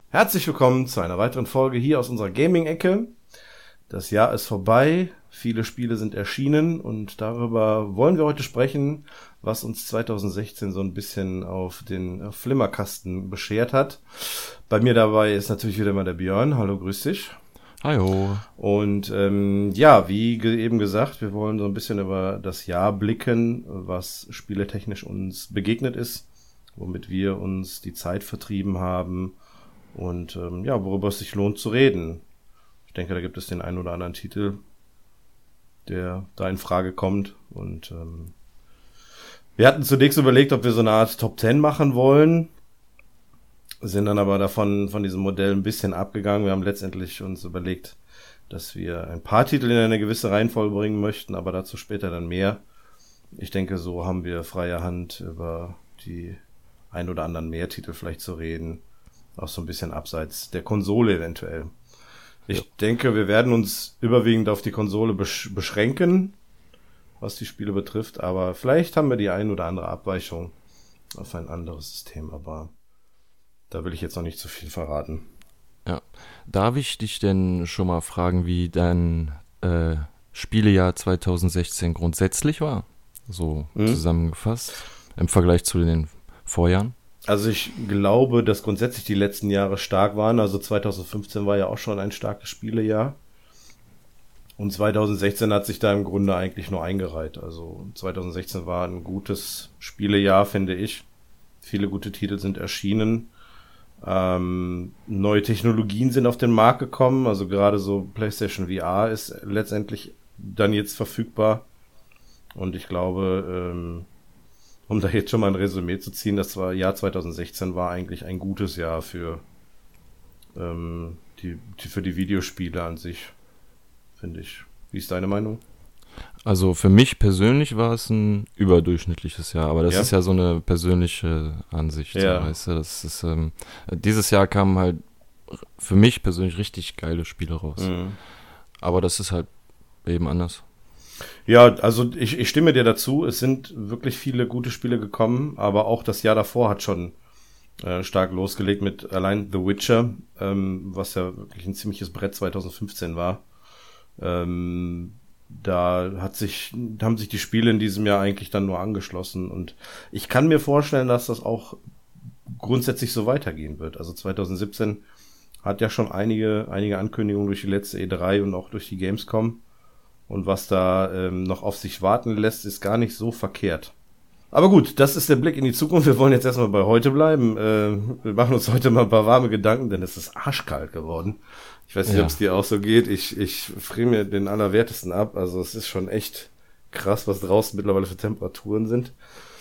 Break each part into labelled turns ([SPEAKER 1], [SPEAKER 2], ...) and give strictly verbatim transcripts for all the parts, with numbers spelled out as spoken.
[SPEAKER 1] Herzlich willkommen zu einer weiteren Folge hier aus unserer Gaming-Ecke. Das Jahr ist vorbei, viele Spiele sind erschienen und darüber wollen wir heute sprechen, was uns zwanzig sechzehn so ein bisschen auf den Flimmerkasten beschert hat. Bei mir dabei ist natürlich wieder mal der Björn. Hallo, grüß dich.
[SPEAKER 2] Hallo.
[SPEAKER 1] Und ähm, ja, wie ge- eben gesagt, wir wollen so ein bisschen über das Jahr blicken, was spieletechnisch uns begegnet ist, womit wir uns die Zeit vertrieben haben und ähm, ja, worüber es sich lohnt zu reden. Ich denke, da gibt es den einen oder anderen Titel, der da in Frage kommt. Und ähm, wir hatten zunächst überlegt, ob wir so eine Art Top zehn machen wollen, sind dann aber davon von diesem Modell ein bisschen abgegangen. Wir haben letztendlich uns überlegt, dass wir ein paar Titel in eine gewisse Reihenfolge bringen möchten, aber dazu später dann mehr. Ich denke, so haben wir freie Hand, über die ein oder anderen mehr Titel vielleicht zu reden, auch so ein bisschen abseits der Konsole eventuell. Ich ja. denke, wir werden uns überwiegend auf die Konsole besch- beschränken, was die Spiele betrifft, aber vielleicht haben wir die ein oder andere Abweichung auf ein anderes System, aber da will ich jetzt noch nicht zu viel verraten.
[SPEAKER 2] Ja. Darf ich dich denn schon mal fragen, wie dein äh, Spielejahr zwanzig sechzehn grundsätzlich war? So hm? zusammengefasst im Vergleich zu den Vorjahren?
[SPEAKER 1] Also ich glaube, dass grundsätzlich die letzten Jahre stark waren. Also zwanzig fünfzehn war ja auch schon ein starkes Spielejahr. Und zwanzig sechzehn hat sich da im Grunde eigentlich nur eingereiht. Also zwanzig sechzehn war ein gutes Spielejahr, finde ich. Viele gute Titel sind erschienen. Ähm, neue Technologien sind auf den Markt gekommen. Also gerade so PlayStation V R ist letztendlich dann jetzt verfügbar. Und ich glaube, ähm, um da jetzt schon mal ein Resümee zu ziehen, das war, Jahr zwanzig sechzehn war eigentlich ein gutes Jahr für, ähm, die, die, für die Videospiele an sich, finde ich. Wie ist deine Meinung?
[SPEAKER 2] Also für mich persönlich war es ein überdurchschnittliches Jahr, aber das ja. ist ja so eine persönliche Ansicht,
[SPEAKER 1] ja.
[SPEAKER 2] so, weißt du, das ist, ähm, dieses Jahr kamen halt für mich persönlich richtig geile Spiele raus. Mhm. Aber das ist halt eben anders.
[SPEAKER 1] Ja, also ich, ich stimme dir dazu. Es sind wirklich viele gute Spiele gekommen, aber auch das Jahr davor hat schon äh, stark losgelegt mit allein The Witcher, ähm, was ja wirklich ein ziemliches Brett zwanzig fünfzehn war. Ähm, da hat sich, haben sich die Spiele in diesem Jahr eigentlich dann nur angeschlossen und ich kann mir vorstellen, dass das auch grundsätzlich so weitergehen wird. Also zwanzig siebzehn hat ja schon einige, einige Ankündigungen durch die letzte E drei und auch durch die Gamescom. Und was da ähm, noch auf sich warten lässt, ist gar nicht so verkehrt. Aber gut, das ist der Blick in die Zukunft. Wir wollen jetzt erstmal bei heute bleiben. Äh, wir machen uns heute mal ein paar warme Gedanken, denn es ist arschkalt geworden. Ich weiß nicht, ja. ob es dir auch so geht. Ich, ich friere mir den Allerwertesten ab. Also es ist schon echt krass, was draußen mittlerweile für Temperaturen sind.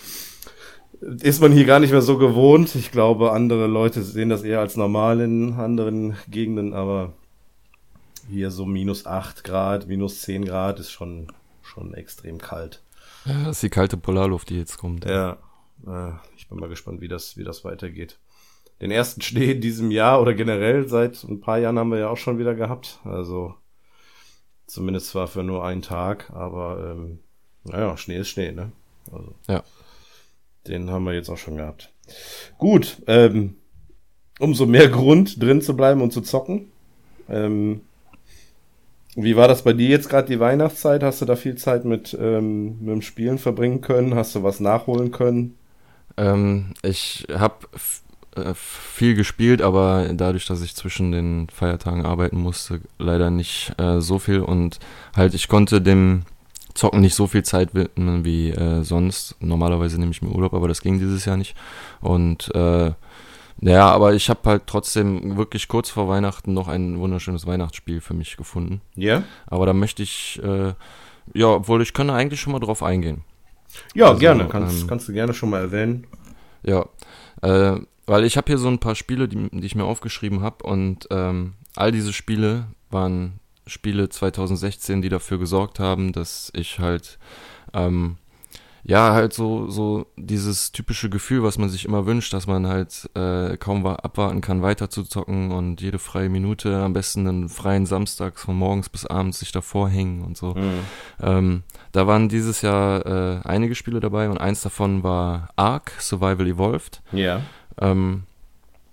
[SPEAKER 1] Ist man hier gar nicht mehr so gewohnt. Ich glaube, andere Leute sehen das eher als normal in anderen Gegenden, aber hier so minus acht Grad, minus zehn Grad ist schon, schon extrem kalt.
[SPEAKER 2] Ja, das ist die kalte Polarluft, die jetzt kommt.
[SPEAKER 1] Ja, äh, ich bin mal gespannt, wie das, wie das weitergeht. Den ersten Schnee in diesem Jahr oder generell seit ein paar Jahren haben wir ja auch schon wieder gehabt. Also zumindest zwar für nur einen Tag, aber ähm, naja, Schnee ist Schnee, ne? Also,
[SPEAKER 2] ja.
[SPEAKER 1] Den haben wir jetzt auch schon gehabt. Gut, ähm, umso mehr Grund drin zu bleiben und zu zocken. Ähm, Wie war das bei dir jetzt gerade die Weihnachtszeit? Hast du da viel Zeit mit, ähm, mit dem Spielen verbringen können? Hast du was nachholen können?
[SPEAKER 2] Ähm, ich habe f- äh, viel gespielt, aber dadurch, dass ich zwischen den Feiertagen arbeiten musste, leider nicht äh, so viel und halt ich konnte dem Zocken nicht so viel Zeit widmen wie äh, sonst. Normalerweise nehme ich mir Urlaub, aber das ging dieses Jahr nicht und äh, ja, aber ich habe halt trotzdem wirklich kurz vor Weihnachten noch ein wunderschönes Weihnachtsspiel für mich gefunden.
[SPEAKER 1] Ja? Yeah?
[SPEAKER 2] Aber da möchte ich, äh, ja, obwohl ich kann eigentlich schon mal drauf eingehen.
[SPEAKER 1] Ja, also, gerne. Kannst, ähm, kannst du gerne schon mal erwähnen.
[SPEAKER 2] Ja, äh, weil ich habe hier so ein paar Spiele, die, die ich mir aufgeschrieben habe und ähm, all diese Spiele waren Spiele zwanzig sechzehn, die dafür gesorgt haben, dass ich halt ähm, ja, halt so, so dieses typische Gefühl, was man sich immer wünscht, dass man halt äh, kaum abwarten kann, weiter zu zocken und jede freie Minute, am besten einen freien Samstag von morgens bis abends sich davor hängen und so. Mhm. Ähm, da waren dieses Jahr äh, einige Spiele dabei und eins davon war Ark, Survival Evolved.
[SPEAKER 1] Ja.
[SPEAKER 2] Ähm,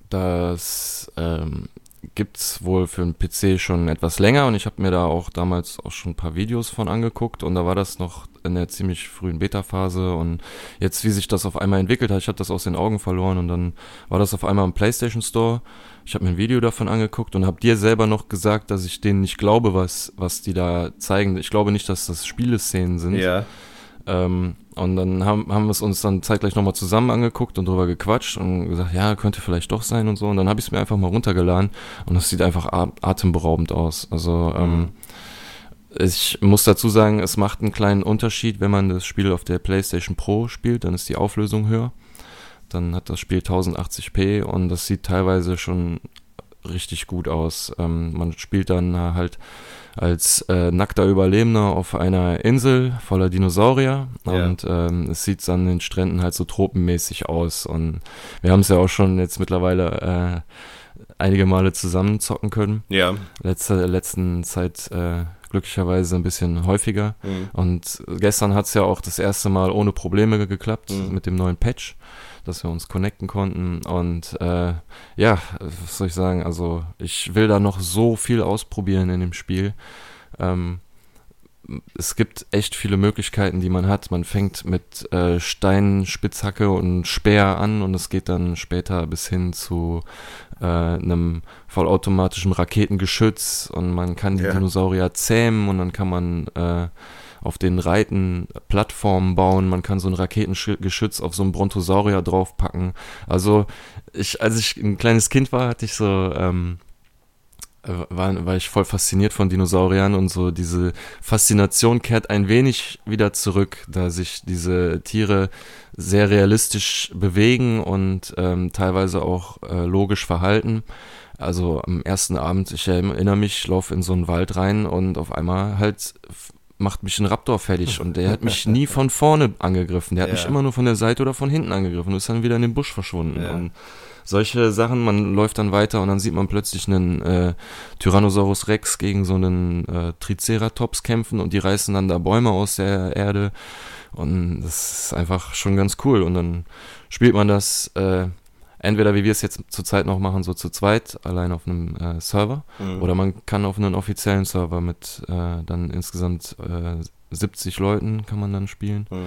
[SPEAKER 2] Das ähm, gibt's wohl für einen P C schon etwas länger und ich habe mir da auch damals auch schon ein paar Videos von angeguckt und da war das noch in der ziemlich frühen Beta-Phase und jetzt, wie sich das auf einmal entwickelt hat, ich habe das aus den Augen verloren und dann war das auf einmal im PlayStation Store. Ich habe mir ein Video davon angeguckt und habe dir selber noch gesagt, dass ich denen nicht glaube, was was die da zeigen. Ich glaube nicht, dass das Spieleszenen sind.
[SPEAKER 1] Ja.
[SPEAKER 2] Ähm, und dann haben, haben wir es uns dann zeitgleich nochmal zusammen angeguckt und drüber gequatscht und gesagt, ja, könnte vielleicht doch sein und so. Und dann habe ich es mir einfach mal runtergeladen und das sieht einfach a- atemberaubend aus. Also ähm,
[SPEAKER 1] Mhm.
[SPEAKER 2] ich muss dazu sagen, es macht einen kleinen Unterschied, wenn man das Spiel auf der PlayStation Pro spielt, dann ist die Auflösung höher. Dann hat das Spiel tausendachtzig p und das sieht teilweise schon richtig gut aus. Ähm, man spielt dann halt als äh, nackter Überlebender auf einer Insel voller Dinosaurier
[SPEAKER 1] Ja.
[SPEAKER 2] und ähm, es sieht an den Stränden halt so tropenmäßig aus und wir haben es ja auch schon jetzt mittlerweile äh, einige Male zusammen zocken können.
[SPEAKER 1] Ja.
[SPEAKER 2] Letzte letzten Zeit äh, glücklicherweise ein bisschen häufiger
[SPEAKER 1] Mhm.
[SPEAKER 2] und gestern hat es ja auch das erste Mal ohne Probleme geklappt
[SPEAKER 1] Mhm.
[SPEAKER 2] mit dem neuen Patch, dass wir uns connecten konnten und äh, ja, was soll ich sagen, also ich will da noch so viel ausprobieren in dem Spiel. Ähm, es gibt echt viele Möglichkeiten, die man hat. Man fängt mit äh, Stein, Spitzhacke und Speer an und es geht dann später bis hin zu äh, einem vollautomatischen Raketengeschütz und man kann die
[SPEAKER 1] Ja.
[SPEAKER 2] Dinosaurier zähmen und dann kann man äh, auf den Reiten Plattformen bauen, man kann so ein Raketengeschütz auf so einen Brontosaurier draufpacken. Also ich, als ich ein kleines Kind war, hatte ich so, ähm, äh, war, war ich voll fasziniert von Dinosauriern und so diese Faszination kehrt ein wenig wieder zurück, da sich diese Tiere sehr realistisch bewegen und ähm, teilweise auch äh, logisch verhalten. Also am ersten Abend, ich erinnere mich, ich laufe in so einen Wald rein und auf einmal halt macht mich ein Raptor fertig und der hat mich nie von vorne angegriffen, der hat
[SPEAKER 1] Ja.
[SPEAKER 2] mich immer nur von der Seite oder von hinten angegriffen und ist dann wieder in den Busch verschwunden.
[SPEAKER 1] Ja.
[SPEAKER 2] Und solche Sachen, man läuft dann weiter und dann sieht man plötzlich einen äh, Tyrannosaurus Rex gegen so einen äh, Triceratops kämpfen und die reißen dann da Bäume aus der Erde und das ist einfach schon ganz cool und dann spielt man das äh, entweder wie wir es jetzt zurzeit noch machen, so zu zweit, allein auf einem äh, Server,
[SPEAKER 1] Mhm.
[SPEAKER 2] oder man kann auf einen offiziellen Server mit äh, dann insgesamt äh, siebzig Leuten kann man dann spielen.
[SPEAKER 1] Mhm.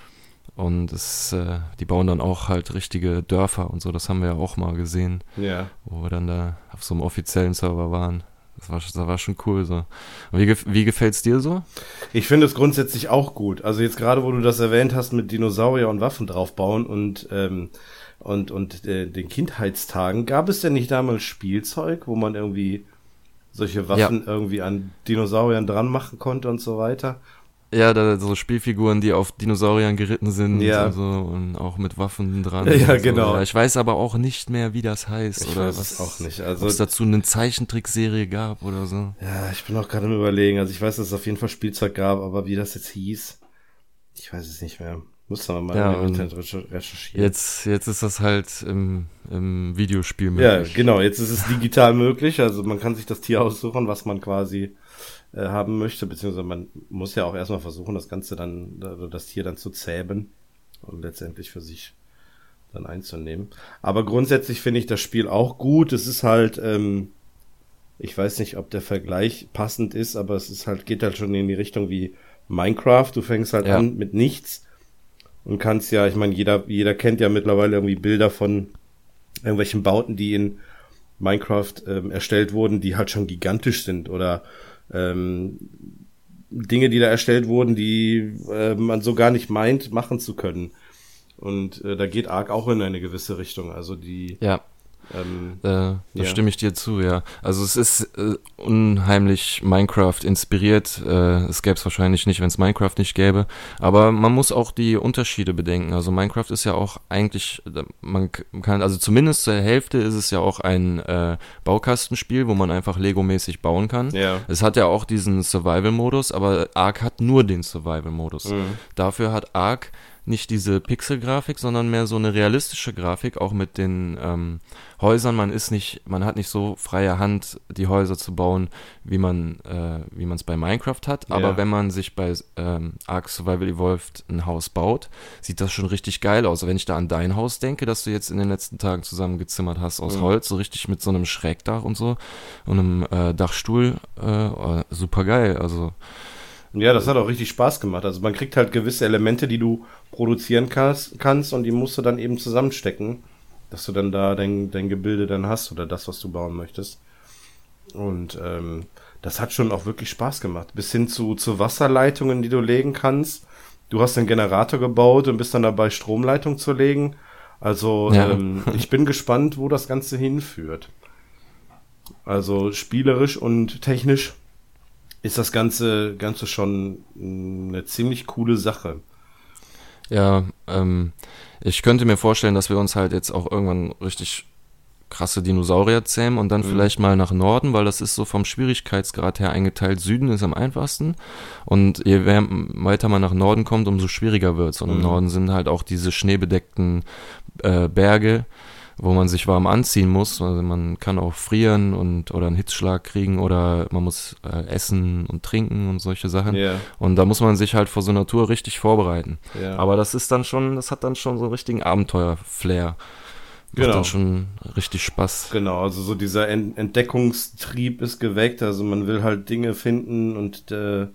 [SPEAKER 2] Und es, äh, die bauen dann auch halt richtige Dörfer und so, das haben wir ja auch mal gesehen,
[SPEAKER 1] Ja.
[SPEAKER 2] wo wir dann da auf so einem offiziellen Server waren. Das war, das war schon cool so. Und wie, gef- wie gefällt's dir so?
[SPEAKER 1] Ich finde es grundsätzlich auch gut. Also jetzt gerade, wo du das erwähnt hast mit Dinosaurier und Waffen draufbauen und ähm, und und äh, den Kindheitstagen, gab es denn nicht damals Spielzeug, wo man irgendwie solche Waffen irgendwie an Dinosauriern dran machen konnte und so weiter?
[SPEAKER 2] Ja, da so Spielfiguren, die auf Dinosauriern geritten sind
[SPEAKER 1] Ja.
[SPEAKER 2] und so und auch mit Waffen dran.
[SPEAKER 1] Ja,
[SPEAKER 2] und so.
[SPEAKER 1] genau.
[SPEAKER 2] Ja, ich weiß aber auch nicht mehr, wie das heißt
[SPEAKER 1] Ich
[SPEAKER 2] oder
[SPEAKER 1] weiß
[SPEAKER 2] was.
[SPEAKER 1] es auch nicht.
[SPEAKER 2] Ob
[SPEAKER 1] Also
[SPEAKER 2] es dazu eine Zeichentrickserie gab oder so.
[SPEAKER 1] ja, ich bin auch gerade im Überlegen. Also ich weiß, dass es auf jeden Fall Spielzeug gab, aber wie das jetzt hieß, ich weiß es nicht mehr. Muss man mal
[SPEAKER 2] Ja,
[SPEAKER 1] im
[SPEAKER 2] und
[SPEAKER 1] Internet recher- recherchieren.
[SPEAKER 2] Jetzt, jetzt ist das halt im, im Videospiel
[SPEAKER 1] Ja,
[SPEAKER 2] möglich.
[SPEAKER 1] genau. Jetzt ist es digital möglich. Also man kann sich das Tier aussuchen, was man quasi äh, haben möchte, beziehungsweise man muss ja auch erstmal versuchen, das Ganze dann, also das Tier dann zu zähmen und letztendlich für sich dann einzunehmen. Aber grundsätzlich finde ich das Spiel auch gut. Es ist halt, ähm, ich weiß nicht, ob der Vergleich passend ist, aber es ist halt, geht halt schon in die Richtung wie Minecraft. Du fängst halt
[SPEAKER 2] Ja.
[SPEAKER 1] an mit nichts und kannst ja, ich meine, jeder, jeder kennt ja mittlerweile irgendwie Bilder von irgendwelchen Bauten, die in Minecraft ähm, erstellt wurden, die halt schon gigantisch sind oder ähm, Dinge, die da erstellt wurden, die äh, man so gar nicht meint, machen zu können. Und äh, da geht Ark auch in eine gewisse Richtung. Also die
[SPEAKER 2] Ja,
[SPEAKER 1] ähm,
[SPEAKER 2] äh, da
[SPEAKER 1] Ja.
[SPEAKER 2] stimme ich dir zu, ja. Also es ist äh, unheimlich Minecraft inspiriert. Äh, es gäbe es wahrscheinlich nicht, wenn es Minecraft nicht gäbe. Aber man muss auch die Unterschiede bedenken. Also Minecraft ist ja auch eigentlich, äh, man k- kann, also zumindest zur Hälfte ist es ja auch ein äh, Baukastenspiel, wo man einfach Lego-mäßig bauen kann.
[SPEAKER 1] ja.
[SPEAKER 2] Es hat ja auch diesen Survival-Modus, aber Ark hat nur den Survival-Modus.
[SPEAKER 1] Mhm.
[SPEAKER 2] Dafür hat Ark nicht diese Pixel-Grafik, sondern mehr so eine realistische Grafik, auch mit den ähm, Häusern. Man ist nicht, man hat nicht so freie Hand, die Häuser zu bauen, wie man äh, wie man es bei Minecraft hat. Aber
[SPEAKER 1] Ja.
[SPEAKER 2] wenn man sich bei ähm, Ark Survival Evolved ein Haus baut, sieht das schon richtig geil aus. Wenn ich da an dein Haus denke, das du jetzt in den letzten Tagen zusammengezimmert hast aus
[SPEAKER 1] Mhm.
[SPEAKER 2] Holz, so richtig mit so einem Schrägdach und so und einem äh, Dachstuhl, äh, oh, super geil. Also
[SPEAKER 1] Ja, das hat auch richtig Spaß gemacht. Also man kriegt halt gewisse Elemente, die du produzieren kannst, kannst und die musst du dann eben zusammenstecken, dass du dann da dein, dein Gebilde dann hast oder das, was du bauen möchtest. Und ähm, das hat schon auch wirklich Spaß gemacht. Bis hin zu, zu Wasserleitungen, die du legen kannst. Du hast einen Generator gebaut und bist dann dabei, Stromleitung zu legen. Also
[SPEAKER 2] Ja.
[SPEAKER 1] ähm, ich bin gespannt, wo das Ganze hinführt. Also spielerisch und technisch ist das Ganze, Ganze schon eine ziemlich coole Sache.
[SPEAKER 2] ja, ähm, ich könnte mir vorstellen, dass wir uns halt jetzt auch irgendwann richtig krasse Dinosaurier zähmen und dann
[SPEAKER 1] Mhm.
[SPEAKER 2] vielleicht mal nach Norden, weil das ist so vom Schwierigkeitsgrad her eingeteilt. Süden ist am einfachsten und je wer- weiter man nach Norden kommt, umso schwieriger wird's. Und im
[SPEAKER 1] Mhm.
[SPEAKER 2] Norden sind halt auch diese schneebedeckten äh, Berge, wo man sich warm anziehen muss. Also man kann auch frieren und oder einen Hitzschlag kriegen oder man muss äh, essen und trinken und solche Sachen.
[SPEAKER 1] Ja,
[SPEAKER 2] Und da muss man sich halt vor so einer Tour richtig vorbereiten.
[SPEAKER 1] ja.
[SPEAKER 2] Aber das ist dann schon, das hat dann schon so einen richtigen Abenteuer-Flair. Macht
[SPEAKER 1] Genau.
[SPEAKER 2] dann schon richtig Spaß.
[SPEAKER 1] Genau, also so dieser Ent- Entdeckungstrieb ist geweckt, also man will halt Dinge finden und äh,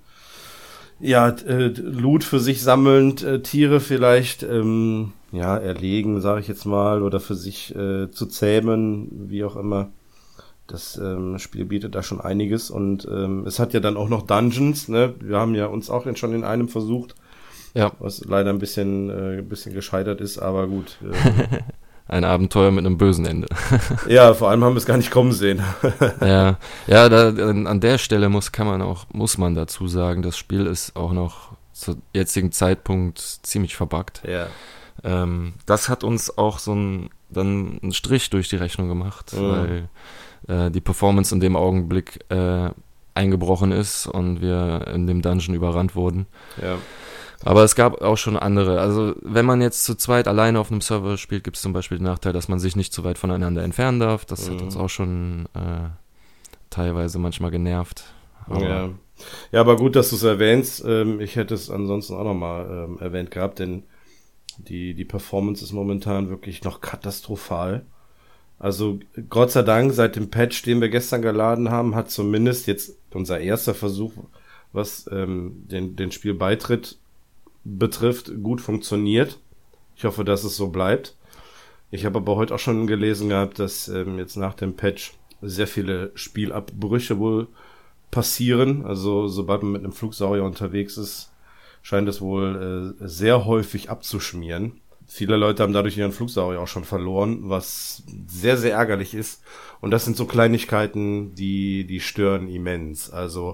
[SPEAKER 1] ja, äh, Loot für sich sammelnd, äh, Tiere vielleicht ähm, ja erlegen, sage ich jetzt mal, oder für sich äh, zu zähmen, wie auch immer. Das ähm, Spiel bietet da schon einiges und ähm, es hat ja dann auch noch Dungeons, ne? Wir haben ja uns auch in, schon in einem versucht,
[SPEAKER 2] Ja,
[SPEAKER 1] was leider ein bisschen äh, ein bisschen gescheitert ist, aber gut. Äh,
[SPEAKER 2] ein Abenteuer mit einem bösen Ende.
[SPEAKER 1] ja, vor allem haben wir es gar nicht kommen sehen.
[SPEAKER 2] Ja, ja, da, an an der Stelle muss kann man auch muss man dazu sagen, das Spiel ist auch noch zu jetzigen Zeitpunkt ziemlich verbuggt.
[SPEAKER 1] Ja.
[SPEAKER 2] Ähm, das hat uns auch so ein, dann einen Strich durch die Rechnung gemacht,
[SPEAKER 1] Mhm.
[SPEAKER 2] weil äh, die Performance in dem Augenblick äh, eingebrochen ist und wir in dem Dungeon überrannt wurden.
[SPEAKER 1] Ja.
[SPEAKER 2] Aber es gab auch schon andere. Also wenn man jetzt zu zweit alleine auf einem Server spielt, gibt es zum Beispiel den Nachteil, dass man sich nicht zu weit voneinander entfernen darf. Das hat
[SPEAKER 1] Mhm.
[SPEAKER 2] uns auch schon äh, teilweise manchmal genervt. Aber
[SPEAKER 1] Ja. Ja, aber gut, dass du es erwähnst. Ähm, ich hätte es ansonsten auch nochmal ähm, erwähnt gehabt, denn die, die Performance ist momentan wirklich noch katastrophal. Also Gott sei Dank, seit dem Patch, den wir gestern geladen haben, hat zumindest jetzt unser erster Versuch, was ähm, den, den Spielbeitritt betrifft, gut funktioniert. Ich hoffe, dass es so bleibt. Ich habe aber heute auch schon gelesen gehabt, dass ähm, jetzt nach dem Patch sehr viele Spielabbrüche wohl passieren. Also sobald man mit einem Flugsaurier unterwegs ist, scheint es wohl äh, sehr häufig abzuschmieren. Viele Leute haben dadurch ihren Flugsaurier auch schon verloren, was sehr, sehr ärgerlich ist. Und das sind so Kleinigkeiten, die, die stören immens. Also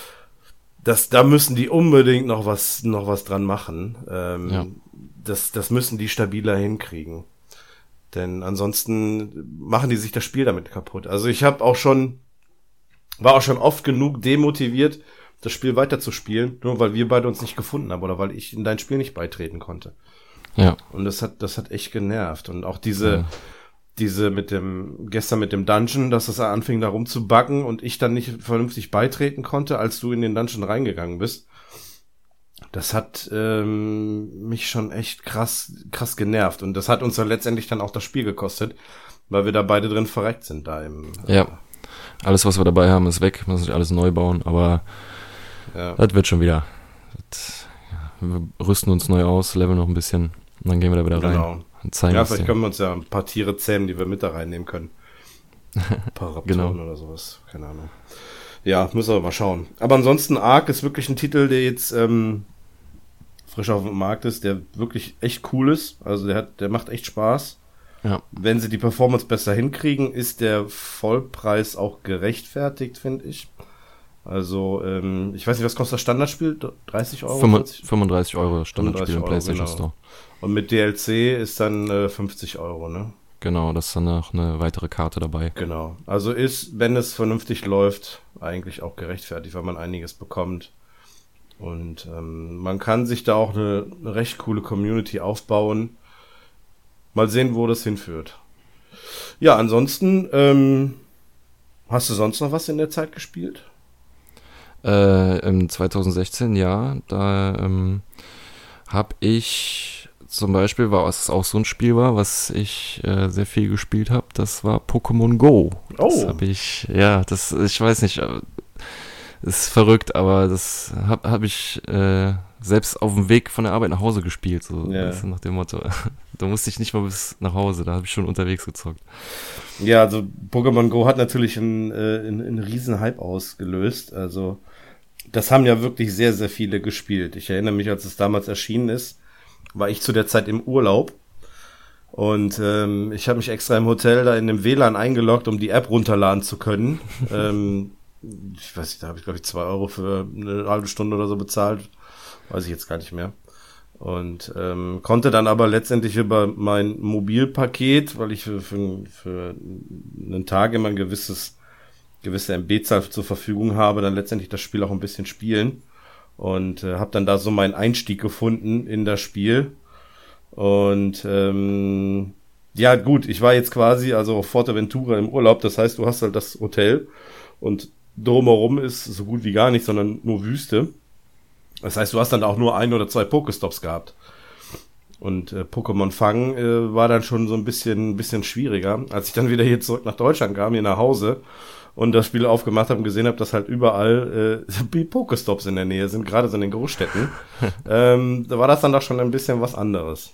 [SPEAKER 1] das, da müssen die unbedingt noch was, noch was dran machen. Ähm,
[SPEAKER 2] Ja.
[SPEAKER 1] das, das müssen die stabiler hinkriegen. Denn ansonsten machen die sich das Spiel damit kaputt. Also ich habe auch schon, war auch schon oft genug demotiviert, das Spiel weiterzuspielen, nur weil wir beide uns nicht gefunden haben oder weil ich in dein Spiel nicht beitreten konnte.
[SPEAKER 2] ja,
[SPEAKER 1] Und das hat, das hat echt genervt. Und auch diese,
[SPEAKER 2] Ja.
[SPEAKER 1] diese mit dem, gestern mit dem Dungeon, dass es anfing da rumzubuggen und ich dann nicht vernünftig beitreten konnte, als du in den Dungeon reingegangen bist. Das hat ähm, mich schon echt krass, krass genervt. Und das hat uns dann letztendlich dann auch das Spiel gekostet, weil wir da beide drin verreckt sind da im.
[SPEAKER 2] ja. Alles, was wir dabei haben, ist weg. Müssen sich alles neu bauen. Aber
[SPEAKER 1] Ja.
[SPEAKER 2] das wird schon wieder. Das, ja, wir rüsten uns neu aus, leveln noch ein bisschen und dann gehen wir da wieder rein.
[SPEAKER 1] Genau.
[SPEAKER 2] Und zeigen
[SPEAKER 1] Ja,
[SPEAKER 2] es
[SPEAKER 1] vielleicht
[SPEAKER 2] dir.
[SPEAKER 1] können wir uns ja ein paar Tiere zähmen, die wir mit da reinnehmen können. Ein paar Raptoren
[SPEAKER 2] Genau.
[SPEAKER 1] oder sowas. Keine Ahnung. Ja, müssen wir mal schauen. Aber ansonsten, Ark ist wirklich ein Titel, der jetzt ähm, frisch auf dem Markt ist, der wirklich echt cool ist. Also der hat, der macht echt Spaß.
[SPEAKER 2] Ja.
[SPEAKER 1] Wenn sie die Performance besser hinkriegen, ist der Vollpreis auch gerechtfertigt, finde ich. Also, ähm, ich weiß nicht, was kostet das Standardspiel? dreißig Euro? vierzig?
[SPEAKER 2] fünfunddreißig Euro Standardspiel im
[SPEAKER 1] Euro,
[SPEAKER 2] PlayStation
[SPEAKER 1] genau.
[SPEAKER 2] Store.
[SPEAKER 1] Und mit D L C ist dann äh, fünfzig Euro, ne?
[SPEAKER 2] Genau, das ist dann noch eine weitere Karte dabei.
[SPEAKER 1] Genau. Also ist, wenn es vernünftig läuft, eigentlich auch gerechtfertigt, weil man einiges bekommt. Und ähm, man kann sich da auch eine, eine recht coole Community aufbauen. Mal sehen, wo das hinführt. Ja, ansonsten, ähm, hast du sonst noch was in der Zeit gespielt?
[SPEAKER 2] Äh, im zwanzig sechzehn, ja, da ähm, habe ich zum Beispiel, war was auch so ein Spiel war, was ich äh, sehr viel gespielt habe, das war Pokémon Go. Das
[SPEAKER 1] Oh.
[SPEAKER 2] habe ich, ja, das, ich weiß nicht, äh, ist verrückt, aber das habe hab ich äh, selbst auf dem Weg von der Arbeit nach Hause gespielt, so
[SPEAKER 1] Ja.
[SPEAKER 2] weißt du, nach dem Motto. Da musste ich nicht mal bis nach Hause, da habe ich schon unterwegs gezockt.
[SPEAKER 1] Ja, also Pokémon Go hat natürlich einen, äh, einen, einen riesen Hype ausgelöst. Also das haben ja wirklich sehr, sehr viele gespielt. Ich erinnere mich, als es damals erschienen ist, war ich zu der Zeit im Urlaub. Und ähm, ich habe mich extra im Hotel da in dem W L A N eingeloggt, um die App runterladen zu können. ähm, ich weiß nicht, da habe ich glaube ich zwei Euro für eine halbe Stunde oder so bezahlt. Weiß ich jetzt gar nicht mehr. Und ähm, konnte dann aber letztendlich über mein Mobilpaket, weil ich für, für, für einen Tag immer ein gewisses gewisse M B-Zahl zur Verfügung habe, dann letztendlich das Spiel auch ein bisschen spielen. Und äh, habe dann da so meinen Einstieg gefunden in das Spiel. Und ähm, ja gut, ich war jetzt quasi also auf Fuerteventura im Urlaub. Das heißt, du hast halt das Hotel und drumherum ist so gut wie gar nicht, sondern nur Wüste. Das heißt, du hast dann auch nur ein oder zwei Pokestops gehabt. Und äh, Pokémon fangen äh, war dann schon so ein bisschen ein bisschen schwieriger. Als ich dann wieder hier zurück nach Deutschland kam, hier nach Hause und das Spiel aufgemacht habe und gesehen habe, dass halt überall äh, Pokestops in der Nähe sind, gerade so in den Großstädten, ähm, da war das dann doch schon ein bisschen was anderes.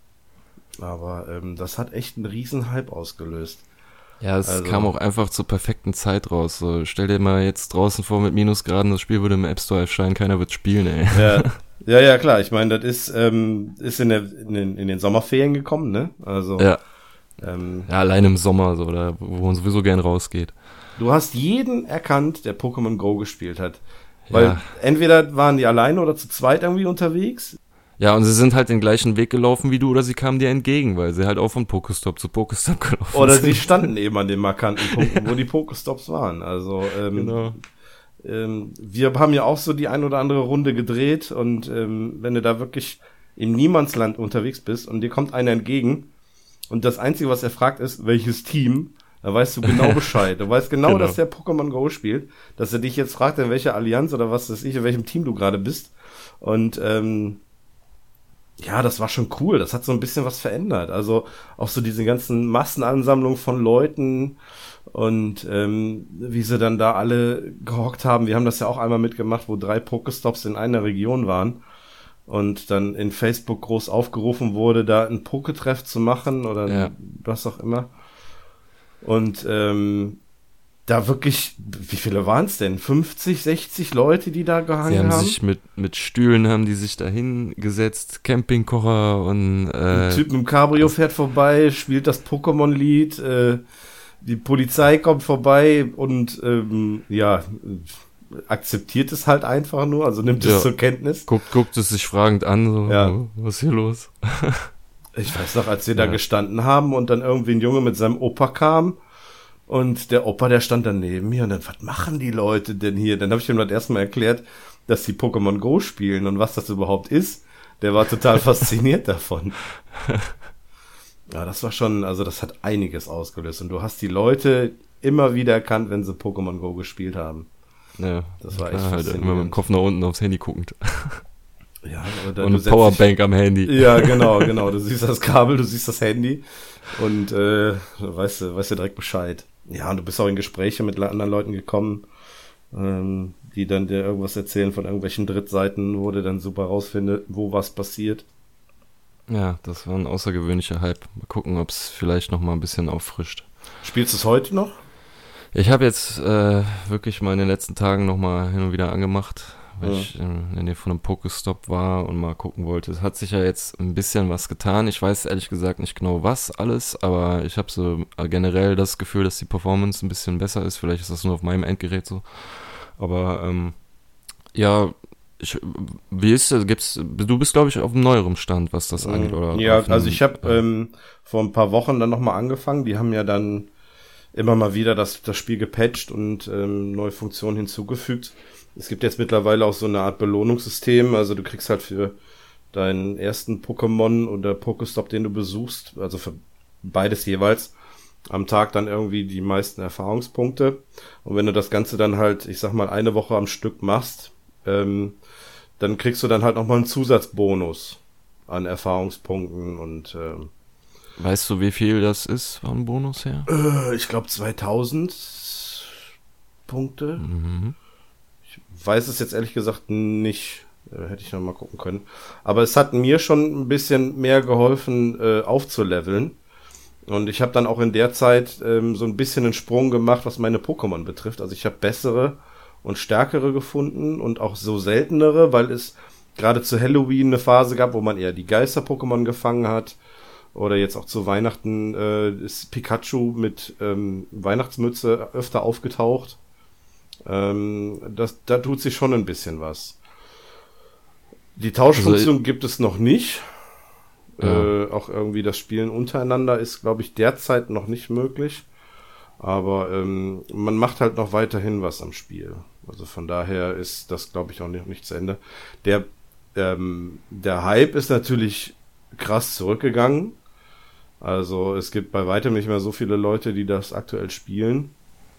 [SPEAKER 1] Aber ähm, das hat echt einen riesen Hype ausgelöst.
[SPEAKER 2] Ja, es
[SPEAKER 1] Also-
[SPEAKER 2] kam auch einfach zur perfekten Zeit raus. So, stell dir mal jetzt draußen vor mit Minusgraden, das Spiel würde im App Store erscheinen, keiner wird spielen, ey.
[SPEAKER 1] Ja, ja, ja, klar. Ich meine, das ist ähm, ist in, der, in, den, in den Sommerferien gekommen, ne? Also
[SPEAKER 2] Ja,
[SPEAKER 1] ähm,
[SPEAKER 2] ja, allein im Sommer, so, da, wo man sowieso gern rausgeht.
[SPEAKER 1] du hast jeden erkannt, der Pokémon Go gespielt hat. Weil
[SPEAKER 2] Ja.
[SPEAKER 1] entweder waren die alleine oder zu zweit irgendwie unterwegs.
[SPEAKER 2] Ja, und sie sind halt den gleichen Weg gelaufen wie du oder sie kamen dir entgegen, weil sie halt auch von Pokestop zu Pokestop gelaufen
[SPEAKER 1] Oder
[SPEAKER 2] sind.
[SPEAKER 1] sie standen eben an den markanten Punkten, wo die Pokestops waren. Also ähm,
[SPEAKER 2] Genau.
[SPEAKER 1] ähm, wir haben ja auch so die ein oder andere Runde gedreht und ähm, wenn du da wirklich im Niemandsland unterwegs bist und dir kommt einer entgegen und das Einzige, was er fragt, ist, welches Team, da weißt du genau Bescheid. Du weißt genau,
[SPEAKER 2] Genau.
[SPEAKER 1] dass der Pokémon Go spielt, dass er dich jetzt fragt, in welcher Allianz oder was weiß ich, in welchem Team du gerade bist. Und ähm, ja, das war schon cool. Das hat so ein bisschen was verändert. Also auch so diese ganzen Massenansammlungen von Leuten und ähm, wie sie dann da alle gehockt haben. Wir haben das ja auch einmal mitgemacht, wo drei Pokestops in einer Region waren und dann in Facebook groß aufgerufen wurde, da ein Poketreff zu machen oder
[SPEAKER 2] Ja.
[SPEAKER 1] was auch immer. Und ähm, da wirklich, wie viele waren es denn? fünfzig, sechzig Leute, die da gehangen
[SPEAKER 2] Sie haben
[SPEAKER 1] haben?
[SPEAKER 2] sich mit, mit Stühlen haben die sich da hingesetzt, Campingkocher und
[SPEAKER 1] Ein
[SPEAKER 2] äh,
[SPEAKER 1] Typ mit dem Cabrio fährt vorbei, spielt das Pokémon-Lied, äh, die Polizei kommt vorbei und ähm, ja, akzeptiert es halt einfach nur, also nimmt
[SPEAKER 2] Ja.
[SPEAKER 1] es zur Kenntnis.
[SPEAKER 2] guckt, guckt es sich fragend an, so,
[SPEAKER 1] Ja.
[SPEAKER 2] oh, was ist hier los?
[SPEAKER 1] Ich weiß noch, als wir da
[SPEAKER 2] Ja.
[SPEAKER 1] gestanden haben und dann irgendwie ein Junge mit seinem Opa kam und der Opa, der stand dann neben mir und dann, was machen die Leute denn hier? Dann habe ich ihm das erstmal erklärt, dass die Pokémon Go spielen und was das überhaupt ist. Der war total fasziniert davon. Ja, das war schon, also das hat einiges ausgelöst und du hast die Leute immer wieder erkannt, wenn sie Pokémon Go gespielt haben.
[SPEAKER 2] Ja,
[SPEAKER 1] Das war echt
[SPEAKER 2] klar, halt
[SPEAKER 1] faszinierend.
[SPEAKER 2] immer mit dem Kopf nach unten aufs Handy guckend.
[SPEAKER 1] Ja, oder
[SPEAKER 2] Und
[SPEAKER 1] du
[SPEAKER 2] eine
[SPEAKER 1] setzt
[SPEAKER 2] Powerbank am Handy.
[SPEAKER 1] Dich, ja, genau, genau. Du siehst das Kabel, du siehst das Handy und äh, weißt du, weißt du direkt Bescheid. Ja, und du bist auch in Gespräche mit anderen Leuten gekommen, ähm, die dann dir irgendwas erzählen von irgendwelchen Drittseiten, wo du dann super rausfindet, wo was passiert.
[SPEAKER 2] Ja, das war ein außergewöhnlicher Hype. Mal gucken, ob es vielleicht noch mal ein bisschen auffrischt.
[SPEAKER 1] Spielst du es heute noch?
[SPEAKER 2] Ich habe jetzt äh, wirklich mal in den letzten Tagen noch mal hin und wieder angemacht, weil
[SPEAKER 1] Ja.
[SPEAKER 2] ich in der Nähe von einem Pokestop war und mal gucken wollte. Es hat sich ja jetzt ein bisschen was getan. Ich weiß ehrlich gesagt nicht genau was alles, aber ich habe so generell das Gefühl, dass die Performance ein bisschen besser ist. Vielleicht ist das nur auf meinem Endgerät so. Aber ähm, ja, ich, wie ist das? Gibt's, du bist, glaube ich, auf einem neueren Stand, was das angeht, oder?
[SPEAKER 1] Ja,
[SPEAKER 2] auf einem-
[SPEAKER 1] also ich habe
[SPEAKER 2] äh,
[SPEAKER 1] ähm, vor ein paar Wochen dann nochmal angefangen. Die haben ja dann immer mal wieder das, das Spiel gepatcht und ähm, neue Funktionen hinzugefügt. Es gibt jetzt mittlerweile auch so eine Art Belohnungssystem, also du kriegst halt für deinen ersten Pokémon oder Pokestop, den du besuchst, also für beides jeweils, am Tag dann irgendwie die meisten Erfahrungspunkte. Und wenn du das Ganze dann halt, ich sag mal, eine Woche am Stück machst, ähm, dann kriegst du dann halt nochmal einen Zusatzbonus an Erfahrungspunkten und ähm,
[SPEAKER 2] Weißt du, wie viel das ist vom Bonus her?
[SPEAKER 1] äh, ich glaube zweitausend Punkte.
[SPEAKER 2] Mhm.
[SPEAKER 1] Ich weiß es jetzt ehrlich gesagt nicht. Äh, hätte ich noch mal gucken können. Aber es hat mir schon ein bisschen mehr geholfen, äh, aufzuleveln. Und ich habe dann auch in der Zeit ähm, so ein bisschen einen Sprung gemacht, was meine Pokémon betrifft. Also ich habe bessere und stärkere gefunden und auch so seltenere, weil es gerade zu Halloween eine Phase gab, wo man eher die Geister-Pokémon gefangen hat. Oder jetzt auch zu Weihnachten äh, ist Pikachu mit ähm, Weihnachtsmütze öfter aufgetaucht. Ähm, das, da tut sich schon ein bisschen was. Die Tauschfunktion also, gibt es noch nicht. Ja. Äh, auch irgendwie das Spielen untereinander ist, glaube ich, derzeit noch nicht möglich. Aber ähm, man macht halt noch weiterhin was am Spiel. Also von daher ist das, glaube ich, auch nicht, nicht zu Ende. Der, ähm, der Hype ist natürlich krass zurückgegangen. Also es gibt bei weitem nicht mehr so viele Leute, die das aktuell spielen.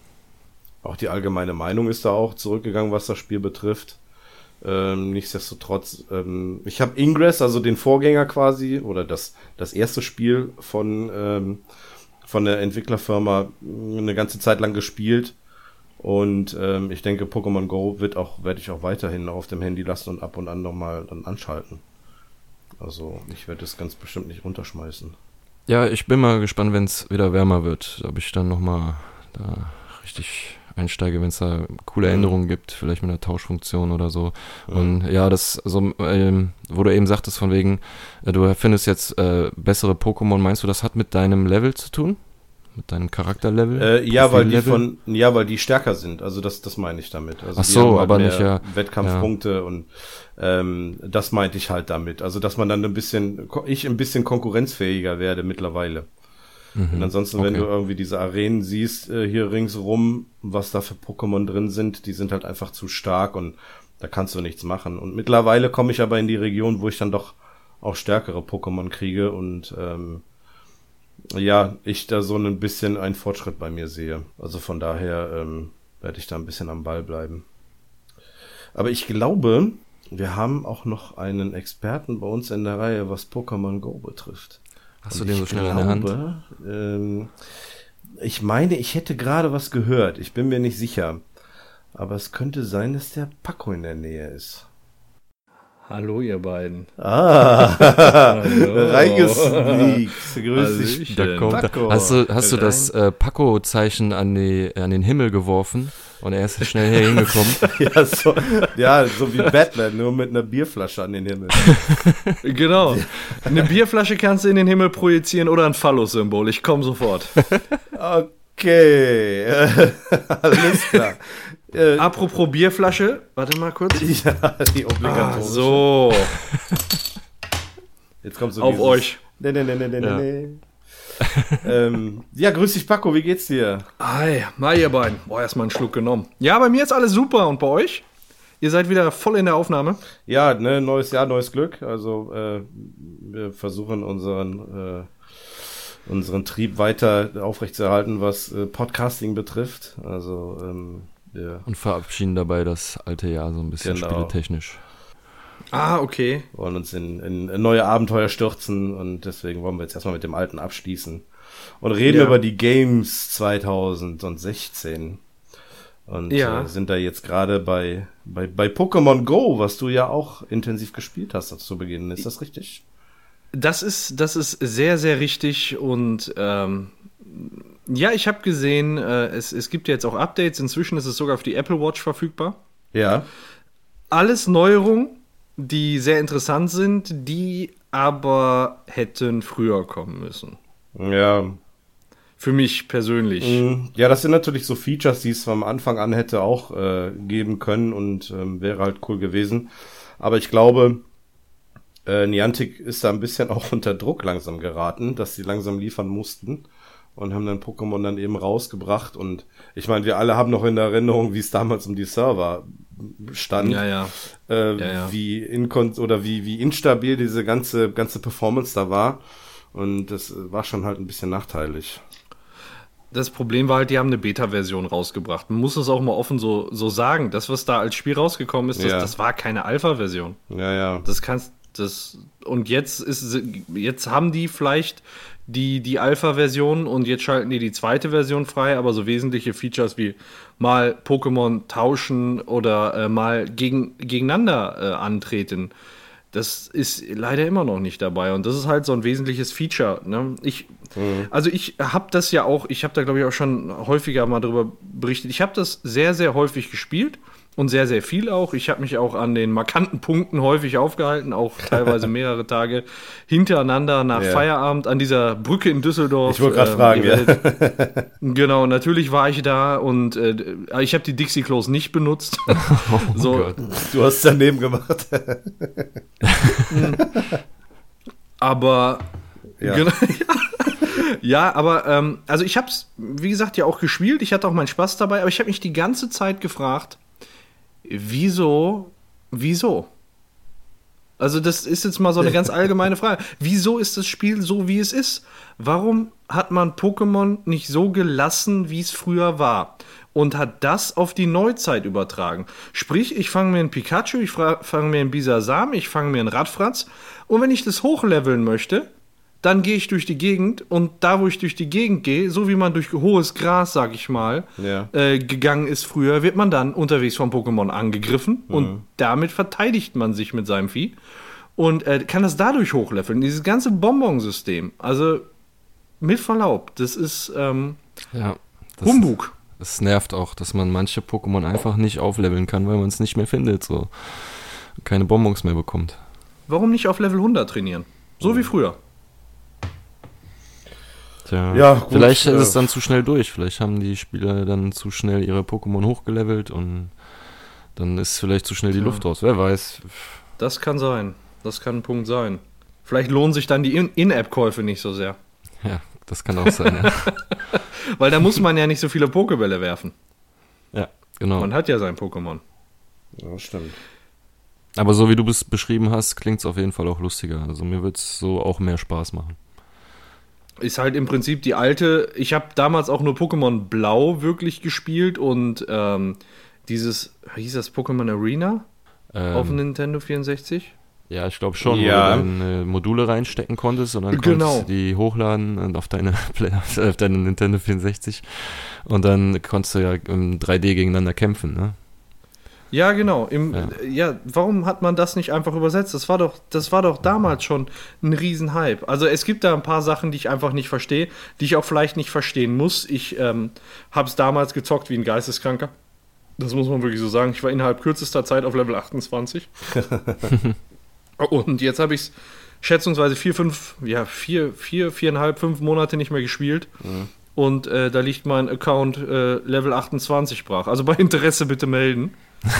[SPEAKER 1] Auch die allgemeine Meinung ist da auch zurückgegangen, was das Spiel betrifft. Ähm, nichtsdestotrotz, ähm, ich habe Ingress, also den Vorgänger quasi, oder das, das erste Spiel von, ähm, von der Entwicklerfirma eine ganze Zeit lang gespielt. Und ähm, ich denke, Pokémon Go wird auch, werde ich auch weiterhin auf dem Handy lassen und ab und an nochmal dann anschalten. Also ich werde es ganz bestimmt nicht runterschmeißen.
[SPEAKER 2] Ja, ich bin mal gespannt, wenn es wieder wärmer wird, ob ich dann nochmal da richtig einsteige, wenn es da coole Änderungen gibt, vielleicht mit einer Tauschfunktion oder so. Ja. Und ja, das, so, ähm, wo du eben sagtest, von wegen, äh, du findest jetzt äh, bessere Pokémon, meinst du, das hat mit deinem Level zu tun? Mit deinem Charakterlevel?
[SPEAKER 1] Äh, ja, weil die von, ja, weil die stärker sind. Also das, das meine ich damit. Also
[SPEAKER 2] Ach so,
[SPEAKER 1] halt
[SPEAKER 2] aber nicht ja.
[SPEAKER 1] Wettkampfpunkte ja. und ähm, das meinte ich halt damit. Also dass man dann ein bisschen, ich ein bisschen konkurrenzfähiger werde mittlerweile. Mhm, und ansonsten, okay. wenn du irgendwie diese Arenen siehst, äh, hier ringsrum, was da für Pokémon drin sind, die sind halt einfach zu stark und da kannst du nichts machen. Und mittlerweile komme ich aber in die Region, wo ich dann doch auch stärkere Pokémon kriege und ähm, ja, ich da so ein bisschen einen Fortschritt bei mir sehe. Also von daher ähm, werde ich da ein bisschen am Ball bleiben. Aber ich glaube, wir haben auch noch einen Experten bei uns in der Reihe, was Pokémon Go betrifft.
[SPEAKER 2] Hast du den so schnell glaube, in der Hand?
[SPEAKER 1] Ähm, ich meine, ich hätte gerade was gehört. Ich bin mir nicht sicher. Aber es könnte sein, dass der Paco in der Nähe ist.
[SPEAKER 3] Hallo, ihr beiden.
[SPEAKER 1] Ah, reingesneakt. Grüß dich.
[SPEAKER 2] Da kommt Paco. Hast du, hast du das äh, Paco-Zeichen an, die, an den Himmel geworfen und er ist schnell hier hingekommen?
[SPEAKER 1] ja, so, ja, so wie Batman, nur mit einer Bierflasche an den Himmel.
[SPEAKER 3] Genau. Eine Bierflasche kannst du in den Himmel projizieren oder ein Phallus-Symbol. Ich komme sofort.
[SPEAKER 1] Okay. Alles klar.
[SPEAKER 3] Äh, Apropos Bierflasche, warte mal kurz.
[SPEAKER 1] Ja, die obligatorische.
[SPEAKER 3] Ah, so.
[SPEAKER 1] Jetzt kommst du
[SPEAKER 3] auf dieses, euch.
[SPEAKER 1] Nee, nee, nee, nee, nee, ja. nee. ähm, ja, grüß dich, Paco, wie geht's dir?
[SPEAKER 3] Hi, hi, ihr beiden. Boah, erstmal einen Schluck genommen. Ja, bei mir ist alles super und bei euch? Ihr seid wieder voll in der Aufnahme?
[SPEAKER 1] Ja, ne, neues Jahr, neues Glück. Also, äh, wir versuchen unseren, äh, unseren Trieb weiter aufrechtzuerhalten, was äh, Podcasting betrifft. Also, ähm, ja.
[SPEAKER 2] Und verabschieden dabei das alte Jahr so ein bisschen genau. spieletechnisch.
[SPEAKER 3] Ah, okay.
[SPEAKER 1] Wir wollen uns in, in neue Abenteuer stürzen und deswegen wollen wir jetzt erstmal mit dem alten abschließen. Und reden ja. über die Games zwanzig sechzehn. Und ja. äh, sind da jetzt gerade bei, bei, bei Pokémon Go, was du ja auch intensiv gespielt hast zu Beginn. Ist das richtig?
[SPEAKER 3] Das ist, das ist sehr, sehr richtig und ähm, ja, ich habe gesehen, äh, es, es gibt jetzt auch Updates. Inzwischen ist es sogar auf die Apple Watch verfügbar.
[SPEAKER 1] Ja.
[SPEAKER 3] Alles Neuerungen, die sehr interessant sind, die aber hätten früher kommen müssen.
[SPEAKER 1] Ja.
[SPEAKER 3] Für mich persönlich.
[SPEAKER 1] Ja, das sind natürlich so Features, die es vom Anfang an hätte auch äh, geben können und ähm, wäre halt cool gewesen. Aber ich glaube, äh, Niantic ist da ein bisschen auch unter Druck langsam geraten, dass sie langsam liefern mussten. und haben dann Pokémon dann eben rausgebracht. Und ich meine, wir alle haben noch in Erinnerung, wie es damals um die Server stand.
[SPEAKER 3] Ja, ja.
[SPEAKER 1] Äh,
[SPEAKER 3] ja, ja.
[SPEAKER 1] Wie inkon- oder wie, wie instabil diese ganze, ganze Performance da war. Und das war schon halt ein bisschen nachteilig.
[SPEAKER 3] Das Problem war halt, die haben eine Beta-Version rausgebracht. Man muss es auch mal offen so, so sagen. Das, was da als Spiel rausgekommen ist, das,
[SPEAKER 1] Ja.
[SPEAKER 3] das war keine Alpha-Version.
[SPEAKER 1] Ja, ja.
[SPEAKER 3] Das kannst, das, und jetzt ist, jetzt haben die vielleicht die, die Alpha-Version und jetzt schalten die die zweite Version frei, aber so wesentliche Features wie mal Pokémon tauschen oder äh, mal gegen, gegeneinander äh, antreten, das ist leider immer noch nicht dabei und das ist halt so ein wesentliches Feature. Ne? Ich, mhm. Also ich habe das ja auch, ich habe da glaube ich auch schon häufiger mal drüber berichtet, ich habe das sehr, sehr häufig gespielt und sehr, sehr viel auch. Ich habe mich auch an den markanten Punkten häufig aufgehalten, auch teilweise mehrere Tage hintereinander nach
[SPEAKER 1] ja.
[SPEAKER 3] Feierabend an dieser Brücke in Düsseldorf.
[SPEAKER 1] Ich wollte gerade ähm, fragen,
[SPEAKER 3] ja. Genau, natürlich war ich da und äh, ich habe die Dixie-Klos nicht benutzt.
[SPEAKER 2] Oh
[SPEAKER 3] so.
[SPEAKER 2] Gott.
[SPEAKER 1] Du hast es daneben gemacht.
[SPEAKER 3] Aber
[SPEAKER 1] ja,
[SPEAKER 3] genau, ja. ja, aber ähm, also ich habe es, wie gesagt, ja auch gespielt. Ich hatte auch meinen Spaß dabei, aber ich habe mich die ganze Zeit gefragt, wieso, wieso? Also das ist jetzt mal so eine ganz allgemeine Frage. Wieso ist das Spiel so, wie es ist? Warum hat man Pokémon nicht so gelassen, wie es früher war? Und hat das auf die Neuzeit übertragen. Sprich, ich fange mir einen Pikachu, ich fange mir einen Bisasam, ich fange mir einen Radfratz. Und wenn ich das hochleveln möchte, dann gehe ich durch die Gegend. Und da, wo ich durch die Gegend gehe, so wie man durch hohes Gras, sag ich mal,
[SPEAKER 1] ja.
[SPEAKER 3] äh, gegangen ist früher, wird man dann unterwegs vom Pokémon angegriffen. Mhm. Und damit verteidigt man sich mit seinem Vieh. Und äh, kann das dadurch hochleveln. Dieses ganze Bonbon-System. Also, mit Verlaub, das ist ähm,
[SPEAKER 2] ja, das
[SPEAKER 3] Humbug.
[SPEAKER 2] Es nervt auch, dass man manche Pokémon einfach nicht aufleveln kann, weil man es nicht mehr findet, so keine Bonbons mehr bekommt.
[SPEAKER 3] Warum nicht auf Level hundert trainieren? So wie früher.
[SPEAKER 2] Tja,
[SPEAKER 1] ja, gut,
[SPEAKER 2] vielleicht
[SPEAKER 1] ja.
[SPEAKER 2] ist es dann zu schnell durch. Vielleicht haben die Spieler dann zu schnell ihre Pokémon hochgelevelt und dann ist vielleicht zu schnell die
[SPEAKER 3] ja.
[SPEAKER 2] Luft raus. Wer weiß.
[SPEAKER 3] Das kann sein. Das kann ein Punkt sein. Vielleicht lohnen sich dann die In-App-Käufe nicht so sehr.
[SPEAKER 2] Ja, das kann auch sein, ja.
[SPEAKER 3] Weil da muss man ja nicht so viele Pokébälle werfen.
[SPEAKER 2] Ja, genau.
[SPEAKER 3] Man hat ja sein Pokémon.
[SPEAKER 1] Ja, stimmt.
[SPEAKER 2] Aber so wie du es beschrieben hast, klingt es auf jeden Fall auch lustiger. Also mir wird es so auch mehr Spaß machen.
[SPEAKER 3] Ist halt im Prinzip die alte, ich habe damals auch nur Pokémon Blau wirklich gespielt und ähm, dieses, wie hieß das, Pokémon Arena
[SPEAKER 2] Ähm,
[SPEAKER 3] auf dem Nintendo vierundsechzig?
[SPEAKER 2] Ja, ich glaube schon,
[SPEAKER 1] Ja.
[SPEAKER 2] wo du dann äh, Module reinstecken konntest und dann
[SPEAKER 3] Genau.
[SPEAKER 2] konntest du die hochladen und auf deine, auf deine Nintendo vierundsechzig und dann konntest du ja im drei D gegeneinander kämpfen, ne?
[SPEAKER 3] Ja, genau. Im,
[SPEAKER 2] Ja.
[SPEAKER 3] ja. warum hat man das nicht einfach übersetzt? Das war doch, das war doch damals schon ein Riesenhype. Also es gibt da ein paar Sachen, die ich einfach nicht verstehe, die ich auch vielleicht nicht verstehen muss. Ich ähm, habe es damals gezockt wie ein Geisteskranker. Das muss man wirklich so sagen. Ich war innerhalb kürzester Zeit auf Level achtundzwanzig. Und jetzt habe ich es schätzungsweise vier, fünf, ja, vier, vier, viereinhalb, fünf Monate nicht mehr gespielt. Mhm. Und äh, da liegt mein Account äh, Level achtundzwanzig brach. Also bei Interesse bitte melden.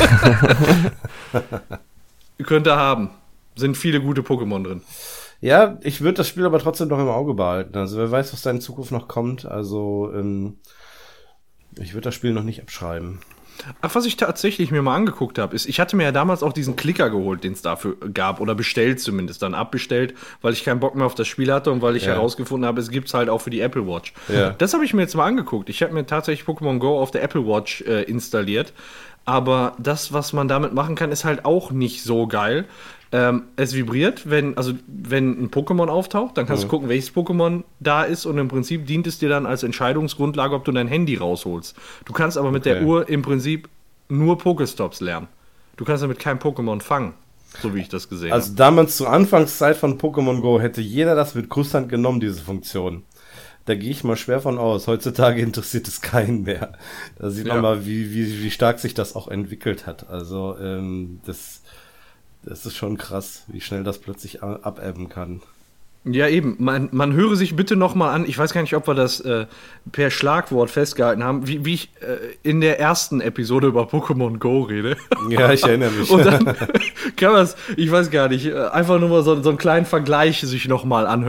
[SPEAKER 3] Könnt ihr haben. Sind viele gute Pokémon drin.
[SPEAKER 1] Ja, ich würde das Spiel aber trotzdem noch im Auge behalten. Also wer weiß, was da in Zukunft noch kommt. Also ähm, ich würde das Spiel noch nicht abschreiben.
[SPEAKER 3] Ach, was ich tatsächlich mir mal angeguckt habe, ist, ich hatte mir ja damals auch diesen Klicker geholt, den es dafür gab, oder bestellt zumindest, dann abbestellt, weil ich keinen Bock mehr auf das Spiel hatte und weil ich
[SPEAKER 1] ja.
[SPEAKER 3] herausgefunden habe, es gibt es halt auch für die Apple Watch.
[SPEAKER 1] Ja.
[SPEAKER 3] Das habe ich mir jetzt mal angeguckt. Ich habe mir tatsächlich Pokémon Go auf der Apple Watch äh, installiert, aber das, was man damit machen kann, ist halt auch nicht so geil. Ähm, es vibriert, wenn, also wenn ein Pokémon auftaucht, dann kannst
[SPEAKER 1] mhm.
[SPEAKER 3] du gucken, welches Pokémon da ist und im Prinzip dient es dir dann als Entscheidungsgrundlage, ob du dein Handy rausholst. Du kannst aber mit
[SPEAKER 1] okay.
[SPEAKER 3] der Uhr im Prinzip nur Pokestops lernen. Du kannst damit kein Pokémon fangen, so wie ich das gesehen habe.
[SPEAKER 1] Also damals zur Anfangszeit von Pokémon Go hätte jeder das mit Kusshand genommen, diese Funktion. Da gehe ich mal schwer von aus. Heutzutage interessiert es keinen mehr. Da sieht
[SPEAKER 3] Ja.
[SPEAKER 1] man mal, wie, wie, wie stark sich das auch entwickelt hat. Also ähm, das, das ist schon krass, wie schnell das plötzlich a- abebben kann.
[SPEAKER 3] Ja, eben. Man, man höre sich bitte nochmal an, ich weiß gar nicht, ob wir das äh, per Schlagwort festgehalten haben, wie, wie ich äh, in der ersten Episode über Pokémon Go rede.
[SPEAKER 1] Ja, ich erinnere mich.
[SPEAKER 3] Und dann kann man es, ich weiß gar nicht, äh, einfach nur mal so, so einen kleinen Vergleich sich nochmal anhören.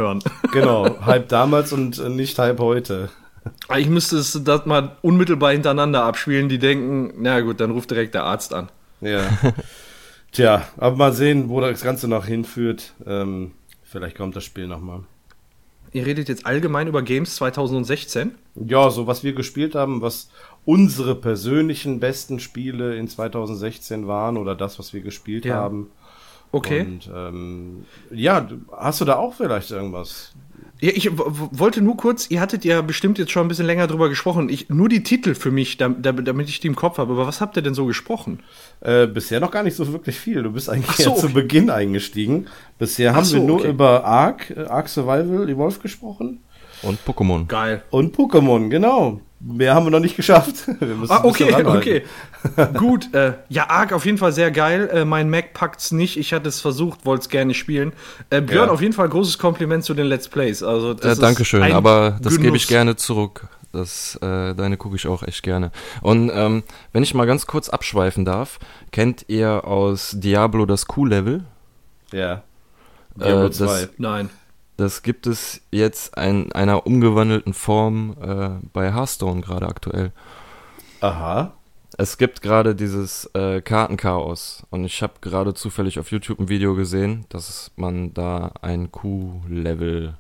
[SPEAKER 1] Genau, Hype damals und äh, nicht Hype heute.
[SPEAKER 3] Ich müsste es das mal unmittelbar hintereinander abspielen, die denken, na gut, dann ruft direkt der Arzt an.
[SPEAKER 1] Ja. Tja, aber mal sehen, wo das Ganze noch hinführt. Ähm, vielleicht kommt das Spiel nochmal.
[SPEAKER 3] Ihr redet jetzt allgemein über Games zwanzig sechzehn?
[SPEAKER 1] Ja, so was wir gespielt haben, was unsere persönlichen besten Spiele in zwanzig sechzehn waren oder das, was wir gespielt
[SPEAKER 3] Ja.
[SPEAKER 1] haben.
[SPEAKER 3] Okay.
[SPEAKER 1] Und ähm, ja, hast du da auch vielleicht irgendwas?
[SPEAKER 3] Ja, ich w- w- wollte nur kurz, ihr hattet ja bestimmt jetzt schon ein bisschen länger drüber gesprochen. Ich, nur die Titel für mich, dam- dam- damit ich die im Kopf habe. Aber was habt ihr denn so gesprochen?
[SPEAKER 1] Äh, bisher noch gar nicht so wirklich viel. Du bist eigentlich
[SPEAKER 3] Ach so,
[SPEAKER 1] eher zu
[SPEAKER 3] okay.
[SPEAKER 1] Beginn eingestiegen. Bisher
[SPEAKER 3] Ach
[SPEAKER 1] haben
[SPEAKER 3] so,
[SPEAKER 1] wir nur
[SPEAKER 3] okay.
[SPEAKER 1] über Ark, äh, Ark Survival Evolved gesprochen.
[SPEAKER 2] Und Pokémon.
[SPEAKER 3] Geil.
[SPEAKER 1] Und Pokémon, genau. Mehr haben wir noch nicht geschafft. Wir müssen
[SPEAKER 3] Ah,
[SPEAKER 1] ein bisschen
[SPEAKER 3] okay,
[SPEAKER 1] ranhalten.
[SPEAKER 3] okay. Gut, äh, ja, Ark auf jeden Fall sehr geil. Äh, mein Mac packt's nicht. Ich hatte es versucht, wollte es gerne spielen. Äh, Björn,
[SPEAKER 1] Ja.
[SPEAKER 3] auf jeden Fall großes Kompliment zu den Let's Plays. Also, das
[SPEAKER 2] Äh, Dankeschön,
[SPEAKER 3] ist ein
[SPEAKER 2] aber das gebe ich
[SPEAKER 3] Genuss.
[SPEAKER 2] gerne zurück. Das, äh, deine gucke ich auch echt gerne. Und ähm, wenn ich mal ganz kurz abschweifen darf, kennt ihr aus Diablo das Q-Level?
[SPEAKER 1] Ja.
[SPEAKER 2] Äh,
[SPEAKER 1] Diablo
[SPEAKER 2] das-
[SPEAKER 1] zwei.
[SPEAKER 3] Nein.
[SPEAKER 2] Das gibt es jetzt in einer umgewandelten Form äh, bei Hearthstone gerade aktuell.
[SPEAKER 1] Aha.
[SPEAKER 2] Es gibt gerade dieses äh, Kartenchaos und ich habe gerade zufällig auf YouTube ein Video gesehen, dass man da ein Q-Level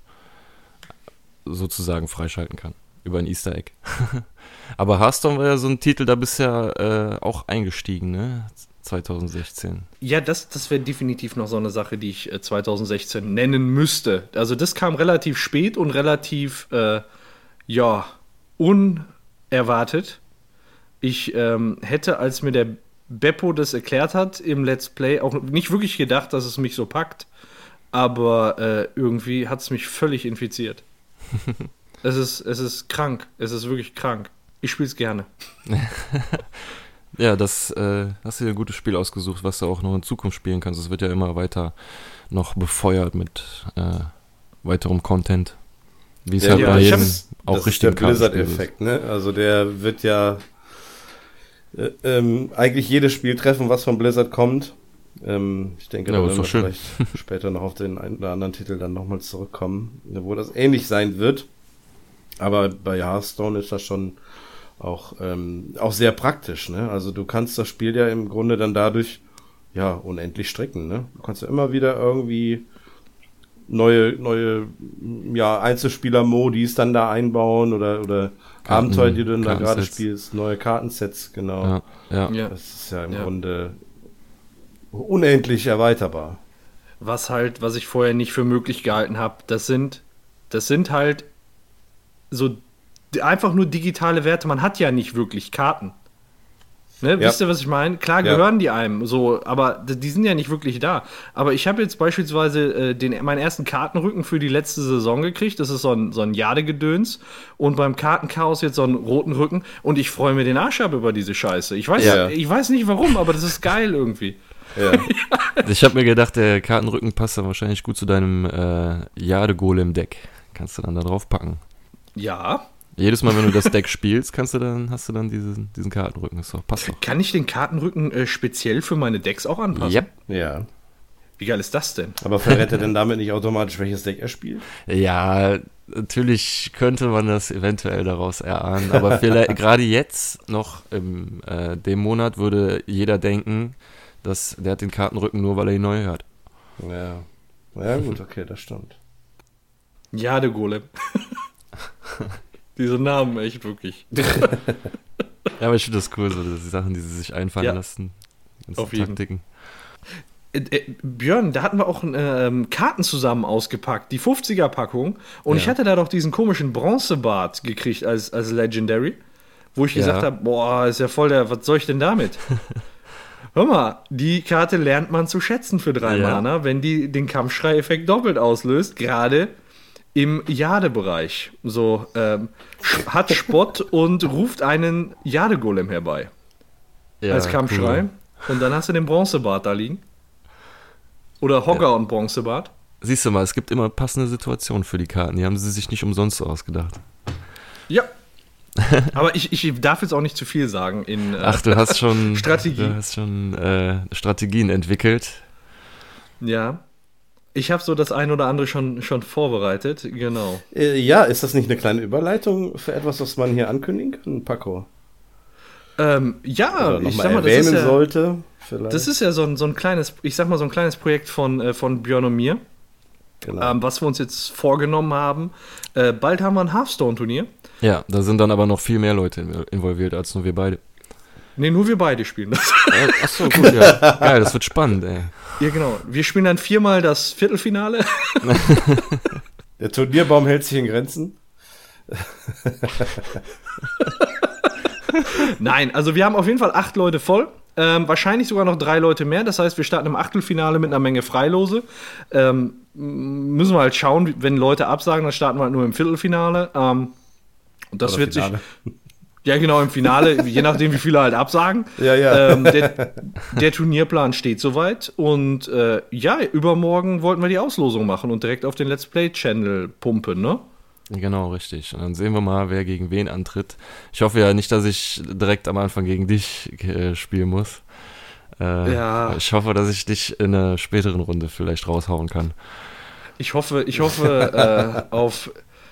[SPEAKER 2] sozusagen freischalten kann über ein Easter Egg. Aber Hearthstone war ja so ein Titel, da bist du ja äh, auch eingestiegen, ne? zwanzig sechzehn.
[SPEAKER 3] Ja, das, das wäre definitiv noch so eine Sache, die ich äh, zwanzig sechzehn nennen müsste. Also das kam relativ spät und relativ, äh, ja, unerwartet. Ich ähm, hätte, als mir der Beppo das erklärt hat im Let's Play, auch nicht wirklich gedacht, dass es mich so packt. Aber äh, irgendwie hat es mich völlig infiziert. es, ist, es ist krank. Es ist wirklich krank. Ich spiele es gerne.
[SPEAKER 2] Ja, das äh, hast du dir ein gutes Spiel ausgesucht, was du auch noch in Zukunft spielen kannst. Es wird ja immer weiter noch befeuert mit äh, weiterem Content. Wie es
[SPEAKER 1] Ja,
[SPEAKER 2] halt
[SPEAKER 1] ja,
[SPEAKER 2] bei
[SPEAKER 1] ich
[SPEAKER 2] jedem
[SPEAKER 1] hab's-
[SPEAKER 2] auch
[SPEAKER 1] das ist der
[SPEAKER 2] richtigen Kartenspiel ist.
[SPEAKER 1] Blizzard-Effekt, ne? Also der wird ja äh, ähm, eigentlich jedes Spiel treffen, was von Blizzard kommt. Ähm, ich denke,
[SPEAKER 2] Ja,
[SPEAKER 1] da
[SPEAKER 2] ist
[SPEAKER 1] werden wir
[SPEAKER 2] doch schön.
[SPEAKER 1] vielleicht später noch auf den einen oder anderen Titel dann nochmal zurückkommen, wo das ähnlich sein wird. Aber bei Hearthstone ist das schon auch, ähm, auch sehr praktisch, ne? Also du kannst das Spiel ja im Grunde dann dadurch ja unendlich stricken, ne? Du kannst ja immer wieder irgendwie neue, neue ja, Einzelspieler-Modis dann da einbauen oder, oder
[SPEAKER 2] Karten-
[SPEAKER 1] Abenteuer, die du dann da gerade
[SPEAKER 2] Kartensets.
[SPEAKER 1] spielst, neue Kartensets, genau.
[SPEAKER 2] Ja, ja.
[SPEAKER 3] Ja.
[SPEAKER 1] Das ist ja im
[SPEAKER 3] Ja.
[SPEAKER 1] Grunde unendlich erweiterbar.
[SPEAKER 3] Was halt, was ich vorher nicht für möglich gehalten habe, das sind, das sind halt so d- einfach nur digitale Werte. Man hat ja nicht wirklich Karten. Ne?
[SPEAKER 1] Ja.
[SPEAKER 3] Wisst ihr, was ich meine? Klar
[SPEAKER 1] Ja.
[SPEAKER 3] gehören die einem, so, aber d- die sind ja nicht wirklich da. Aber ich habe jetzt beispielsweise äh, den, meinen ersten Kartenrücken für die letzte Saison gekriegt. Das ist so ein, so ein Jadegedöns. Und beim Kartenchaos jetzt so einen roten Rücken. Und ich freue mir den Arsch ab über diese Scheiße. Ich weiß,
[SPEAKER 1] Ja.
[SPEAKER 3] ich weiß nicht warum, aber das ist geil irgendwie.
[SPEAKER 1] Ja.
[SPEAKER 2] Ich habe mir gedacht, der Kartenrücken passt dann wahrscheinlich gut zu deinem äh, Jade-Golem-Deck. Kannst du dann da drauf packen.
[SPEAKER 3] Ja.
[SPEAKER 2] Jedes Mal, wenn du das Deck spielst, kannst du dann, hast du dann diesen, diesen Kartenrücken. Das ist doch, passt doch.
[SPEAKER 3] Kann ich den Kartenrücken äh, speziell für meine Decks auch anpassen?
[SPEAKER 2] Yep.
[SPEAKER 1] Ja.
[SPEAKER 3] Wie geil ist das denn?
[SPEAKER 1] Aber verrät er denn damit nicht automatisch, welches Deck er spielt?
[SPEAKER 2] Ja, natürlich könnte man das eventuell daraus erahnen, aber vielleicht gerade jetzt noch im äh, dem Monat würde jeder denken, dass der hat den Kartenrücken nur, weil er ihn neu hat.
[SPEAKER 1] Ja. Ja, gut, okay, das stimmt.
[SPEAKER 3] Jadegolem. Diese Namen, echt wirklich.
[SPEAKER 2] Ja, aber ich finde das cool, so die Sachen, die sie sich einfallen
[SPEAKER 3] Ja.
[SPEAKER 2] lassen. Ganze
[SPEAKER 3] Auf jeden.
[SPEAKER 2] Taktiken.
[SPEAKER 3] Äh, äh, Björn, da hatten wir auch ähm, Karten zusammen ausgepackt, die fünfziger-Packung. Und
[SPEAKER 2] Ja.
[SPEAKER 3] ich hatte da doch diesen komischen Bronzebart gekriegt als, als Legendary, wo ich
[SPEAKER 2] Ja.
[SPEAKER 3] gesagt habe, boah, ist ja voll der, was soll ich denn damit? Hör mal, die Karte lernt man zu schätzen für drei
[SPEAKER 2] Ja.
[SPEAKER 3] Mana, wenn die den Kampfschrei-Effekt doppelt auslöst, gerade im Jade-Bereich. So, ähm, sch- hat Spott und ruft einen Jade-Golem herbei
[SPEAKER 2] Ja,
[SPEAKER 3] als Kampfschrei.
[SPEAKER 2] cool.
[SPEAKER 3] Und dann hast du den Bronzebart da liegen. Oder Hogger
[SPEAKER 2] Ja.
[SPEAKER 3] und Bronzebart.
[SPEAKER 2] Siehst du mal, es gibt immer passende Situationen für die Karten. Die haben sie sich nicht umsonst so ausgedacht.
[SPEAKER 3] Ja. Aber ich, ich darf jetzt auch nicht zu viel sagen in äh,
[SPEAKER 2] Ach, du hast schon
[SPEAKER 3] Strategie.
[SPEAKER 2] Du hast schon äh, Strategien entwickelt.
[SPEAKER 3] Ja. Ich habe so das ein oder andere schon, schon vorbereitet, genau.
[SPEAKER 1] Äh, ja, ist das nicht eine kleine Überleitung für etwas, was man hier ankündigen kann, Paco?
[SPEAKER 3] Ähm, ja,
[SPEAKER 1] Oder noch
[SPEAKER 3] ich
[SPEAKER 1] mal
[SPEAKER 3] sag mal, das
[SPEAKER 1] erwähnen
[SPEAKER 3] ist ja,
[SPEAKER 1] sollte. Vielleicht.
[SPEAKER 3] das ist ja so ein, so ein kleines, ich sag mal, so ein kleines Projekt von, äh, von Björn und mir,
[SPEAKER 1] Genau.
[SPEAKER 3] ähm, was wir uns jetzt vorgenommen haben. Äh, bald haben wir ein Hearthstone-Turnier.
[SPEAKER 2] Ja, da sind dann aber noch viel mehr Leute involviert als nur wir beide.
[SPEAKER 3] Ne, nur wir beide spielen das.
[SPEAKER 2] Äh, Achso, gut, ja. Geil, das wird spannend, ey.
[SPEAKER 3] Ja, genau. Wir spielen dann viermal das Viertelfinale.
[SPEAKER 1] Der Turnierbaum hält sich in Grenzen.
[SPEAKER 3] Nein, also wir haben auf jeden Fall acht Leute voll. Ähm, wahrscheinlich sogar noch drei Leute mehr. Das heißt, wir starten im Achtelfinale mit einer Menge Freilose. Ähm, müssen wir halt schauen, wenn Leute absagen, dann starten wir halt nur im Viertelfinale. Ähm, und das
[SPEAKER 1] Oder
[SPEAKER 3] wird
[SPEAKER 1] Finale.
[SPEAKER 3] sich. Ja, genau, im Finale, je nachdem, wie viele halt absagen.
[SPEAKER 1] Ja, ja.
[SPEAKER 3] Ähm, der, der Turnierplan steht soweit. Und äh, ja, übermorgen wollten wir die Auslosung machen und direkt auf den Let's Play-Channel pumpen, ne?
[SPEAKER 2] Genau, richtig. Und dann sehen wir mal, wer gegen wen antritt. Ich hoffe ja nicht, dass ich direkt am Anfang gegen dich äh, spielen muss. Äh,
[SPEAKER 3] Ja.
[SPEAKER 2] Ich hoffe, dass ich dich in einer späteren Runde vielleicht raushauen kann.
[SPEAKER 3] Ich hoffe, ich hoffe äh, auf,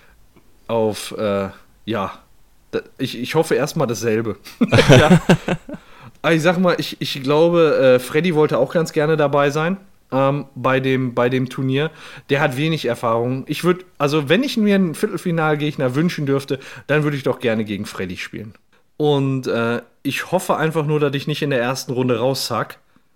[SPEAKER 3] auf äh, ja, da- ich, ich hoffe erstmal dasselbe. Ja. Aber ich sag mal, ich, ich glaube, äh, Freddy wollte auch ganz gerne dabei sein ähm, bei, dem, bei dem Turnier. Der hat wenig Erfahrung. Ich würde, also wenn ich mir einen Viertelfinalgegner wünschen dürfte, dann würde ich doch gerne gegen Freddy spielen. Und äh, ich hoffe einfach nur, dass ich nicht in der ersten Runde rauszack.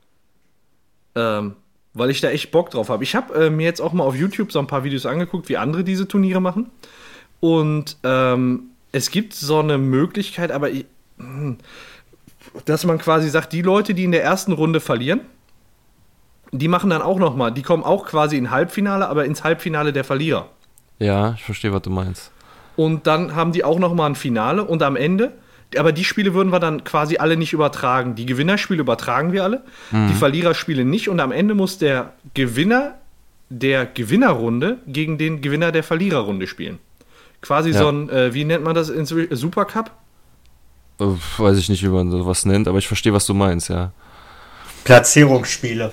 [SPEAKER 3] Ähm, weil ich da echt Bock drauf habe. Ich habe äh, mir jetzt auch mal auf YouTube so ein paar Videos angeguckt, wie andere diese Turniere machen. Und ähm, es gibt so eine Möglichkeit, aber ich, hm, dass man quasi sagt, die Leute, die in der ersten Runde verlieren, die machen dann auch noch mal, die kommen auch quasi in Halbfinale, aber ins Halbfinale der Verlierer.
[SPEAKER 2] Ja, ich verstehe, was du meinst.
[SPEAKER 3] Und dann haben die auch noch mal ein Finale und am Ende, aber die Spiele würden wir dann quasi alle nicht übertragen. Die Gewinnerspiele übertragen wir alle, die Verliererspiele nicht und am Ende muss der Gewinner der Gewinnerrunde gegen den Gewinner der Verliererrunde spielen. Quasi
[SPEAKER 2] Ja.
[SPEAKER 3] so ein, äh, wie nennt man das, in Supercup?
[SPEAKER 2] Äh, weiß ich nicht, wie man sowas nennt, aber ich verstehe, was du meinst, ja.
[SPEAKER 4] Platzierungsspiele.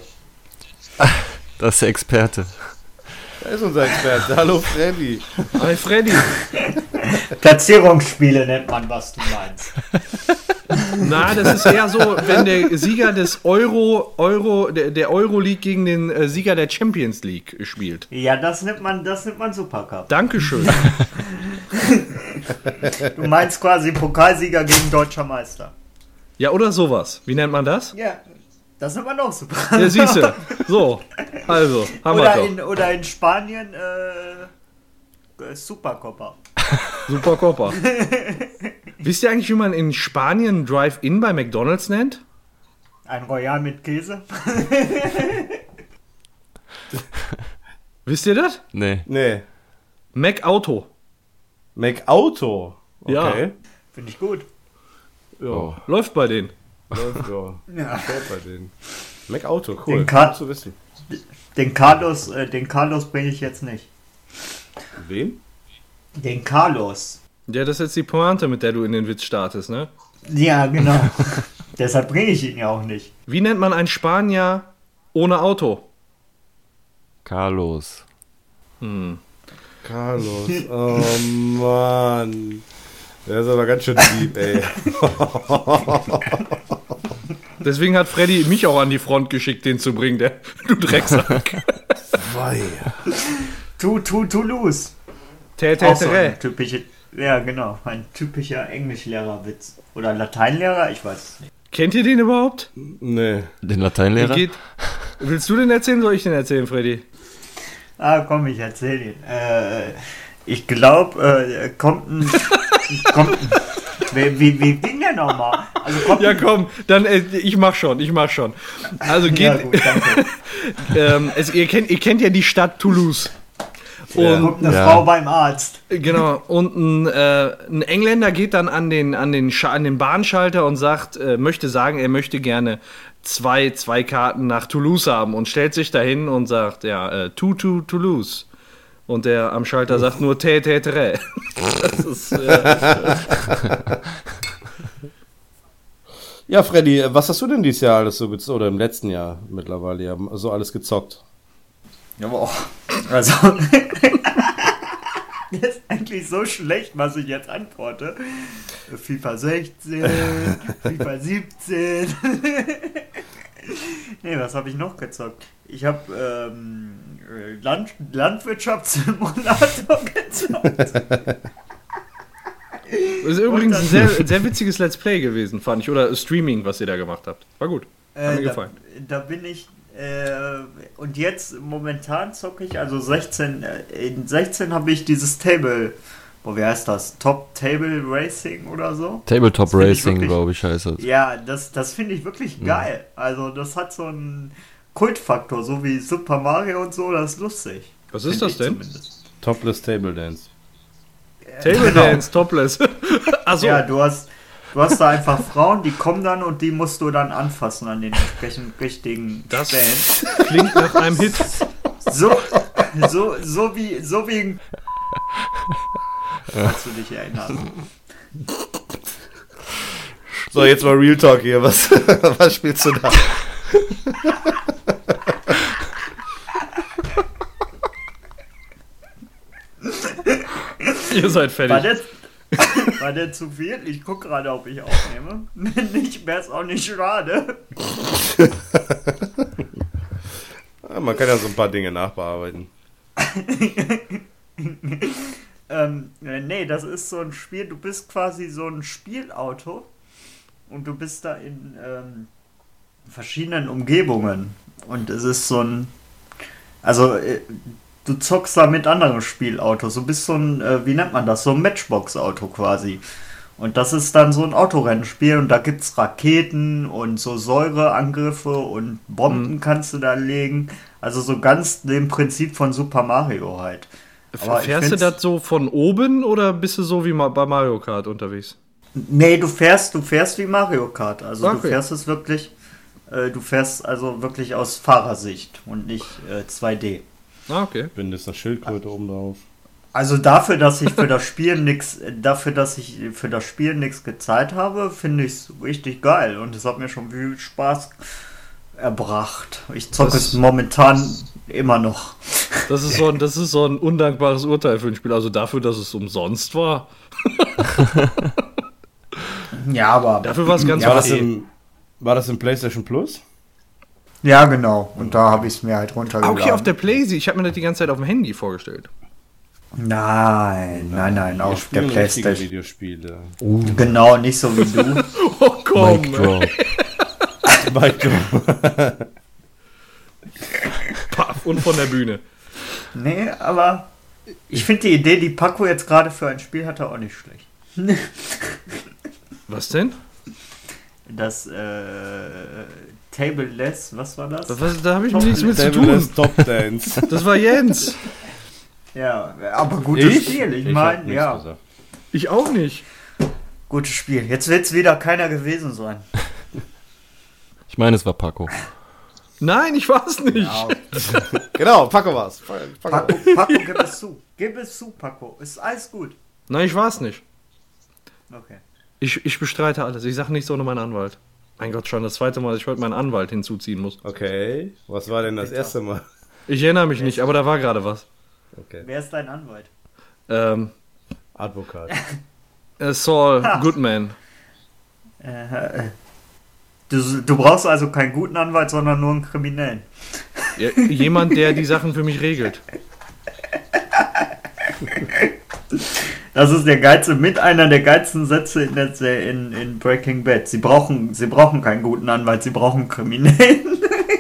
[SPEAKER 2] Das ist der Experte.
[SPEAKER 1] Da ist unser Experte. Hallo Freddy.
[SPEAKER 3] Hi Freddy.
[SPEAKER 4] Platzierungsspiele nennt man, was du meinst.
[SPEAKER 3] Na, das ist eher so, wenn der Sieger des Euro, Euro, der, der Euro-League gegen den äh, Sieger der Champions League spielt.
[SPEAKER 4] Ja, das nennt man, das nennt man Supercup.
[SPEAKER 3] Dankeschön.
[SPEAKER 4] Du meinst quasi Pokalsieger gegen deutscher Meister.
[SPEAKER 3] Ja, oder sowas. Wie nennt man das?
[SPEAKER 4] Ja, das nennt man auch Supercup.
[SPEAKER 3] Ja, siehst du. So, also, haben wir
[SPEAKER 4] Oder
[SPEAKER 3] doch.
[SPEAKER 4] in, oder in Spanien äh, Supercopa.
[SPEAKER 3] Super Copa. Wisst ihr eigentlich, wie man in Spanien Drive-In bei McDonald's nennt?
[SPEAKER 4] Ein Royal mit Käse.
[SPEAKER 3] Wisst ihr das?
[SPEAKER 2] Nee.
[SPEAKER 1] Nee.
[SPEAKER 3] Mac-Auto.
[SPEAKER 1] Mac Auto. Okay.
[SPEAKER 3] Ja.
[SPEAKER 4] Finde ich gut.
[SPEAKER 3] Ja,
[SPEAKER 2] Oh.
[SPEAKER 3] läuft bei denen.
[SPEAKER 1] Läuft, ja.
[SPEAKER 4] Ja.
[SPEAKER 1] Fährt bei denen. Mac Auto, cool.
[SPEAKER 4] Den Ka-
[SPEAKER 1] Gut zu wissen.
[SPEAKER 4] Den Carlos, äh, den Carlos bringe ich jetzt nicht.
[SPEAKER 1] Wen?
[SPEAKER 4] Den Carlos.
[SPEAKER 3] Ja, das ist jetzt die Pointe, mit der du in den Witz startest, ne?
[SPEAKER 4] Ja, genau. Deshalb bringe ich ihn ja auch nicht.
[SPEAKER 3] Wie nennt man einen Spanier ohne Auto?
[SPEAKER 2] Carlos.
[SPEAKER 3] Hm.
[SPEAKER 1] Carlos. Oh Mann. Der ist aber ganz schön deep, ey.
[SPEAKER 3] Deswegen hat Freddy mich auch an die Front geschickt, den zu bringen, der du Drecksack.
[SPEAKER 1] Wei.
[SPEAKER 4] Tu, tu, Toulouse.
[SPEAKER 3] Tä, tä,
[SPEAKER 4] Auch so
[SPEAKER 3] tä.
[SPEAKER 4] ein typische, ja, genau. Ein typischer Englischlehrerwitz. Oder Lateinlehrer, ich weiß es nicht.
[SPEAKER 3] Kennt ihr den überhaupt?
[SPEAKER 1] Nee.
[SPEAKER 2] Den Lateinlehrer?
[SPEAKER 3] Geht, willst du den erzählen, soll ich den erzählen, Freddy?
[SPEAKER 4] Ah, komm, ich erzähl ihn. Äh, ich glaube, äh, kommt ein. kommt ein wie, wie, wie ging der nochmal? Also kommt
[SPEAKER 3] Ja,
[SPEAKER 4] ein-
[SPEAKER 3] komm, dann äh, ich mach schon, ich mach schon. Also geht,
[SPEAKER 4] Ja, gut, danke.
[SPEAKER 3] ähm, es, ihr, kennt, ihr kennt ja die Stadt Toulouse. Und
[SPEAKER 4] Kommt eine
[SPEAKER 2] Ja.
[SPEAKER 4] Frau beim Arzt.
[SPEAKER 3] genau, und ein, äh, ein Engländer geht dann an den, an den, Scha- an den Bahnschalter und sagt, äh, möchte sagen, er möchte gerne zwei, zwei Karten nach Toulouse haben und stellt sich dahin und sagt, ja, äh, tu, tu, Toulouse. Und der am Schalter sagt nur tä, tä, trä. Das ist, äh,
[SPEAKER 1] Ja, Freddy, was hast du denn dieses Jahr alles so gezockt? Oder im letzten Jahr mittlerweile ja so alles gezockt?
[SPEAKER 4] Ja, aber auch. Also. Das ist eigentlich so schlecht, was ich jetzt antworte. FIFA sechzehn, FIFA siebzehn. Nee, was habe ich noch gezockt? Ich habe ähm, Land Landwirtschaftssimulator gezockt.
[SPEAKER 3] Das ist übrigens ein sehr, sehr witziges Let's Play gewesen, fand ich. Oder Streaming, was ihr da gemacht habt. War gut. Hat
[SPEAKER 4] Äh,
[SPEAKER 3] mir gefallen.
[SPEAKER 4] Da, da bin ich. Äh, und jetzt momentan zocke ich, also sechzehn. Äh, in sechzehn habe ich dieses Table. Boah, wie heißt das? Top Table Racing oder so?
[SPEAKER 2] Tabletop
[SPEAKER 4] Das find ich
[SPEAKER 2] Racing,
[SPEAKER 4] wirklich-
[SPEAKER 2] glaube ich, heißt das.
[SPEAKER 4] Ja, das, das finde ich wirklich geil. Also, das hat so einen Kultfaktor, so wie Super Mario und so, das ist lustig.
[SPEAKER 3] Was ist
[SPEAKER 4] Find
[SPEAKER 3] das
[SPEAKER 4] ich
[SPEAKER 3] denn?
[SPEAKER 4] zumindest.
[SPEAKER 1] Topless Table Dance.
[SPEAKER 3] Table
[SPEAKER 4] Genau.
[SPEAKER 3] Dance, Topless. Achso.
[SPEAKER 4] Ja, du hast, du hast da einfach Frauen, die kommen dann und die musst du dann anfassen an den entsprechend richtigen
[SPEAKER 3] Das
[SPEAKER 4] Stellen.
[SPEAKER 3] klingt nach einem Hit.
[SPEAKER 4] So, so, so wie, so wie ein falls du dich erinnerst.
[SPEAKER 1] So, jetzt mal Real Talk hier. Was, was spielst du da?
[SPEAKER 3] Ihr seid
[SPEAKER 4] War
[SPEAKER 3] fertig.
[SPEAKER 4] der, war der zu viel? Ich guck gerade, ob ich aufnehme. Wenn nicht, wäre es auch nicht schade.
[SPEAKER 1] Ja, man kann ja so ein paar Dinge nachbearbeiten.
[SPEAKER 4] Ähm, äh, nee, das ist so ein Spiel, du bist quasi so ein Spielauto und du bist da in ähm, verschiedenen Umgebungen und es ist so ein, also äh, du zockst da mit anderen Spielautos, du bist so ein, äh, wie nennt man das, so ein Matchbox-Auto quasi. Und das ist dann so ein Autorennspiel und da gibt's Raketen und so Säureangriffe und Bomben
[SPEAKER 3] Mhm.
[SPEAKER 4] kannst du da legen. Also so ganz dem Prinzip von Super Mario halt. Aber ich
[SPEAKER 3] Fährst du
[SPEAKER 4] find's-
[SPEAKER 3] das so von oben oder bist du so wie ma- bei Mario Kart unterwegs?
[SPEAKER 4] Nee, du fährst, du fährst wie Mario Kart. Also du
[SPEAKER 3] Okay.
[SPEAKER 4] fährst es wirklich, äh, du fährst also wirklich aus Fahrersicht und nicht äh, zwei D.
[SPEAKER 3] Ah, okay.
[SPEAKER 1] Bin jetzt eine Schildkröte oben drauf.
[SPEAKER 4] Also dafür, dass ich für das Spiel nix, dafür, dass ich für das Spiel nichts gezahlt habe, finde ich es richtig geil und es hat mir schon viel Spaß erbracht. Ich zocke
[SPEAKER 3] Das-
[SPEAKER 4] es momentan immer noch.
[SPEAKER 3] Das ist, so ein, das ist so ein undankbares Urteil für ein Spiel. Also dafür, dass es umsonst war.
[SPEAKER 4] Ja, aber
[SPEAKER 3] Dafür war es ganz
[SPEAKER 1] War das,
[SPEAKER 3] okay.
[SPEAKER 1] im, war das im PlayStation Plus?
[SPEAKER 4] ja genau. Und da habe ich es mir halt
[SPEAKER 3] Ah,
[SPEAKER 4] runtergeladen.
[SPEAKER 3] okay, auf der Playsee. Ich habe mir das die ganze Zeit auf dem Handy vorgestellt.
[SPEAKER 4] Nein, nein, nein,
[SPEAKER 1] Wir
[SPEAKER 4] auf der
[SPEAKER 1] spielen richtige
[SPEAKER 4] PlayStation.
[SPEAKER 1] Videospiele.
[SPEAKER 4] Genau, nicht so wie du.
[SPEAKER 3] Oh komm.
[SPEAKER 2] Mic drop.
[SPEAKER 1] Michael.
[SPEAKER 3] Paff, und von der Bühne.
[SPEAKER 4] Nee, aber ich finde die Idee, die Paco jetzt gerade für ein Spiel hatte, auch nicht schlecht.
[SPEAKER 3] Was denn?
[SPEAKER 4] Das äh, Tableless, was war das?
[SPEAKER 3] Was, was, da habe ich
[SPEAKER 4] Top-
[SPEAKER 3] nichts mit zu
[SPEAKER 1] Tableless
[SPEAKER 3] tun.
[SPEAKER 1] Top Dance.
[SPEAKER 3] Das war Jens.
[SPEAKER 4] Ja, aber gutes Spiel. Ich
[SPEAKER 1] hab
[SPEAKER 4] meine,
[SPEAKER 1] nichts
[SPEAKER 4] ja,
[SPEAKER 1] gesagt.
[SPEAKER 3] Ich auch nicht.
[SPEAKER 4] gutes Spiel. Jetzt wird es wieder keiner gewesen sein.
[SPEAKER 2] Ich meine, es war Paco.
[SPEAKER 3] Nein, ich war es nicht.
[SPEAKER 4] Ja,
[SPEAKER 1] Genau, Paco war's. Paco.
[SPEAKER 4] Paco, Paco, gib es zu. Gib es zu, Paco. Ist alles gut.
[SPEAKER 3] Nein, ich war es nicht.
[SPEAKER 4] Okay.
[SPEAKER 3] Ich, ich bestreite alles. Ich sage nichts ohne meinen Anwalt. Mein Gott, schon das zweite Mal, dass ich heute meinen Anwalt hinzuziehen muss.
[SPEAKER 1] Okay, was war denn das erste Mal?
[SPEAKER 3] Ich erinnere mich nicht, aber da war gerade was.
[SPEAKER 1] Okay.
[SPEAKER 4] Wer ist dein Anwalt?
[SPEAKER 3] Ähm,
[SPEAKER 1] Advokat.
[SPEAKER 3] äh, Saul Goodman.
[SPEAKER 4] Äh, du, du brauchst also keinen guten Anwalt, sondern nur einen Kriminellen.
[SPEAKER 3] Ja, jemand, der die Sachen für mich regelt.
[SPEAKER 4] Das ist der geilste, mit einer der geilsten Sätze in, der, in, in Breaking Bad. Sie brauchen, sie brauchen keinen guten Anwalt, sie brauchen einen Kriminellen.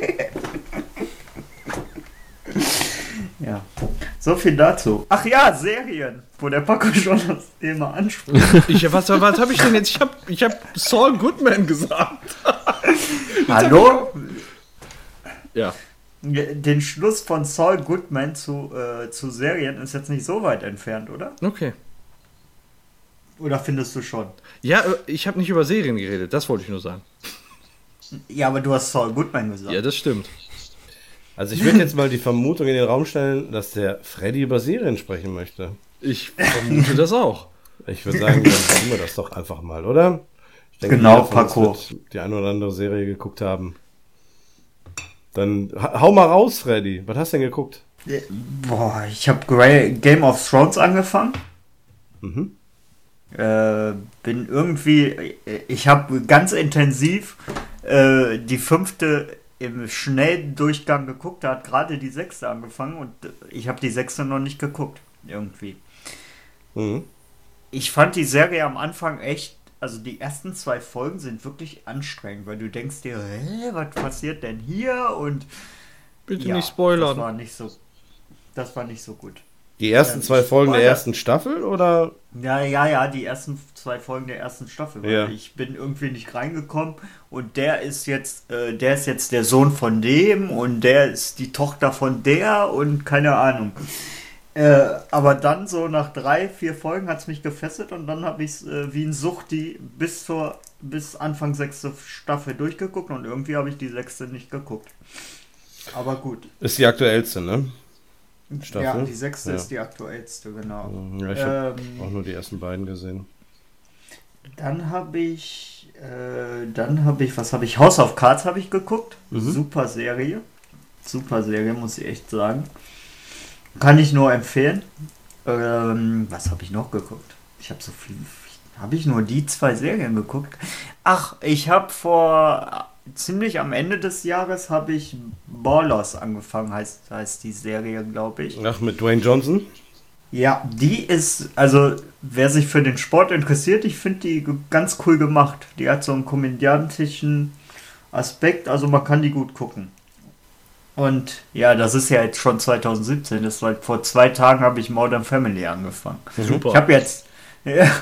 [SPEAKER 4] Ja, so viel dazu. Ach ja, Serien, wo der Paco schon das Thema anspricht.
[SPEAKER 3] Ich, was was habe ich denn jetzt? Ich habe ich hab Saul Goodman gesagt.
[SPEAKER 4] Hallo?
[SPEAKER 3] Ja.
[SPEAKER 4] Den Schluss von Saul Goodman zu, äh, zu Serien ist jetzt nicht so weit entfernt, oder?
[SPEAKER 3] Okay.
[SPEAKER 4] Oder findest du schon?
[SPEAKER 3] Ja, äh, ich habe nicht über Serien geredet, das wollte ich nur sagen.
[SPEAKER 4] Ja, aber du hast Saul Goodman gesagt.
[SPEAKER 3] Ja, das stimmt.
[SPEAKER 1] Also ich würde jetzt mal die Vermutung in den Raum stellen, dass der Freddy über Serien sprechen möchte.
[SPEAKER 3] Ich vermute das auch.
[SPEAKER 1] Ich würde sagen, dann tun wir das doch einfach mal, oder? Ich denke,
[SPEAKER 4] Genau,
[SPEAKER 1] jeder von uns
[SPEAKER 4] Paco.
[SPEAKER 1] wird die eine oder andere Serie geguckt haben. Dann ha- hau mal raus, Freddy. Was hast du denn geguckt?
[SPEAKER 4] Boah, ich habe Game of Thrones angefangen.
[SPEAKER 1] Mhm.
[SPEAKER 4] Äh, bin irgendwie, ich habe ganz intensiv äh, die fünfte im Schnelldurchgang geguckt. Da hat gerade die sechste angefangen und ich habe die sechste noch nicht geguckt. Irgendwie.
[SPEAKER 1] Mhm.
[SPEAKER 4] Ich fand die Serie am Anfang echt, also die ersten zwei Folgen sind wirklich anstrengend, weil du denkst dir, hä, was passiert denn hier? Und
[SPEAKER 3] Bitte
[SPEAKER 4] ja,
[SPEAKER 3] nicht spoilern.
[SPEAKER 4] Das war nicht so, das war nicht so gut.
[SPEAKER 1] Die ersten
[SPEAKER 4] Ähm,
[SPEAKER 1] zwei Folgen der
[SPEAKER 4] Spoiler.
[SPEAKER 1] ersten Staffel, oder?
[SPEAKER 4] Ja, ja, ja, die ersten zwei Folgen der ersten Staffel. Weil
[SPEAKER 1] Ja.
[SPEAKER 4] ich bin irgendwie nicht reingekommen und der ist jetzt, äh, der ist jetzt der Sohn von dem und der ist die Tochter von der und keine Ahnung. Äh, aber dann so nach drei, vier Folgen hat es mich gefesselt und dann habe ich es äh, wie ein Suchti bis zur bis Anfang sechste Staffel durchgeguckt und irgendwie habe ich die sechste nicht geguckt. Aber gut.
[SPEAKER 1] Ist die aktuellste, ne? Staffel?
[SPEAKER 4] Ja, die sechste
[SPEAKER 1] Ja.
[SPEAKER 4] ist die aktuellste, genau.
[SPEAKER 1] Ja, ich habe
[SPEAKER 4] Ähm,
[SPEAKER 1] auch nur die ersten beiden gesehen.
[SPEAKER 4] Dann habe ich, äh, dann habe ich, was habe ich? House of Cards habe ich geguckt.
[SPEAKER 1] Mhm.
[SPEAKER 4] Super Serie. Super Serie, muss ich echt sagen. Kann ich nur empfehlen. Ähm, was habe ich noch geguckt? Ich habe so viel, habe ich nur die zwei Serien geguckt? Ach, ich habe vor, ziemlich am Ende des Jahres habe ich Ballers angefangen, heißt, heißt die Serie, glaube ich.
[SPEAKER 1] Ach, mit Dwayne Johnson?
[SPEAKER 4] Ja, die ist, also wer sich für den Sport interessiert, ich finde die g- ganz cool gemacht. Die hat so einen komödiantischen Aspekt, also man kann die gut gucken. Und ja, das ist ja jetzt schon zwanzig siebzehn, das war vor zwei Tagen habe ich Modern Family angefangen.
[SPEAKER 3] Super.
[SPEAKER 4] Ich habe jetzt, ja,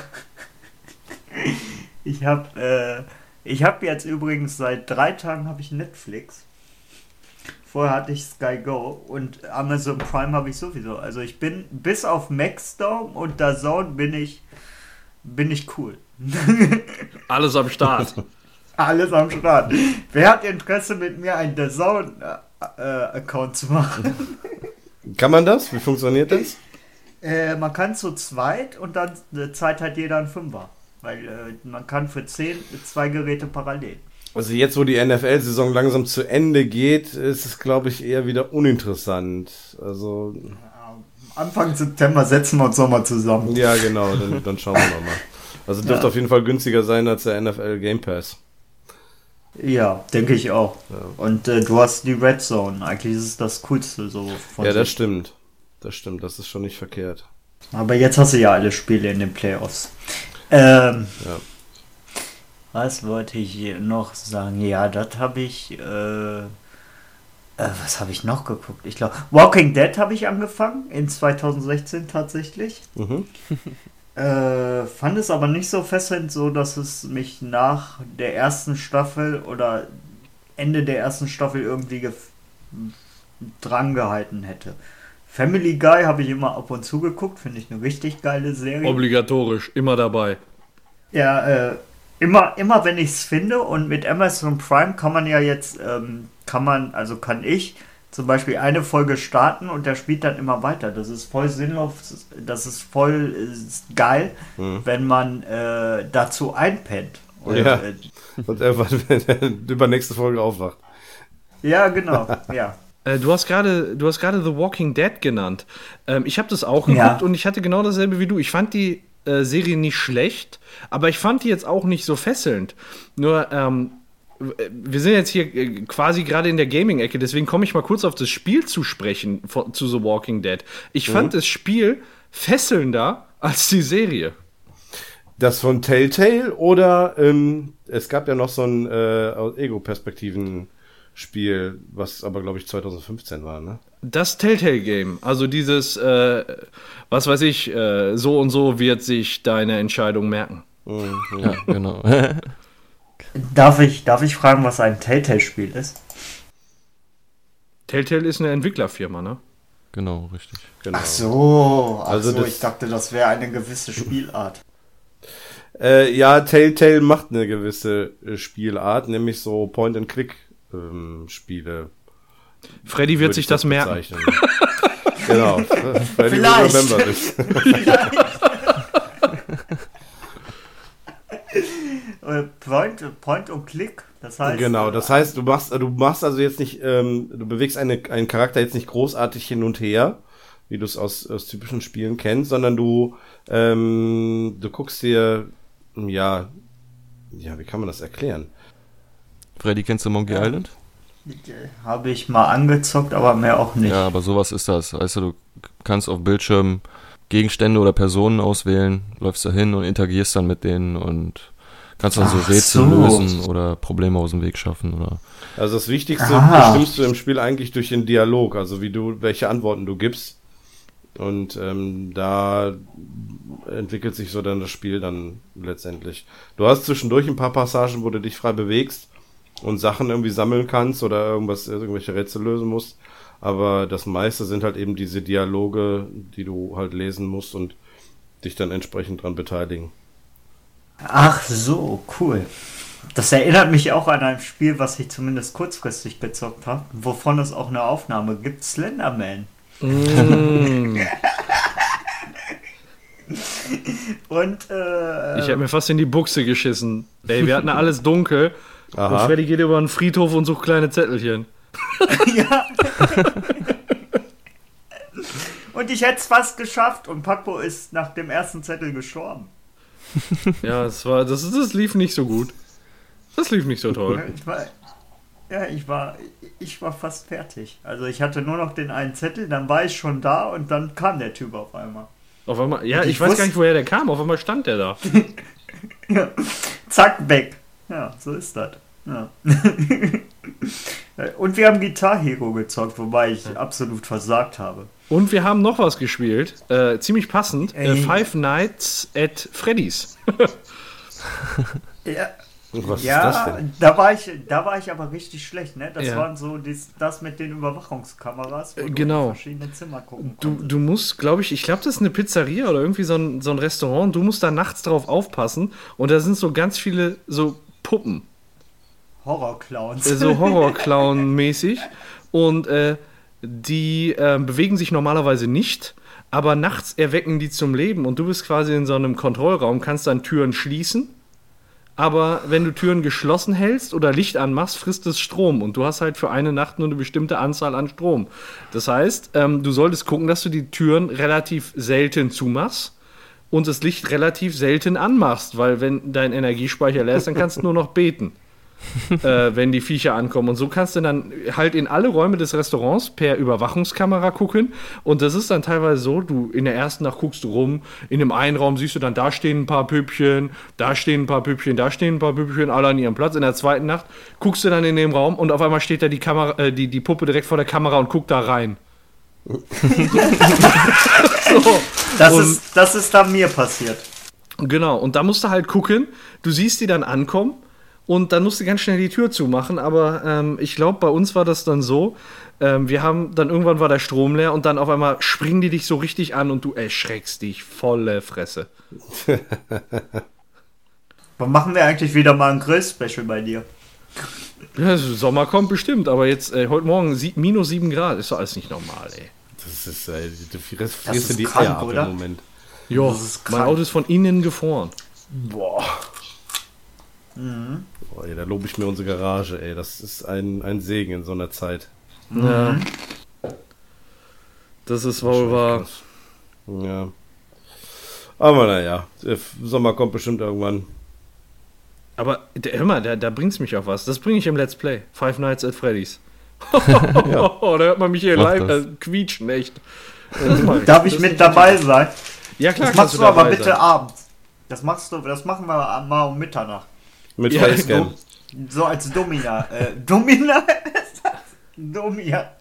[SPEAKER 4] ich habe, äh, ich habe jetzt übrigens seit drei Tagen habe ich Netflix. Vorher hatte ich Sky Go und Amazon Prime habe ich sowieso. Also ich bin bis auf Maxdome und DAZN bin ich bin ich cool.
[SPEAKER 3] Alles am Start.
[SPEAKER 4] Alles am Start. Wer hat Interesse mit mir einen DAZN äh, äh, Account zu machen?
[SPEAKER 1] Kann man das? Wie funktioniert das?
[SPEAKER 4] äh, man kann zu zweit und dann äh, zahlt halt jeder einen Fünfer. Weil äh, man kann für zehn zwei Geräte parallel.
[SPEAKER 1] Also jetzt, wo die N F L-Saison langsam zu Ende geht, ist es, glaube ich, eher wieder uninteressant. Also,
[SPEAKER 4] Anfang September setzen wir uns nochmal zusammen.
[SPEAKER 1] ja genau, dann, dann schauen wir nochmal. Also dürfte
[SPEAKER 4] Ja.
[SPEAKER 1] auf jeden Fall günstiger sein als der N F L Game Pass.
[SPEAKER 4] Ja, denke ich auch.
[SPEAKER 1] Ja.
[SPEAKER 4] Und äh, du hast die Red Zone. Eigentlich ist es das Coolste so von
[SPEAKER 1] Ja, das
[SPEAKER 4] sich.
[SPEAKER 1] stimmt. Das stimmt, das ist schon nicht verkehrt.
[SPEAKER 4] Aber jetzt hast du ja alle Spiele in den Playoffs. Ähm,
[SPEAKER 1] Ja.
[SPEAKER 4] Was wollte ich noch sagen? Ja, das habe ich. Äh, äh, was habe ich noch geguckt? Ich glaube, Walking Dead habe ich angefangen in zwanzig sechzehn tatsächlich.
[SPEAKER 1] Mhm.
[SPEAKER 4] Äh, fand es aber nicht so fesselnd, so dass es mich nach der ersten Staffel oder Ende der ersten Staffel irgendwie gef- dran gehalten hätte. Family Guy habe ich immer ab und zu geguckt, finde ich eine richtig geile Serie.
[SPEAKER 3] Obligatorisch, immer dabei.
[SPEAKER 4] Ja, äh, immer, immer wenn ich es finde und mit Amazon Prime kann man ja jetzt, ähm, kann man, also kann ich zum Beispiel eine Folge starten und der spielt dann immer weiter. Das ist voll sinnlos, das ist voll äh, geil,
[SPEAKER 1] Mhm.
[SPEAKER 4] wenn man äh, dazu einpennt. Und,
[SPEAKER 1] Ja.
[SPEAKER 4] äh,
[SPEAKER 1] Und irgendwann, wenn er übernächste Folge aufwacht.
[SPEAKER 4] ja, genau, ja.
[SPEAKER 3] Äh, Du hast gerade, du hast gerade The Walking Dead genannt. Ähm, ich habe das auch geguckt
[SPEAKER 4] Ja.
[SPEAKER 3] und ich hatte genau dasselbe wie du. Ich fand die äh, Serie nicht schlecht, aber ich fand die jetzt auch nicht so fesselnd. Nur, ähm, w- wir sind jetzt hier äh, quasi gerade in der Gaming-Ecke, deswegen komme ich mal kurz auf das Spiel zu sprechen von, zu The Walking Dead. Ich fand das Spiel fesselnder als die Serie.
[SPEAKER 1] Das von Telltale oder ähm, es gab ja noch so ein äh, aus Ego-Perspektiven-Spiel, was aber, glaube ich, zwanzig fünfzehn war, ne?
[SPEAKER 3] Das Telltale-Game, also dieses, äh, was weiß ich, äh, so und so wird sich deine Entscheidung merken.
[SPEAKER 1] Mhm.
[SPEAKER 2] Ja, genau.
[SPEAKER 4] Darf ich, darf ich fragen, was ein Telltale-Spiel ist?
[SPEAKER 3] Telltale ist eine Entwicklerfirma, ne?
[SPEAKER 2] Genau, richtig.
[SPEAKER 1] Genau.
[SPEAKER 4] Ach so, ach
[SPEAKER 1] Also
[SPEAKER 4] so,
[SPEAKER 1] das-
[SPEAKER 4] ich dachte, das wäre eine gewisse Spielart.
[SPEAKER 1] Äh, ja, Telltale macht eine gewisse äh, Spielart, nämlich so Point-and-Click-Spiele.
[SPEAKER 3] Freddy wird sich das merken.
[SPEAKER 1] bezeichnen. Genau. Freddy will
[SPEAKER 4] Vielleicht.
[SPEAKER 1] remember this.
[SPEAKER 4] Äh, Point, Point und Click. Das heißt.
[SPEAKER 1] Genau, das heißt, du machst, du machst also jetzt nicht, ähm, du bewegst eine, einen Charakter jetzt nicht großartig hin und her, wie du es aus, aus typischen Spielen kennst, sondern du, ähm, du guckst dir, ja, ja, wie kann man das erklären?
[SPEAKER 2] Freddy, kennst du Monkey
[SPEAKER 4] Ja.
[SPEAKER 2] Island?
[SPEAKER 4] Habe ich mal angezockt, aber mehr auch nicht.
[SPEAKER 2] Ja, aber sowas ist das. Weißt du, du kannst auf Bildschirm Gegenstände oder Personen auswählen, läufst da hin und interagierst dann mit denen und kannst dann so
[SPEAKER 4] Ach
[SPEAKER 2] Rätsel
[SPEAKER 4] so.
[SPEAKER 2] lösen oder Probleme aus dem Weg schaffen oder.
[SPEAKER 1] Also das Wichtigste
[SPEAKER 4] Aha.
[SPEAKER 1] bestimmst du im Spiel eigentlich durch den Dialog, also wie du, welche Antworten du gibst. Und ähm, da entwickelt sich so dann das Spiel dann letztendlich. Du hast zwischendurch ein paar Passagen, wo du dich frei bewegst und Sachen irgendwie sammeln kannst oder irgendwas, irgendwelche Rätsel lösen musst. Aber das meiste sind halt eben diese Dialoge, die du halt lesen musst und dich dann entsprechend dran beteiligen.
[SPEAKER 4] Ach so, cool. Das erinnert mich auch an ein Spiel, was ich zumindest kurzfristig gezockt habe, wovon es auch eine Aufnahme gibt, Slenderman.
[SPEAKER 3] Mm.
[SPEAKER 4] Und äh,
[SPEAKER 3] Ich hätte mir fast in die Buchse geschissen. Ey, wir hatten alles dunkel.
[SPEAKER 1] Aha.
[SPEAKER 3] Und Freddy geht über einen Friedhof und sucht kleine Zettelchen.
[SPEAKER 4] ja. Und ich hätte es fast geschafft und Paco ist nach dem ersten Zettel gestorben.
[SPEAKER 3] Ja, das war, das, das lief nicht so gut. Das lief nicht so toll.
[SPEAKER 4] Ich war, ja, ich war, ich war fast fertig. Also ich hatte nur noch den einen Zettel, dann war ich schon da und dann kam der Typ auf einmal.
[SPEAKER 3] Auf einmal, ja,
[SPEAKER 4] Und
[SPEAKER 3] ich,
[SPEAKER 4] ich
[SPEAKER 3] weiß
[SPEAKER 4] wusste-
[SPEAKER 3] gar nicht, woher der kam. Auf einmal stand der da.
[SPEAKER 4] Ja. Zack, weg. Ja, so ist das. Ja. Und wir haben Guitar Hero gezockt, wobei ich absolut versagt habe.
[SPEAKER 3] Und wir haben noch was gespielt. Äh, ziemlich passend. Äh,
[SPEAKER 4] Ey.
[SPEAKER 3] Five Nights at Freddy's.
[SPEAKER 4] Ja,
[SPEAKER 1] Und was
[SPEAKER 4] ja
[SPEAKER 1] ist das denn?
[SPEAKER 4] da war ich, da war ich aber richtig schlecht, ne? Das
[SPEAKER 3] Ja.
[SPEAKER 4] waren so dies, das mit den Überwachungskameras, wo
[SPEAKER 3] Äh,
[SPEAKER 4] du
[SPEAKER 3] genau.
[SPEAKER 4] in verschiedene Zimmer gucken
[SPEAKER 3] Du,
[SPEAKER 4] konntest.
[SPEAKER 3] du musst, glaube ich, ich glaube, das ist eine Pizzeria oder irgendwie so ein, so ein Restaurant. Du musst da nachts drauf aufpassen. Und da sind so ganz viele so Puppen.
[SPEAKER 4] Horrorclowns.
[SPEAKER 3] Äh, so Horror-Clown-mäßig. Und äh, die äh, bewegen sich normalerweise nicht. Aber nachts erwecken die zum Leben. Und du bist quasi in so einem Kontrollraum, kannst dann Türen schließen. Aber wenn du Türen geschlossen hältst oder Licht anmachst, frisst es Strom. Und du hast halt für eine Nacht nur eine bestimmte Anzahl an Strom. Das heißt, ähm, du solltest gucken, dass du die Türen relativ selten zumachst und das Licht relativ selten anmachst. Weil wenn dein Energiespeicher leer ist, dann kannst du nur noch beten, äh, wenn die Viecher ankommen. Und so kannst du dann halt in alle Räume des Restaurants per Überwachungskamera gucken. Und das ist dann teilweise so, du in der ersten Nacht guckst du rum, in dem einen Raum siehst du dann, da stehen ein paar Püppchen, da stehen ein paar Püppchen, da stehen ein paar Püppchen, alle an ihrem Platz. In der zweiten Nacht guckst du dann in dem Raum und auf einmal steht da die Kamera, äh, die, die Puppe direkt vor der Kamera und guckt da rein. so.
[SPEAKER 4] Das,
[SPEAKER 3] Und-
[SPEAKER 4] ist, das ist dann mir passiert.
[SPEAKER 3] Genau, und da musst du halt gucken, du siehst die dann ankommen und dann musst du ganz schnell die Tür zumachen, aber ähm, ich glaube, bei uns war das dann so, ähm, wir haben, dann irgendwann war der Strom leer und dann auf einmal springen die dich so richtig an und du erschreckst dich, volle Fresse.
[SPEAKER 4] Wann machen wir eigentlich wieder mal ein Grill-Special bei dir?
[SPEAKER 3] Ja, Sommer kommt bestimmt, aber jetzt, äh, heute Morgen sie, minus sieben Grad, ist doch alles nicht normal, ey.
[SPEAKER 1] Das ist, äh, du frierst
[SPEAKER 4] Das ist
[SPEAKER 1] dir die
[SPEAKER 4] krank,
[SPEAKER 1] Eier ab
[SPEAKER 4] oder?
[SPEAKER 1] im Moment.
[SPEAKER 3] Jo,
[SPEAKER 4] Das ist
[SPEAKER 3] mein
[SPEAKER 4] krank.
[SPEAKER 3] Auto ist von innen gefroren.
[SPEAKER 1] Boah. Boah, ey, da lobe ich mir unsere Garage, ey. Das ist ein, ein Segen in so einer Zeit.
[SPEAKER 3] Ja. Das ist wohl wahr.
[SPEAKER 1] Ja. Aber naja, der Sommer kommt bestimmt irgendwann.
[SPEAKER 3] Aber der, hör mal, da, da bringt's mich auf was. Das bringe ich im Let's Play. Five Nights at Freddy's.
[SPEAKER 1] Ja.
[SPEAKER 3] da hört man mich hier
[SPEAKER 2] Mach
[SPEAKER 3] live
[SPEAKER 2] das.
[SPEAKER 3] äh, quietschen, echt. Das mach ich.
[SPEAKER 4] Darf ich
[SPEAKER 3] Das
[SPEAKER 4] mit
[SPEAKER 3] ist-
[SPEAKER 4] dabei sein?
[SPEAKER 3] Ja, klar,
[SPEAKER 4] Das
[SPEAKER 3] kannst
[SPEAKER 4] machst du
[SPEAKER 3] dabei
[SPEAKER 4] aber bitte
[SPEAKER 3] sein.
[SPEAKER 4] abends. Das machst du, das machen wir mal um Mitternacht.
[SPEAKER 1] Mit
[SPEAKER 3] Ja,
[SPEAKER 1] Facecam.
[SPEAKER 4] So als Domina. Äh, Domina? Domina.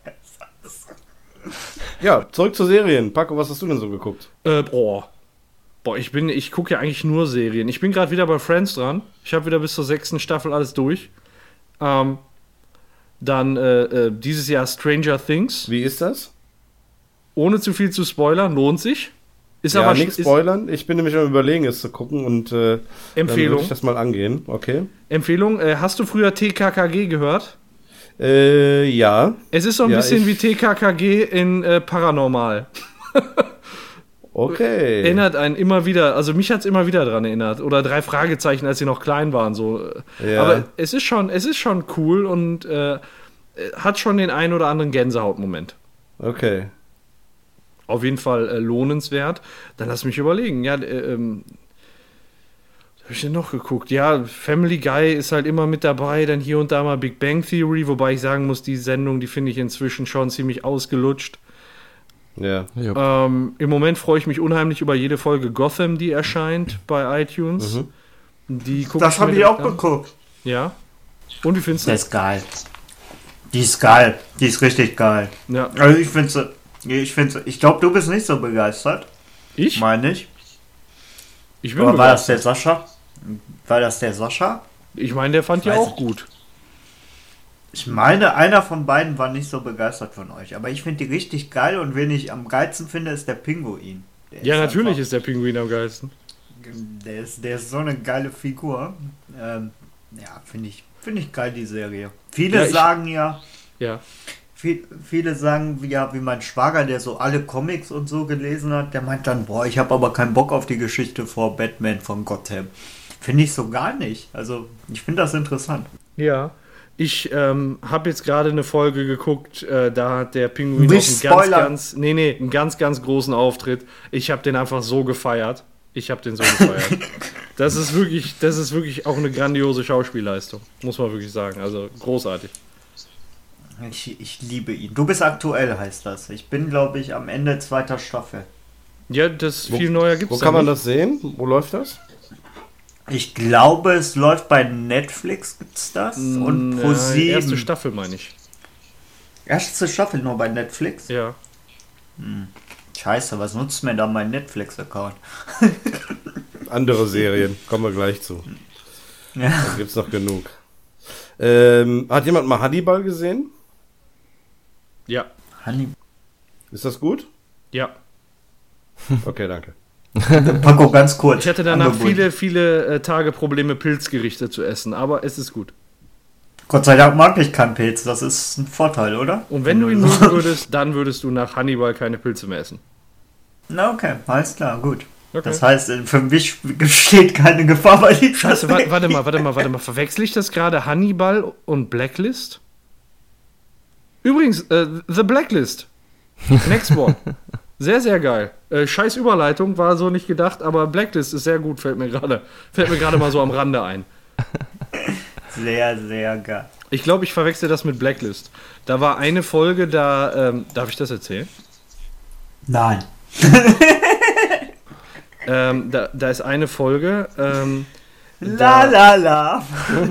[SPEAKER 1] Ja, zurück zu Serien. Paco, was hast du denn so geguckt?
[SPEAKER 3] Äh, boah. Boah, ich bin, ich gucke ja eigentlich nur Serien. Ich bin gerade wieder bei Friends dran. Ich habe wieder bis zur sechsten Staffel alles durch. Ähm, dann äh, äh, dieses Jahr Stranger Things.
[SPEAKER 1] Wie ist das?
[SPEAKER 3] Ohne zu viel zu spoilern, lohnt sich. Ist
[SPEAKER 1] Ja,
[SPEAKER 3] aber
[SPEAKER 1] nichts
[SPEAKER 3] ist
[SPEAKER 1] spoilern. Ich bin nämlich am Überlegen, es zu gucken und äh, dann würde
[SPEAKER 3] Empfehlung.
[SPEAKER 1] ich das mal angehen. Okay.
[SPEAKER 3] Empfehlung. Äh, hast du früher T K K G gehört?
[SPEAKER 1] Äh, ja.
[SPEAKER 3] Es ist so ein
[SPEAKER 1] Ja,
[SPEAKER 3] bisschen
[SPEAKER 1] ich-
[SPEAKER 3] wie T K K G in äh, Paranormal.
[SPEAKER 1] Okay.
[SPEAKER 3] Erinnert einen immer wieder, also mich hat es immer wieder dran erinnert. Oder drei Fragezeichen, als sie noch klein waren. So.
[SPEAKER 1] Ja.
[SPEAKER 3] Aber es ist schon, es ist schon cool und äh, hat schon den einen oder anderen Gänsehautmoment.
[SPEAKER 1] Okay.
[SPEAKER 3] Auf jeden Fall äh, lohnenswert. Dann lass mich überlegen. Ja, äh, ähm, was habe ich denn noch geguckt? Ja, Family Guy ist halt immer mit dabei. Dann hier und da mal Big Bang Theory. Wobei ich sagen muss, die Sendung, die finde ich inzwischen schon ziemlich ausgelutscht.
[SPEAKER 1] Ja.
[SPEAKER 2] Ja.
[SPEAKER 3] Ähm, Im Moment freue ich mich unheimlich über jede Folge Gotham, die erscheint bei iTunes.
[SPEAKER 1] Mhm.
[SPEAKER 3] Die guck
[SPEAKER 4] Das habe
[SPEAKER 3] mir
[SPEAKER 4] ich auch
[SPEAKER 3] an.
[SPEAKER 4] geguckt.
[SPEAKER 3] Ja. Und wie findest du
[SPEAKER 4] Das ist geil. Die ist geil. Die ist richtig geil.
[SPEAKER 3] Ja.
[SPEAKER 4] Also ich finde sie. Ich finde Ich glaube, du bist nicht so begeistert.
[SPEAKER 3] Ich?
[SPEAKER 4] Meine ich.
[SPEAKER 3] Ich bin
[SPEAKER 4] Aber war das
[SPEAKER 3] begeistert.
[SPEAKER 4] der Sascha? War das der Sascha?
[SPEAKER 3] Ich meine, der fand
[SPEAKER 4] Ich
[SPEAKER 3] ja
[SPEAKER 4] weiß
[SPEAKER 3] auch gut.
[SPEAKER 4] Ich meine, einer von beiden war nicht so begeistert von euch. Aber ich finde die richtig geil und wen ich am geilsten finde, ist der Pinguin. Der
[SPEAKER 3] Ja,
[SPEAKER 4] ist
[SPEAKER 3] natürlich
[SPEAKER 4] einfach-
[SPEAKER 3] ist der Pinguin am geilsten.
[SPEAKER 4] Der ist, der ist so eine geile Figur. Ähm, ja, finde ich, finde ich geil, die Serie. Viele
[SPEAKER 3] Ja, ich-
[SPEAKER 4] sagen ja,
[SPEAKER 3] Ja.
[SPEAKER 4] viel, viele sagen ja, wie mein Schwager, der so alle Comics und so gelesen hat, der meint dann, boah, ich habe aber keinen Bock auf die Geschichte vor Batman von Gotham. Finde ich so gar nicht. Also, ich finde das interessant.
[SPEAKER 3] Ja. Ich ähm, habe jetzt gerade eine Folge geguckt, äh, da hat der Pinguin
[SPEAKER 4] Nicht
[SPEAKER 3] auch einen ganz,
[SPEAKER 4] spoilern.
[SPEAKER 3] ganz, nee, nee, einen ganz, ganz großen Auftritt. Ich habe den einfach so gefeiert. Ich habe den so gefeiert. Das ist wirklich, das ist wirklich auch eine grandiose Schauspielleistung, muss man wirklich sagen. Also großartig.
[SPEAKER 4] Ich, ich liebe ihn. Du bist aktuell, heißt das. Ich bin, glaube ich, am Ende zweiter Staffel.
[SPEAKER 3] Ja, das
[SPEAKER 1] Wo-
[SPEAKER 3] viel neuer gibt's
[SPEAKER 1] Wo
[SPEAKER 3] da
[SPEAKER 1] kann man
[SPEAKER 3] nicht.
[SPEAKER 1] das sehen? Wo läuft das?
[SPEAKER 4] Ich glaube, es läuft bei Netflix, gibt's das? Und
[SPEAKER 3] Ja,
[SPEAKER 4] ProSieben.
[SPEAKER 3] erste Staffel meine ich.
[SPEAKER 4] Erste Staffel nur bei Netflix?
[SPEAKER 3] Ja.
[SPEAKER 4] Scheiße, was nutzt mir da mein Netflix-Account?
[SPEAKER 1] Andere Serien, kommen wir gleich zu.
[SPEAKER 4] Ja.
[SPEAKER 1] Da gibt's noch genug. Ähm, hat jemand mal Hannibal gesehen?
[SPEAKER 3] Ja.
[SPEAKER 4] Honey.
[SPEAKER 1] Ist das gut?
[SPEAKER 3] Ja.
[SPEAKER 1] Okay, danke.
[SPEAKER 4] Paco, ganz kurz.
[SPEAKER 3] Ich hatte danach
[SPEAKER 4] Angebot.
[SPEAKER 3] viele, viele äh, Tage Probleme, Pilzgerichte zu essen, aber es ist gut.
[SPEAKER 4] Gott sei Dank mag ich keinen Pilz, das ist ein Vorteil, oder?
[SPEAKER 3] Und wenn du ihn mögen würdest, dann würdest du nach Hannibal keine Pilze mehr essen.
[SPEAKER 4] Na okay, alles klar, gut.
[SPEAKER 3] Okay.
[SPEAKER 4] Das heißt, für mich besteht keine Gefahr bei die
[SPEAKER 3] Scheiße, wa warte mal, warte mal, warte mal. Verwechsel ich das gerade Hannibal und Blacklist? Übrigens, äh, The Blacklist. Next one. Sehr, sehr geil. Äh, scheiß Überleitung, war so nicht gedacht, aber Blacklist ist sehr gut, fällt mir gerade fällt mir gerade mal so am Rande ein.
[SPEAKER 4] Sehr, sehr geil.
[SPEAKER 3] Ich glaube, ich verwechsel das mit Blacklist. Da war eine Folge, da, ähm, darf ich das erzählen?
[SPEAKER 4] Nein.
[SPEAKER 3] Ähm, da, da ist eine Folge, ähm,
[SPEAKER 4] La la la.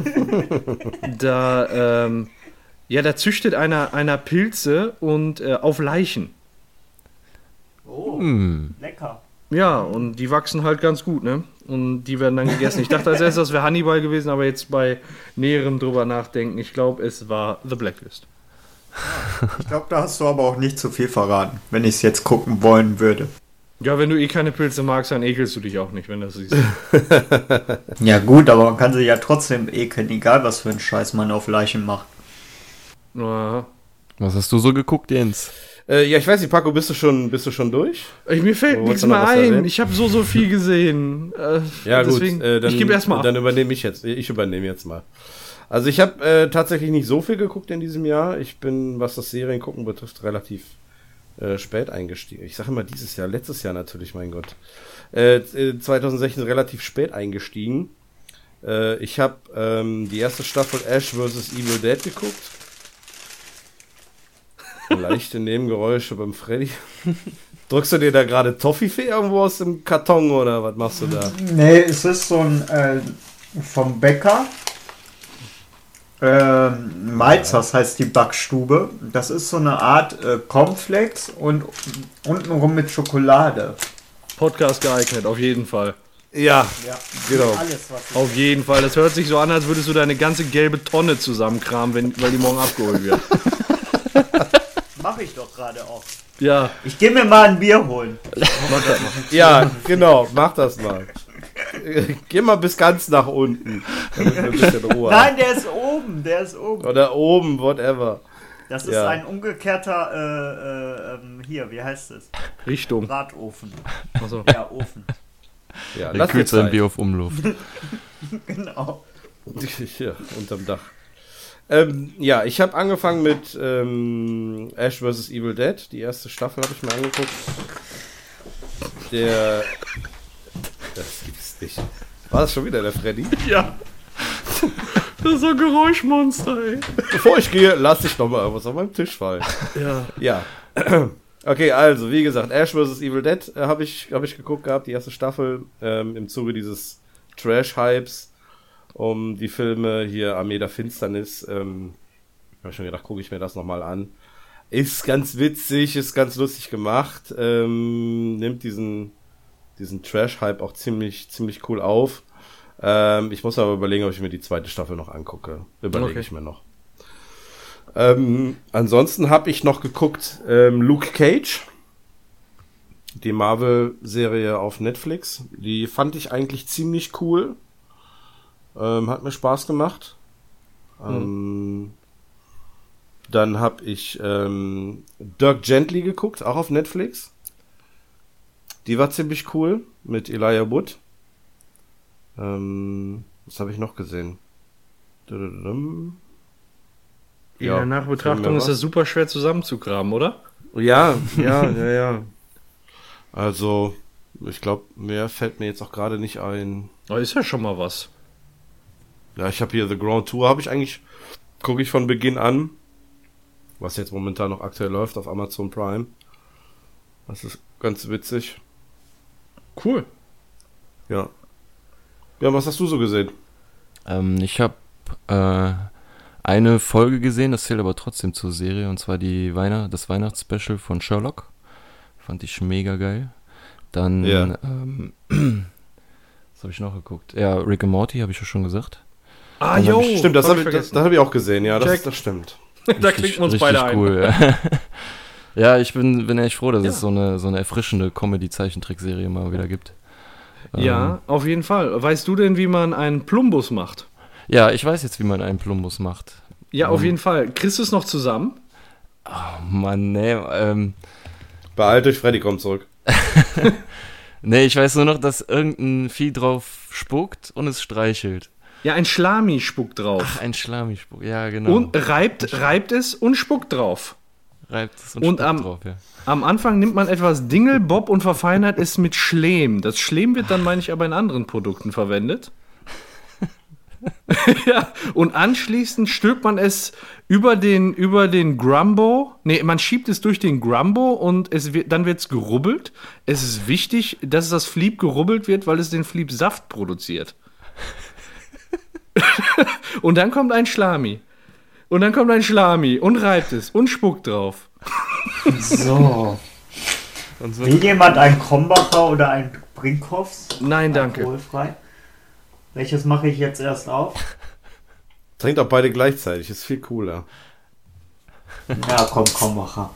[SPEAKER 3] da, ähm, ja, da züchtet einer, einer Pilze und äh, auf Leichen.
[SPEAKER 4] Oh,
[SPEAKER 2] Hm.
[SPEAKER 4] lecker.
[SPEAKER 3] Ja, und die wachsen halt ganz gut, ne? Und die werden dann gegessen. Ich dachte als erstes, das wäre Hannibal gewesen, aber jetzt bei näherem drüber nachdenken, ich glaube, es war The Blacklist.
[SPEAKER 4] Ich glaube, da hast du aber auch nicht zu viel verraten, wenn ich es jetzt gucken wollen würde.
[SPEAKER 3] Ja, wenn du eh keine Pilze magst, dann ekelst du dich auch nicht, wenn du das siehst.
[SPEAKER 4] Ja gut, aber man kann sie ja trotzdem ekeln, egal was für einen Scheiß man auf Leichen macht.
[SPEAKER 3] Aha.
[SPEAKER 2] Was hast du so geguckt, Jens?
[SPEAKER 1] Äh, ja, ich weiß nicht, Paco, bist du schon, bist du schon durch?
[SPEAKER 3] Ich, mir fällt
[SPEAKER 1] Wolltest
[SPEAKER 3] nichts
[SPEAKER 1] du noch
[SPEAKER 3] mehr
[SPEAKER 1] was
[SPEAKER 3] ein.
[SPEAKER 1] erwähnen?
[SPEAKER 3] Ich habe so, so viel gesehen. Äh,
[SPEAKER 1] Ja,
[SPEAKER 3] deswegen,
[SPEAKER 1] gut, äh, dann,
[SPEAKER 3] ich gebe erstmal ab.
[SPEAKER 1] dann übernehme ich jetzt. Ich übernehme jetzt mal. Also ich habe äh, tatsächlich nicht so viel geguckt in diesem Jahr. Ich bin, was das Seriengucken betrifft, relativ äh, spät eingestiegen. Ich sage immer dieses Jahr, letztes Jahr natürlich, mein Gott. Äh, zwanzig sechzehn relativ spät eingestiegen. Äh, ich habe ähm, die erste Staffel Ash versus. Evil Dead geguckt. Leichte Nebengeräusche beim Freddy. Drückst du dir da gerade Toffifee irgendwo aus dem Karton oder was machst du da?
[SPEAKER 4] Nee, es ist so ein äh, vom Bäcker. Ähm, Meizers heißt die Backstube. Das ist so eine Art äh, Cornflakes und untenrum mit Schokolade.
[SPEAKER 3] Podcast geeignet, auf jeden Fall.
[SPEAKER 1] Ja,
[SPEAKER 4] Ja,
[SPEAKER 1] genau.
[SPEAKER 4] alles, was ich
[SPEAKER 3] Auf jeden Fall. Das hört sich so an, als würdest du deine ganze gelbe Tonne zusammenkramen, wenn, weil die morgen abgeholt wird.
[SPEAKER 4] mache ich doch gerade auch.
[SPEAKER 3] Ja,
[SPEAKER 4] Ich gehe mir mal ein Bier holen.
[SPEAKER 3] mach das mal.
[SPEAKER 1] Ja, genau, mach das mal. Geh mal bis ganz nach unten. Damit wir ein bisschen Ruhe haben.
[SPEAKER 4] Nein, der ist oben, der ist oben.
[SPEAKER 1] Oder oben, whatever.
[SPEAKER 4] Das ist
[SPEAKER 1] Ja.
[SPEAKER 4] ein umgekehrter, äh, äh, ähm, hier, wie heißt es?
[SPEAKER 3] Richtung.
[SPEAKER 4] Bratofen.
[SPEAKER 3] Also.
[SPEAKER 4] Ja, Ofen.
[SPEAKER 1] Ja,
[SPEAKER 2] Der
[SPEAKER 1] lass
[SPEAKER 2] kühlt
[SPEAKER 1] dir
[SPEAKER 2] sein
[SPEAKER 1] Zeit.
[SPEAKER 2] Bier auf Umluft.
[SPEAKER 4] Genau.
[SPEAKER 1] Ja, unterm Dach. Ähm, ja, ich habe angefangen mit ähm, Ash versus. Evil Dead. Die erste Staffel habe ich mir angeguckt. Der... Das gibt's nicht. War das schon wieder der Freddy?
[SPEAKER 3] Ja. Das ist so ein Geräuschmonster, ey.
[SPEAKER 1] Bevor ich gehe, lass ich noch mal was auf meinem Tisch fallen.
[SPEAKER 3] Ja.
[SPEAKER 1] Ja. Okay, also, wie gesagt, Ash versus. Evil Dead äh, habe ich, hab ich geguckt gehabt, die erste Staffel, ähm, im Zuge dieses Trash-Hypes um die Filme hier Armee der Finsternis. Ähm, habe ich schon gedacht, gucke ich mir das nochmal an. Ist ganz witzig, ist ganz lustig gemacht, ähm, nimmt diesen, diesen Trash-Hype auch ziemlich, ziemlich cool auf. Ähm, ich muss aber überlegen, ob ich mir die zweite Staffel noch angucke. Überlege
[SPEAKER 3] Okay.
[SPEAKER 1] ich mir noch. Ähm, ansonsten habe ich noch geguckt ähm, Luke Cage, die Marvel-Serie auf Netflix. Die fand ich eigentlich ziemlich cool. Ähm, hat mir Spaß gemacht. Ähm, dann habe ich ähm, Dirk Gently geguckt, auch auf Netflix. Die war ziemlich cool mit Elijah Wood. Ähm, was habe ich noch gesehen?
[SPEAKER 3] In
[SPEAKER 1] Ja,
[SPEAKER 3] der Nachbetrachtung
[SPEAKER 1] mir
[SPEAKER 3] ist
[SPEAKER 1] was.
[SPEAKER 3] das super schwer zusammenzugraben, oder?
[SPEAKER 1] Ja, ja, ja, ja. Also, ich glaube, mehr fällt mir jetzt auch gerade nicht ein.
[SPEAKER 3] Aber ist ja schon mal was.
[SPEAKER 1] Ja, ich habe hier The Grand Tour, habe ich eigentlich, gucke ich von Beginn an, was jetzt momentan noch aktuell läuft auf Amazon Prime. Das ist ganz witzig.
[SPEAKER 3] Cool.
[SPEAKER 1] Ja. Ja, was hast du so gesehen?
[SPEAKER 2] Ähm, ich habe äh, eine Folge gesehen, das zählt aber trotzdem zur Serie, und zwar die Weihnacht, das Weihnachtsspecial von Sherlock. Fand ich mega geil. Dann,
[SPEAKER 1] Ja.
[SPEAKER 2] ähm, was habe ich noch geguckt? Ja, Rick and Morty, habe ich ja schon gesagt.
[SPEAKER 3] Ah,
[SPEAKER 2] Dann hab
[SPEAKER 3] jo.
[SPEAKER 2] ich-
[SPEAKER 1] Stimmt, das
[SPEAKER 3] hab
[SPEAKER 1] habe
[SPEAKER 3] ich
[SPEAKER 1] ich, das,
[SPEAKER 3] vergessen.
[SPEAKER 1] das hab ich auch gesehen, ja, das,
[SPEAKER 3] Check.
[SPEAKER 1] das stimmt.
[SPEAKER 3] Da
[SPEAKER 2] Richtig-
[SPEAKER 3] klicken wir uns
[SPEAKER 2] richtig
[SPEAKER 3] beide ein.
[SPEAKER 2] cool, ja. Ja, ich bin, bin echt froh, dass
[SPEAKER 3] Ja.
[SPEAKER 2] es so eine, so eine erfrischende Comedy-Zeichentrickserie mal wieder gibt.
[SPEAKER 3] Ja,
[SPEAKER 2] Ähm,
[SPEAKER 3] auf jeden Fall. Weißt du denn, wie man einen Plumbus macht?
[SPEAKER 2] ja, ich weiß jetzt, wie man einen Plumbus macht.
[SPEAKER 3] Ja, auf
[SPEAKER 2] Ähm,
[SPEAKER 3] jeden Fall. Kriegst du es noch zusammen?
[SPEAKER 2] Oh Mann, nee, ähm,
[SPEAKER 1] Beeilt euch, Freddy kommt zurück.
[SPEAKER 2] nee, ich weiß nur noch, dass irgendein Vieh drauf spuckt und es streichelt.
[SPEAKER 3] Ja, ein Schlami spuckt drauf.
[SPEAKER 2] Ach, ein Schlamispuck, ja, genau.
[SPEAKER 3] Und reibt, reibt es und spuckt drauf.
[SPEAKER 2] reibt es und,
[SPEAKER 3] und
[SPEAKER 2] spuckt
[SPEAKER 3] am-
[SPEAKER 2] drauf, ja.
[SPEAKER 3] Am Anfang nimmt man etwas Dingelbob und verfeinert es mit Schlehm. Das Schlehm wird dann, meine ich, aber in anderen Produkten verwendet. Ja, und anschließend stülpt man es über den, über den Grumbo. Nee, man schiebt es durch den Grumbo und es wird, dann wird es gerubbelt. Es ist wichtig, dass das Flieb gerubbelt wird, weil es den Flieb-Saft produziert. Und dann kommt ein Schlami. Und dann kommt ein Schlami und reibt es und spuckt drauf.
[SPEAKER 4] So.
[SPEAKER 2] Und
[SPEAKER 4] Will jemand ein Krombacher oder ein Brinkhoffs?
[SPEAKER 3] Nein, danke.
[SPEAKER 4] Alkoholfrei. Welches mache ich jetzt erst auf?
[SPEAKER 1] Trinkt auch beide gleichzeitig, ist viel cooler.
[SPEAKER 4] Ja, komm, Krombacher.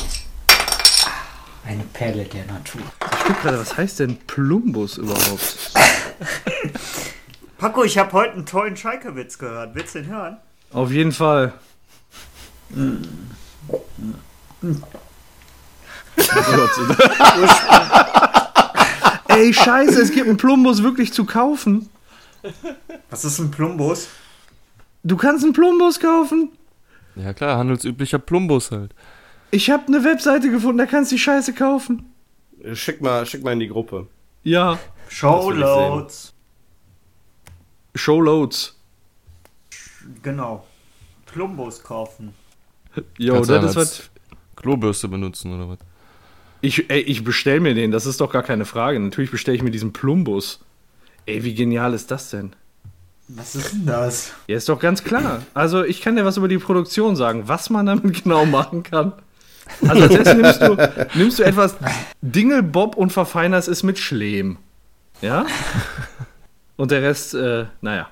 [SPEAKER 4] Eine Perle der Natur.
[SPEAKER 3] Ich guck gerade, was heißt denn Plumbus überhaupt?
[SPEAKER 4] Paco, ich habe heute einen tollen Schalke-Witz gehört. Willst du den hören?
[SPEAKER 3] Auf jeden Fall. Ey, scheiße, es gibt einen Plumbus wirklich zu kaufen.
[SPEAKER 4] Was ist ein Plumbus?
[SPEAKER 3] Du kannst einen Plumbus kaufen.
[SPEAKER 2] ja klar, handelsüblicher Plumbus halt.
[SPEAKER 3] Ich habe eine Webseite gefunden, da kannst du die Scheiße kaufen.
[SPEAKER 1] Schick mal, schick mal in die Gruppe.
[SPEAKER 3] Ja.
[SPEAKER 4] Showloads.
[SPEAKER 3] Showloads.
[SPEAKER 4] Genau. Plumbus kaufen.
[SPEAKER 3] Jo,
[SPEAKER 2] Kannst du
[SPEAKER 3] das
[SPEAKER 2] dann
[SPEAKER 3] ist
[SPEAKER 2] als
[SPEAKER 3] was.
[SPEAKER 2] Klobürste benutzen oder was?
[SPEAKER 3] Ich, ey, ich bestell mir den, das ist doch gar keine Frage. Natürlich bestelle ich mir diesen Plumbus. Ey, wie genial ist das denn?
[SPEAKER 4] Was ist denn das?
[SPEAKER 3] Ja, ist doch ganz klar. Also, ich kann dir was über die Produktion sagen, was man damit genau machen kann. Also, als erstes nimmst du, nimmst du etwas Dingelbob und verfeinerst es mit Schlehm. Ja? Und der Rest, äh, naja.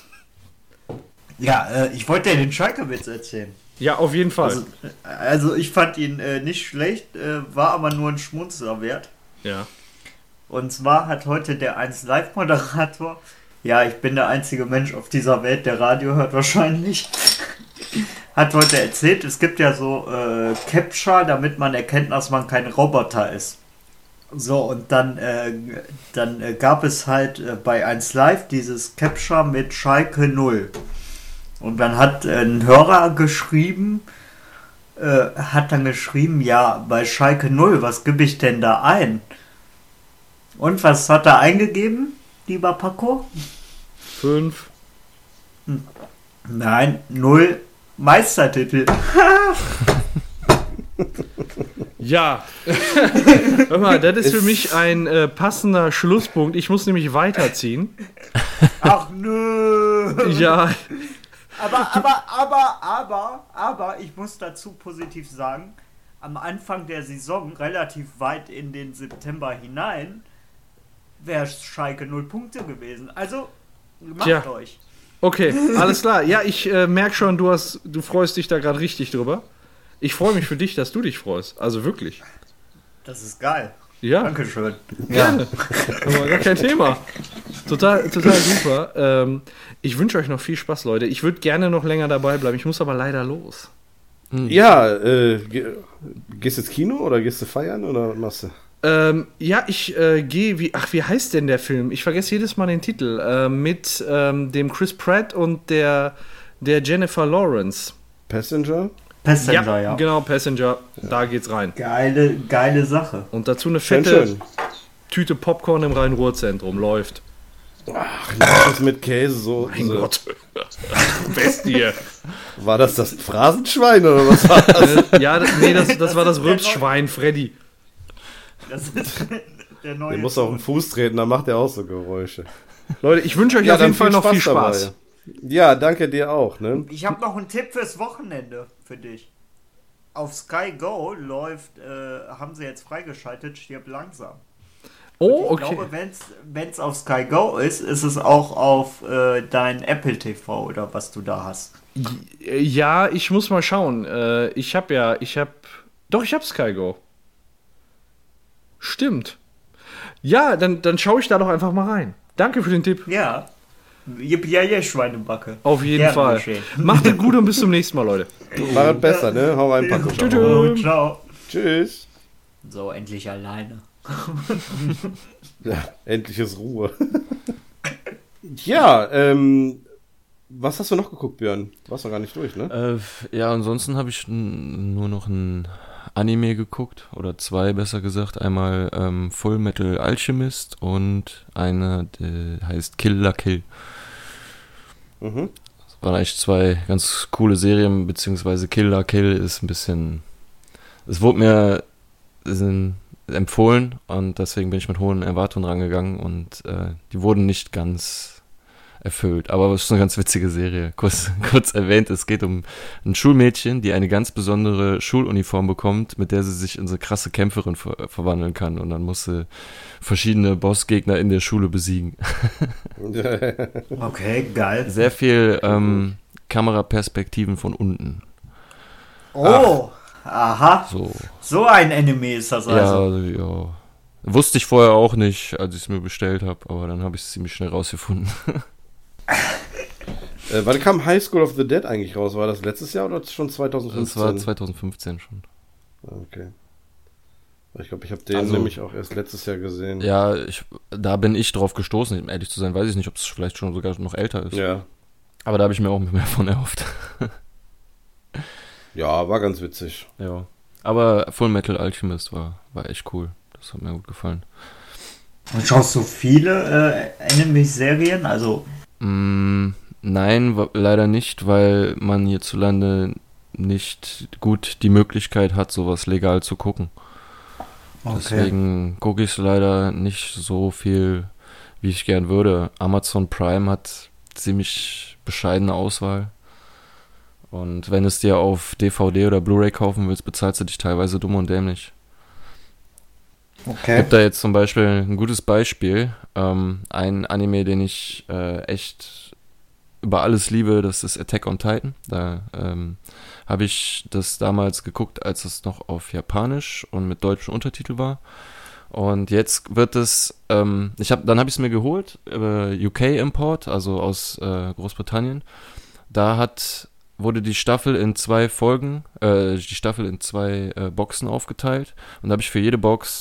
[SPEAKER 4] Ja, äh, ich wollte dir den Schalke-Witz erzählen.
[SPEAKER 3] Ja, auf jeden Fall.
[SPEAKER 4] Also, also ich fand ihn äh, nicht schlecht, äh, war aber nur ein Schmunzler wert.
[SPEAKER 3] Ja.
[SPEAKER 4] Und zwar hat heute der eins Live-Moderator, ja, ich bin der einzige Mensch auf dieser Welt, der Radio hört wahrscheinlich, hat heute erzählt, es gibt ja so äh, Capture, damit man erkennt, dass man kein Roboter ist. So, und dann, äh, dann äh, gab es halt äh, bei eins Live dieses Capture mit Schalke null. Und dann hat äh, ein Hörer geschrieben, äh, hat dann geschrieben, ja, bei Schalke null, was gebe ich denn da ein? Und was hat er eingegeben, lieber Paco?
[SPEAKER 3] Fünf.
[SPEAKER 4] Nein, null Meistertitel.
[SPEAKER 3] Ja. Hör mal, das ist für mich ein äh, passender Schlusspunkt. Ich muss nämlich weiterziehen.
[SPEAKER 4] Ach nö.
[SPEAKER 3] Ja.
[SPEAKER 4] Aber, aber, aber, aber, aber, ich muss dazu positiv sagen, am Anfang der Saison, relativ weit in den September hinein, wäre Schalke null Punkte gewesen. Also, macht
[SPEAKER 3] Tja.
[SPEAKER 4] euch.
[SPEAKER 3] Okay, alles klar. Ja, ich äh, merke schon, du hast, du freust dich da gerade richtig drüber. Ich freue mich für dich, dass du dich freust. Also wirklich.
[SPEAKER 4] Das ist geil.
[SPEAKER 3] Ja.
[SPEAKER 4] Dankeschön.
[SPEAKER 3] Gerne. Aber gar kein Thema. Total, total super. Ähm, ich wünsche euch noch viel Spaß, Leute. Ich würde gerne noch länger dabei bleiben. Ich muss aber leider los.
[SPEAKER 1] Ja, äh, ge gehst du ins Kino oder gehst du feiern oder was machst du?
[SPEAKER 3] Ähm, ja, ich äh, gehe, wie, ach, wie heißt denn der Film? Ich vergesse jedes Mal den Titel. Äh, mit ähm, dem Chris Pratt und der, der Jennifer Lawrence.
[SPEAKER 1] Passenger?
[SPEAKER 4] Passenger,
[SPEAKER 3] ja,
[SPEAKER 4] ja.
[SPEAKER 3] Genau, Passenger. Ja. Da geht's rein.
[SPEAKER 4] Geile, geile Sache.
[SPEAKER 3] Und dazu eine
[SPEAKER 1] Schön,
[SPEAKER 3] fette
[SPEAKER 1] schön.
[SPEAKER 3] Tüte Popcorn im Rhein-Ruhr-Zentrum. Läuft.
[SPEAKER 1] Ach, das mit Käse so.
[SPEAKER 3] Mein
[SPEAKER 1] so.
[SPEAKER 3] Gott. Bestie.
[SPEAKER 1] War das das Phrasenschwein oder was war das?
[SPEAKER 3] Äh, ja, das, nee, das, das war das Rülpsschwein, Freddy.
[SPEAKER 4] Das ist der neue.
[SPEAKER 1] Der muss auf den Fuß treten, dann macht er auch so Geräusche.
[SPEAKER 3] Leute, ich wünsche euch auf
[SPEAKER 1] dann
[SPEAKER 3] jeden Fall noch viel Spaß.
[SPEAKER 1] dabei. Ja, danke dir auch, ne?
[SPEAKER 4] Ich habe noch einen Tipp fürs Wochenende für dich. Auf Sky Go läuft, äh, haben sie jetzt freigeschaltet, Stirb langsam.
[SPEAKER 3] Oh,
[SPEAKER 4] Ich
[SPEAKER 3] okay.
[SPEAKER 4] glaube, wenn es auf Sky Go ist, ist es auch auf äh, dein Apple T V oder was du da hast.
[SPEAKER 3] Ja, ich muss mal schauen. Äh, ich habe ja, ich habe, doch, ich habe Sky Go. Stimmt. Ja, dann, dann schaue ich da doch einfach mal rein. Danke für den Tipp.
[SPEAKER 4] Ja. Yippie, ja, ja, Schweinebacke.
[SPEAKER 3] Auf jeden
[SPEAKER 4] Gerne
[SPEAKER 3] Fall.
[SPEAKER 4] geschehen.
[SPEAKER 3] Macht es gut und bis zum nächsten Mal, Leute.
[SPEAKER 1] War das besser, ne? Hau rein, Paco.
[SPEAKER 3] Tschüss.
[SPEAKER 4] Oh, ciao.
[SPEAKER 1] Tschüss.
[SPEAKER 4] So, endlich alleine.
[SPEAKER 1] Ja, endlich ist Ruhe. Ja, ähm, was hast du noch geguckt, Björn? Warst doch gar nicht durch, ne?
[SPEAKER 2] Äh, ja, ansonsten habe ich n- nur noch ein Anime geguckt, oder zwei besser gesagt. Einmal ähm, Full Metal Alchemist und eine, die heißt Kill la Kill.
[SPEAKER 1] Mhm.
[SPEAKER 2] Das waren eigentlich zwei ganz coole Serien, beziehungsweise Kill la Kill ist ein bisschen... Es wurde mir sind, empfohlen und deswegen bin ich mit hohen Erwartungen rangegangen und äh, die wurden nicht ganz erfüllt. Aber es ist eine ganz witzige Serie. Kurz, kurz erwähnt, es geht um ein Schulmädchen, die eine ganz besondere Schuluniform bekommt, mit der sie sich in so eine krasse Kämpferin ver- verwandeln kann. Und dann muss sie verschiedene Bossgegner in der Schule besiegen.
[SPEAKER 4] Okay, geil.
[SPEAKER 2] Sehr viel ähm, Kameraperspektiven von unten.
[SPEAKER 4] Oh, aha.
[SPEAKER 2] So,
[SPEAKER 4] So ein Anime ist das
[SPEAKER 2] ja,
[SPEAKER 4] also.
[SPEAKER 2] also, ja. Wusste ich vorher auch nicht, als ich es mir bestellt habe, aber dann habe ich es ziemlich schnell rausgefunden.
[SPEAKER 1] Äh, wann kam High School of the Dead eigentlich raus? War das letztes Jahr oder schon zwanzig fünfzehn?
[SPEAKER 2] Das war zwanzig fünfzehn schon.
[SPEAKER 1] Okay. Ich glaube, ich habe den
[SPEAKER 2] Also-
[SPEAKER 1] nämlich auch erst letztes Jahr gesehen.
[SPEAKER 2] Ja, ich, da bin ich drauf gestoßen, um ehrlich zu sein. Weiß ich nicht, ob es vielleicht schon sogar noch älter ist.
[SPEAKER 1] Ja.
[SPEAKER 2] Aber da habe ich mir auch mehr von erhofft.
[SPEAKER 1] Ja, war ganz witzig.
[SPEAKER 2] Ja. Aber Full Metal Alchemist war, war echt cool. Das hat mir gut gefallen.
[SPEAKER 4] Und schaust du viele äh, Anime-Serien? Also,
[SPEAKER 2] Mm, nein, wa- leider nicht, weil man hierzulande nicht gut die Möglichkeit hat, sowas legal zu gucken. Deswegen gucke ich leider nicht so viel, wie ich gern würde. Amazon Prime hat ziemlich bescheidene Auswahl. Und wenn es dir auf D V D oder Blu-ray kaufen willst, bezahlst du dich teilweise dumm und dämlich. Ich
[SPEAKER 4] okay.
[SPEAKER 2] habe da jetzt zum Beispiel ein gutes Beispiel. Ähm, ein Anime, den ich äh, echt über alles liebe, das ist Attack on Titan. Da ähm, habe ich das damals geguckt, als es noch auf Japanisch und mit deutschen Untertitel war. Und jetzt wird es, ähm, ich hab, dann habe ich es mir geholt, über U K Import, also aus äh, Großbritannien. Da hat, wurde die Staffel in zwei Folgen, äh, die Staffel in zwei äh, Boxen aufgeteilt. Und da habe ich für jede Box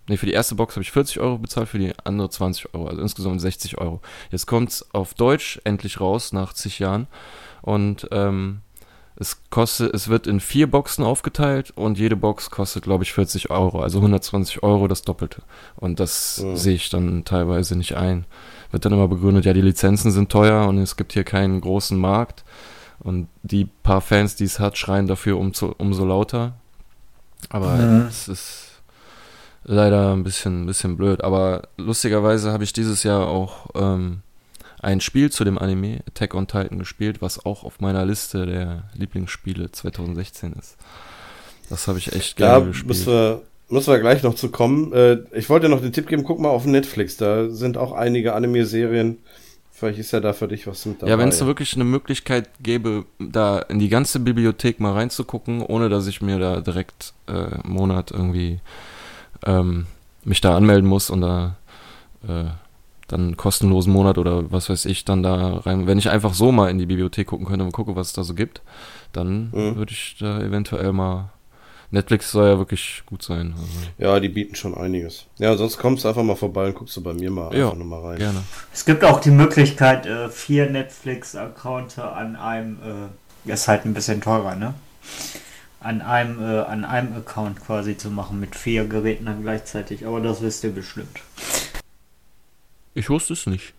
[SPEAKER 2] nee, für die erste Box habe ich vierzig Euro bezahlt, für die andere zwanzig Euro, also insgesamt sechzig Euro. Jetzt kommt's auf Deutsch endlich raus, nach zig Jahren. Und ähm, es kostet, es wird in vier Boxen aufgeteilt und jede Box kostet, glaube ich, vierzig Euro, also hundertzwanzig Euro, das Doppelte. Und das
[SPEAKER 1] Mhm.
[SPEAKER 2] sehe ich dann teilweise nicht ein. Wird dann immer begründet, ja, die Lizenzen sind teuer und es gibt hier keinen großen Markt. Und die paar Fans, die es hat, schreien dafür umso, umso lauter. Aber
[SPEAKER 4] Mhm.
[SPEAKER 2] es ist leider ein bisschen, ein bisschen blöd. Aber lustigerweise habe ich dieses Jahr auch ähm, ein Spiel zu dem Anime, Attack on Titan, gespielt, was auch auf meiner Liste der Lieblingsspiele zwanzig sechzehn ist. Das habe ich echt
[SPEAKER 1] Da
[SPEAKER 2] gerne gespielt.
[SPEAKER 1] müssen wir, müssen wir gleich noch zu kommen. Äh, ich wollte dir noch den Tipp geben, guck mal auf Netflix, da sind auch einige Anime-Serien. Vielleicht ist ja da für dich was mit dabei.
[SPEAKER 2] Ja, wenn es wirklich eine Möglichkeit gäbe, da in die ganze Bibliothek mal reinzugucken, ohne dass ich mir da direkt äh, einen Monat irgendwie ähm, mich da anmelden muss und da äh, dann einen kostenlosen Monat oder was weiß ich dann da rein. Wenn ich einfach so mal in die Bibliothek gucken könnte und gucke, was es da so gibt, dann
[SPEAKER 1] Mhm.
[SPEAKER 2] würde ich da eventuell mal. Netflix soll ja wirklich gut sein. Also,
[SPEAKER 1] Ja, die bieten schon einiges. Ja, sonst kommst du einfach mal vorbei und guckst du bei mir mal
[SPEAKER 2] Ja,
[SPEAKER 1] einfach nur mal rein.
[SPEAKER 2] gerne.
[SPEAKER 4] Es gibt auch die Möglichkeit, äh, vier Netflix-Accounts an einem, äh, ist halt ein bisschen teurer, ne? An einem, äh, an einem Account quasi zu machen mit vier Geräten dann gleichzeitig, aber das wisst ihr bestimmt.
[SPEAKER 2] Ich wusste es nicht.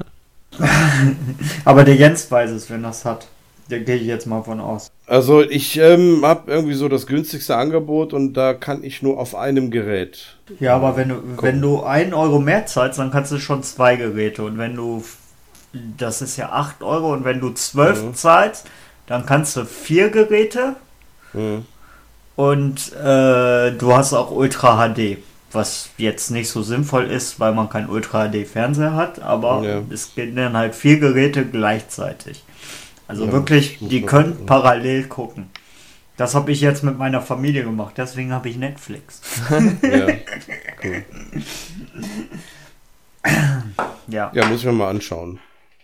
[SPEAKER 4] Aber der Jens weiß es, wenn das hat. Da gehe ich jetzt mal von aus.
[SPEAKER 1] Also ich ähm, habe irgendwie so das günstigste Angebot und da kann ich nur auf einem Gerät.
[SPEAKER 4] Ja, aber wenn du, wenn du einen Euro mehr zahlst, dann kannst du schon zwei Geräte. Und wenn du, das ist ja acht Euro, und wenn du zwölf
[SPEAKER 1] Mhm.
[SPEAKER 4] zahlst, dann kannst du vier Geräte
[SPEAKER 1] Mhm.
[SPEAKER 4] und äh, du hast auch Ultra H D. Was jetzt nicht so sinnvoll ist, weil man keinen Ultra H D Fernseher hat, aber
[SPEAKER 1] Ja.
[SPEAKER 4] es gehen dann halt vier Geräte gleichzeitig. Also
[SPEAKER 1] Ja,
[SPEAKER 4] wirklich,
[SPEAKER 1] muss
[SPEAKER 4] die
[SPEAKER 1] man
[SPEAKER 4] können
[SPEAKER 1] gucken.
[SPEAKER 4] parallel gucken. Das habe ich jetzt mit meiner Familie gemacht, deswegen habe ich Netflix.
[SPEAKER 1] Ja, cool.
[SPEAKER 4] Ja.
[SPEAKER 1] Ja, muss ich mir mal anschauen.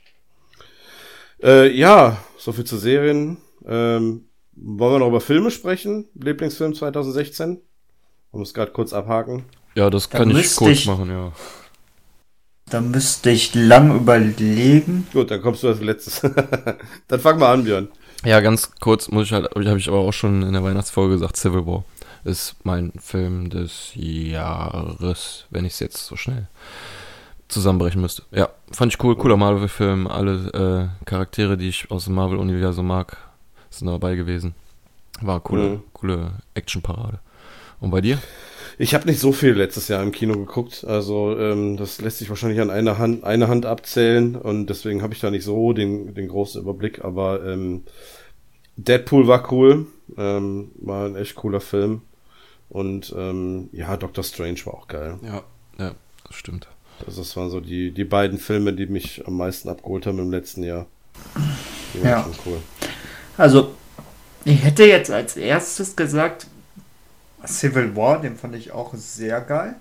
[SPEAKER 1] Äh, ja, so viel zu Serien. Ähm, wollen wir noch über Filme sprechen? Lieblingsfilm zwanzig sechzehn? Man muss gerade kurz abhaken.
[SPEAKER 2] Ja, das
[SPEAKER 4] Dann
[SPEAKER 2] kann ich
[SPEAKER 4] müsste
[SPEAKER 2] kurz
[SPEAKER 4] ich-
[SPEAKER 2] machen, ja.
[SPEAKER 4] Da müsste ich lang überlegen.
[SPEAKER 1] Gut, dann kommst du als letztes. Dann fang mal an, Björn.
[SPEAKER 2] Ja, ganz kurz muss ich halt, habe ich aber auch schon in der Weihnachtsfolge gesagt, Civil War ist mein Film des Jahres, wenn ich es jetzt so schnell zusammenbrechen müsste. Ja, fand ich cool, cooler Marvel-Film, alle äh, Charaktere, die ich aus dem Marvel-Universum mag, sind dabei gewesen. War eine coole,
[SPEAKER 1] Mhm.
[SPEAKER 2] coole Action-Parade. Und bei dir?
[SPEAKER 1] Ich habe nicht so viel letztes Jahr im Kino geguckt, also ähm, das lässt sich wahrscheinlich an einer Hand, eine Hand abzählen und deswegen habe ich da nicht so den, den großen Überblick, aber ähm, Deadpool war cool, ähm, war ein echt cooler Film und ähm, ja, Doctor Strange war auch geil.
[SPEAKER 2] Ja, ja, das stimmt.
[SPEAKER 1] Also das waren so die, die beiden Filme, die mich am meisten abgeholt haben im letzten Jahr. Die waren
[SPEAKER 4] Ja.
[SPEAKER 1] schon cool.
[SPEAKER 4] Also, ich hätte jetzt als erstes gesagt, Civil War, den fand ich auch sehr geil.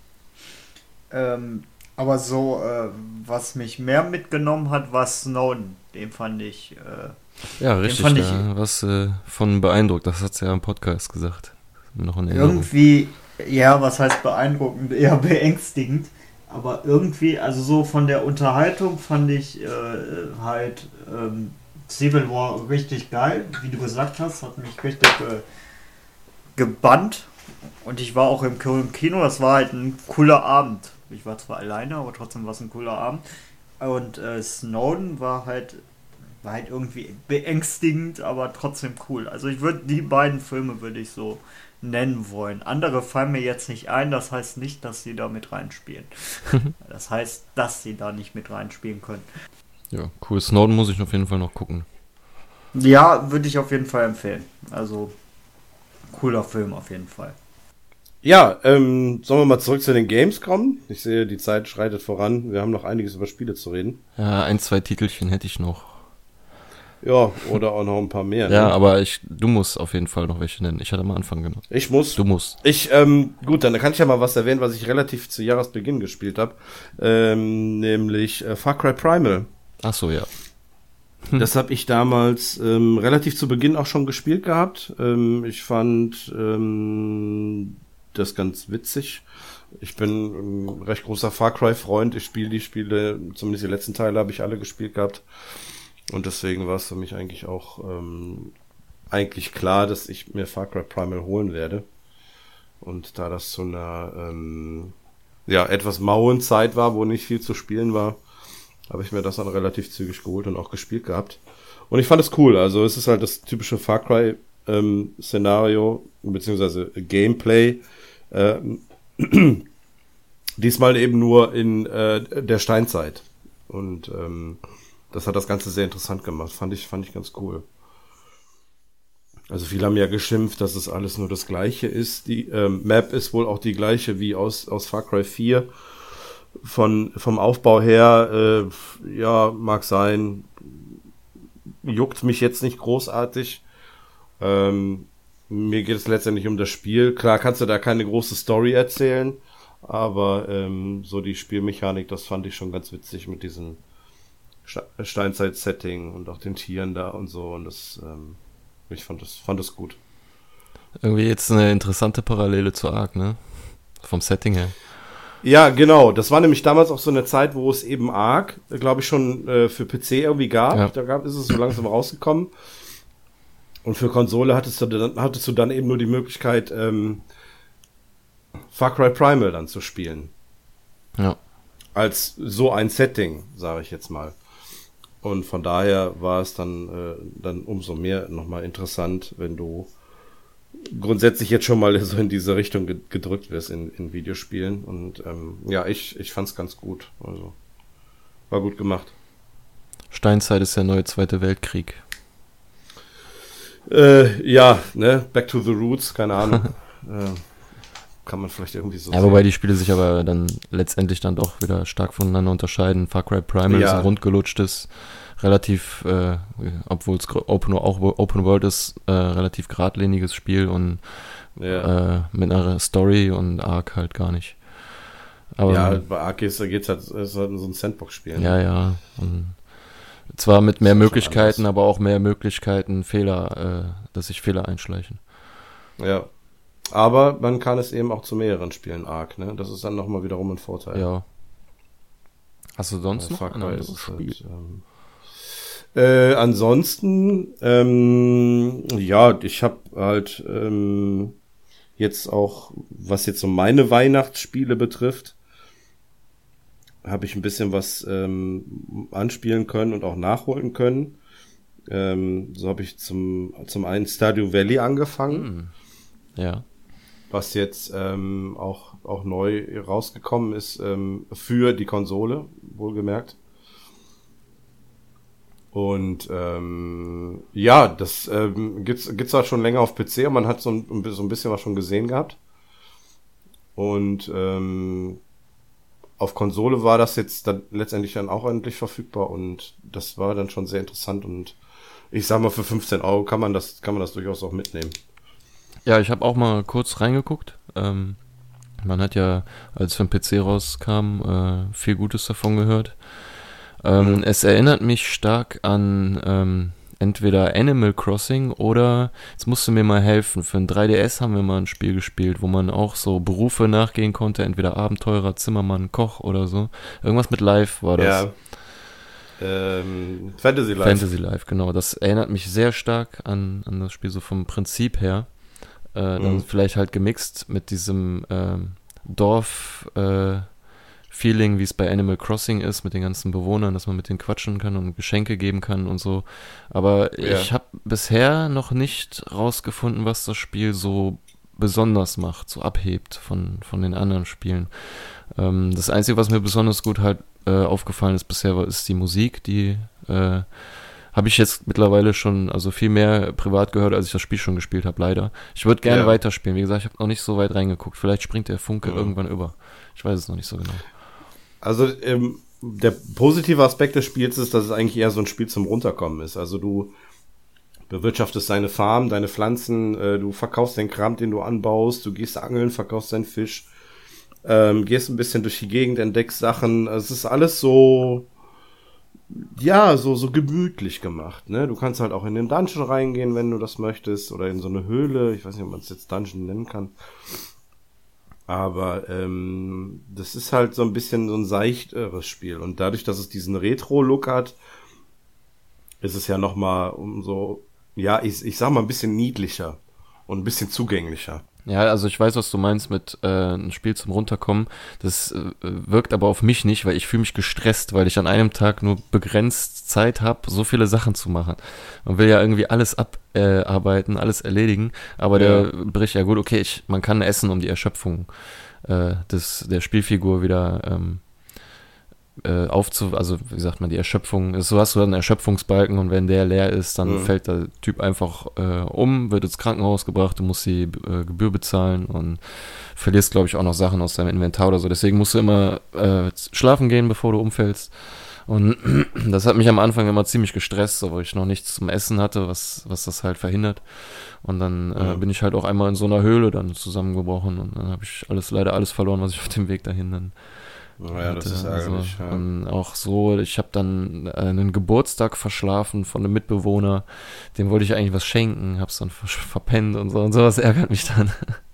[SPEAKER 4] Ähm, aber so, äh, was mich mehr mitgenommen hat, war Snowden. Den fand ich, äh,
[SPEAKER 2] Ja, richtig,
[SPEAKER 4] fand ich-
[SPEAKER 2] ja, was äh, von beeindruckt, das hat sie ja im Podcast gesagt. Noch in Erinnerung.
[SPEAKER 4] irgendwie, ja, was heißt beeindruckend, eher beängstigend. Aber irgendwie, also so von der Unterhaltung fand ich äh, halt ähm, Civil War richtig geil. Wie du gesagt hast, hat mich richtig äh, gebannt. Und ich war auch im Kino, das war halt ein cooler Abend. Ich war zwar alleine, aber trotzdem war es ein cooler Abend. Und äh, Snowden war halt, war halt irgendwie beängstigend, aber trotzdem cool. Also ich würde die beiden Filme würde ich so nennen wollen. Andere fallen mir jetzt nicht ein, das heißt nicht, dass sie da mit reinspielen. Das heißt, dass sie da nicht mit reinspielen können.
[SPEAKER 2] Ja, cool. Snowden muss ich auf jeden Fall noch gucken.
[SPEAKER 4] Ja, würde ich auf jeden Fall empfehlen. Also, cooler Film auf jeden Fall.
[SPEAKER 1] Ja, ähm, sollen wir mal zurück zu den Games kommen? Ich sehe, die Zeit schreitet voran. Wir haben noch einiges über Spiele zu reden.
[SPEAKER 2] Ja, ein, zwei Titelchen hätte ich noch.
[SPEAKER 1] Ja, oder auch noch ein paar mehr.
[SPEAKER 2] Ja,
[SPEAKER 1] Ne?
[SPEAKER 2] aber ich, du musst auf jeden Fall noch welche nennen. Ich hatte am Anfang genannt.
[SPEAKER 1] Ich muss.
[SPEAKER 2] Du musst.
[SPEAKER 1] Ich, ähm, gut, dann kann ich ja mal was erwähnen, was ich relativ zu Jahresbeginn gespielt habe. Ähm, nämlich äh, Far Cry Primal.
[SPEAKER 2] Ach so, ja.
[SPEAKER 1] Das habe ich damals ähm, relativ zu Beginn auch schon gespielt gehabt. Ähm, ich fand ähm, das ganz witzig Ich bin ein recht großer Far Cry-Freund. Ich spiele die Spiele, zumindest die letzten Teile habe ich alle gespielt gehabt. Und deswegen war es für mich eigentlich auch ähm, eigentlich klar, dass ich mir Far Cry Primal holen werde. Und da das zu einer ähm, ja, etwas mauen Zeit war, wo nicht viel zu spielen war, habe ich mir das dann relativ zügig geholt und auch gespielt gehabt. Und ich fand es cool. Also es ist halt das typische Far Cry ähm, Szenario, beziehungsweise Gameplay. Äh, diesmal eben nur in äh, der Steinzeit. Und ähm, das hat das Ganze sehr interessant gemacht. Fand ich, fand ich ganz cool. Also viele haben ja geschimpft, dass es alles nur das Gleiche ist. Die ähm, Map ist wohl auch die gleiche wie aus, aus Far Cry vier. Von, vom Aufbau her, äh, ja, mag sein. Juckt mich jetzt nicht großartig. Ähm, mir geht es letztendlich um das Spiel. Klar kannst du da keine große Story erzählen, aber ähm, so die Spielmechanik, das fand ich schon ganz witzig mit diesem Steinzeit-Setting und auch den Tieren da und so. Und das, ähm, ich fand das, fand das gut.
[SPEAKER 2] Irgendwie jetzt eine interessante Parallele zu Ark, ne? Vom Setting her.
[SPEAKER 1] Ja, genau. Das war nämlich damals auch so eine Zeit, wo es eben Ark, glaube ich, schon äh, für P C irgendwie gab.
[SPEAKER 2] Ja.
[SPEAKER 1] Da gab, ist es so langsam rausgekommen. Und für Konsole hattest du dann, hattest du dann eben nur die Möglichkeit, ähm, Far Cry Primal dann zu spielen.
[SPEAKER 2] Ja.
[SPEAKER 1] Als so ein Setting, sage ich jetzt mal. Und von daher war es dann, äh, dann umso mehr nochmal interessant, wenn du grundsätzlich jetzt schon mal so in diese Richtung ge- gedrückt wirst in, in Videospielen. Und ähm, ja, ich, ich fand's ganz gut. Also war gut gemacht.
[SPEAKER 2] Steinzeit ist der neue Zweite Weltkrieg.
[SPEAKER 1] Äh, ja, ne, Back to the Roots, keine Ahnung. äh, kann man vielleicht irgendwie so
[SPEAKER 2] Ja,
[SPEAKER 1] sehen.
[SPEAKER 2] wobei die Spiele sich aber dann letztendlich dann doch wieder stark voneinander unterscheiden. Far Cry Primal
[SPEAKER 1] Ja.
[SPEAKER 2] ist ein rundgelutschtes, relativ, äh, obwohl es Open, auch Open World ist, äh, relativ geradliniges Spiel und
[SPEAKER 1] Ja.
[SPEAKER 2] äh, mit einer Story, und Ark halt gar nicht. Aber
[SPEAKER 1] Ja, bei Ark geht's, da geht's halt, ist halt so ein Sandbox-Spiel. ne?
[SPEAKER 2] ja, ja. Und zwar mit mehr
[SPEAKER 1] Ist ja schon
[SPEAKER 2] Möglichkeiten,
[SPEAKER 1] anders.
[SPEAKER 2] aber auch mehr Möglichkeiten, Fehler, äh, dass sich Fehler einschleichen.
[SPEAKER 1] Ja. Aber man kann es eben auch zu mehreren Spielen Ark, ne? Das ist dann nochmal wiederum ein Vorteil.
[SPEAKER 2] Ja. Hast du sonst
[SPEAKER 1] Bei
[SPEAKER 2] noch
[SPEAKER 1] Far
[SPEAKER 2] ein
[SPEAKER 1] Cry
[SPEAKER 2] anderes
[SPEAKER 1] ist es
[SPEAKER 2] Spiel?
[SPEAKER 1] halt, ähm, äh, ansonsten, ähm, ja, ich habe halt ähm, jetzt auch, was jetzt so meine Weihnachtsspiele betrifft, habe ich ein bisschen was ähm, anspielen können und auch nachholen können. Ähm, so habe ich zum zum einen Stardew Valley angefangen,
[SPEAKER 2] Hm. Ja.
[SPEAKER 1] was jetzt ähm, auch auch neu rausgekommen ist ähm, für die Konsole, wohlgemerkt. Und ähm, ja, das ähm, gibt's gibt's halt schon länger auf P C und man hat so ein, so ein bisschen was schon gesehen gehabt. Und ähm, auf Konsole war das jetzt dann letztendlich dann auch endlich verfügbar und das war dann schon sehr interessant und ich sag mal, für fünfzehn Euro kann man das kann man das durchaus auch mitnehmen.
[SPEAKER 2] Ja, ich habe auch mal kurz reingeguckt. Ähm, man hat ja, als für den P C rauskam, äh, viel Gutes davon gehört. Ähm,
[SPEAKER 1] Mhm.
[SPEAKER 2] Es erinnert mich stark an ähm, entweder Animal Crossing oder, jetzt musst du mir mal helfen, für ein drei D S haben wir mal ein Spiel gespielt, wo man auch so Berufe nachgehen konnte, entweder Abenteurer, Zimmermann, Koch oder so. Irgendwas mit Live war das.
[SPEAKER 1] Ja. Ähm, Fantasy Life.
[SPEAKER 2] Fantasy Life, genau. Das erinnert mich sehr stark an, an das Spiel, so vom Prinzip her. Äh, dann
[SPEAKER 1] Mhm.
[SPEAKER 2] vielleicht halt gemixt mit diesem ähm, Dorf äh, Feeling, wie es bei Animal Crossing ist, mit den ganzen Bewohnern, dass man mit denen quatschen kann und Geschenke geben kann und so. Aber
[SPEAKER 1] Ja.
[SPEAKER 2] ich habe bisher noch nicht rausgefunden, was das Spiel so besonders macht, so abhebt von, von den anderen Spielen. Ähm, das Einzige, was mir besonders gut halt äh, aufgefallen ist bisher, war, ist die Musik, die äh, habe ich jetzt mittlerweile schon, also viel mehr privat gehört, als ich das Spiel schon gespielt habe, leider. Ich würde gerne
[SPEAKER 1] Ja.
[SPEAKER 2] weiterspielen. Wie gesagt, ich habe noch nicht so weit reingeguckt. Vielleicht springt der Funke
[SPEAKER 1] Mhm.
[SPEAKER 2] irgendwann über. Ich weiß es noch nicht so genau.
[SPEAKER 1] Also ähm, der positive Aspekt des Spiels ist, dass es eigentlich eher so ein Spiel zum Runterkommen ist. Also du bewirtschaftest deine Farm, deine Pflanzen, äh, du verkaufst den Kram, den du anbaust, du gehst angeln, verkaufst deinen Fisch, ähm, gehst ein bisschen durch die Gegend, entdeckst Sachen. Also es ist alles so, ja, so so gemütlich gemacht. Ne? Du kannst halt auch in den Dungeon reingehen, wenn du das möchtest, oder in so eine Höhle. Ich weiß nicht, ob man es jetzt Dungeon nennen kann. Aber ähm, das ist halt so ein bisschen so ein seichteres Spiel. Und dadurch, dass es diesen Retro-Look hat, ist es ja nochmal umso, ja, ich, ich sag mal, ein bisschen niedlicher und ein bisschen zugänglicher.
[SPEAKER 2] Ja, also ich weiß, was du meinst mit äh, ein Spiel zum Runterkommen. Das äh, wirkt aber auf mich nicht, weil ich fühle mich gestresst, weil ich an einem Tag nur begrenzt Zeit habe, so viele Sachen zu machen. Man will ja irgendwie alles abarbeiten, äh, alles erledigen, aber
[SPEAKER 1] Ja.
[SPEAKER 2] der bricht ja gut, okay, ich, man kann essen, um die Erschöpfung äh, des, der Spielfigur wieder ähm, äh, aufzu, also wie sagt man, die Erschöpfung, so hast du dann einen Erschöpfungsbalken und wenn der leer ist, dann
[SPEAKER 1] Mhm.
[SPEAKER 2] fällt der Typ einfach äh, um, wird ins Krankenhaus gebracht, du musst die äh, Gebühr bezahlen und verlierst, glaube ich, auch noch Sachen aus deinem Inventar oder so. Deswegen musst du immer äh, schlafen gehen, bevor du umfällst. Und das hat mich am Anfang immer ziemlich gestresst, so, wo ich noch nichts zum Essen hatte, was, was das halt verhindert. Und dann äh,
[SPEAKER 1] Ja.
[SPEAKER 2] bin ich halt auch einmal in so einer Höhle dann zusammengebrochen und dann habe ich alles leider alles verloren, was ich auf dem Weg dahin dann
[SPEAKER 1] Naja, das
[SPEAKER 2] hatte.
[SPEAKER 1] ist ärgerlich.
[SPEAKER 2] Also,
[SPEAKER 1] ja.
[SPEAKER 2] und auch so, ich habe dann äh, einen Geburtstag verschlafen von einem Mitbewohner, dem wollte ich eigentlich was schenken, hab's dann ver verpennt und so und sowas ärgert mich dann.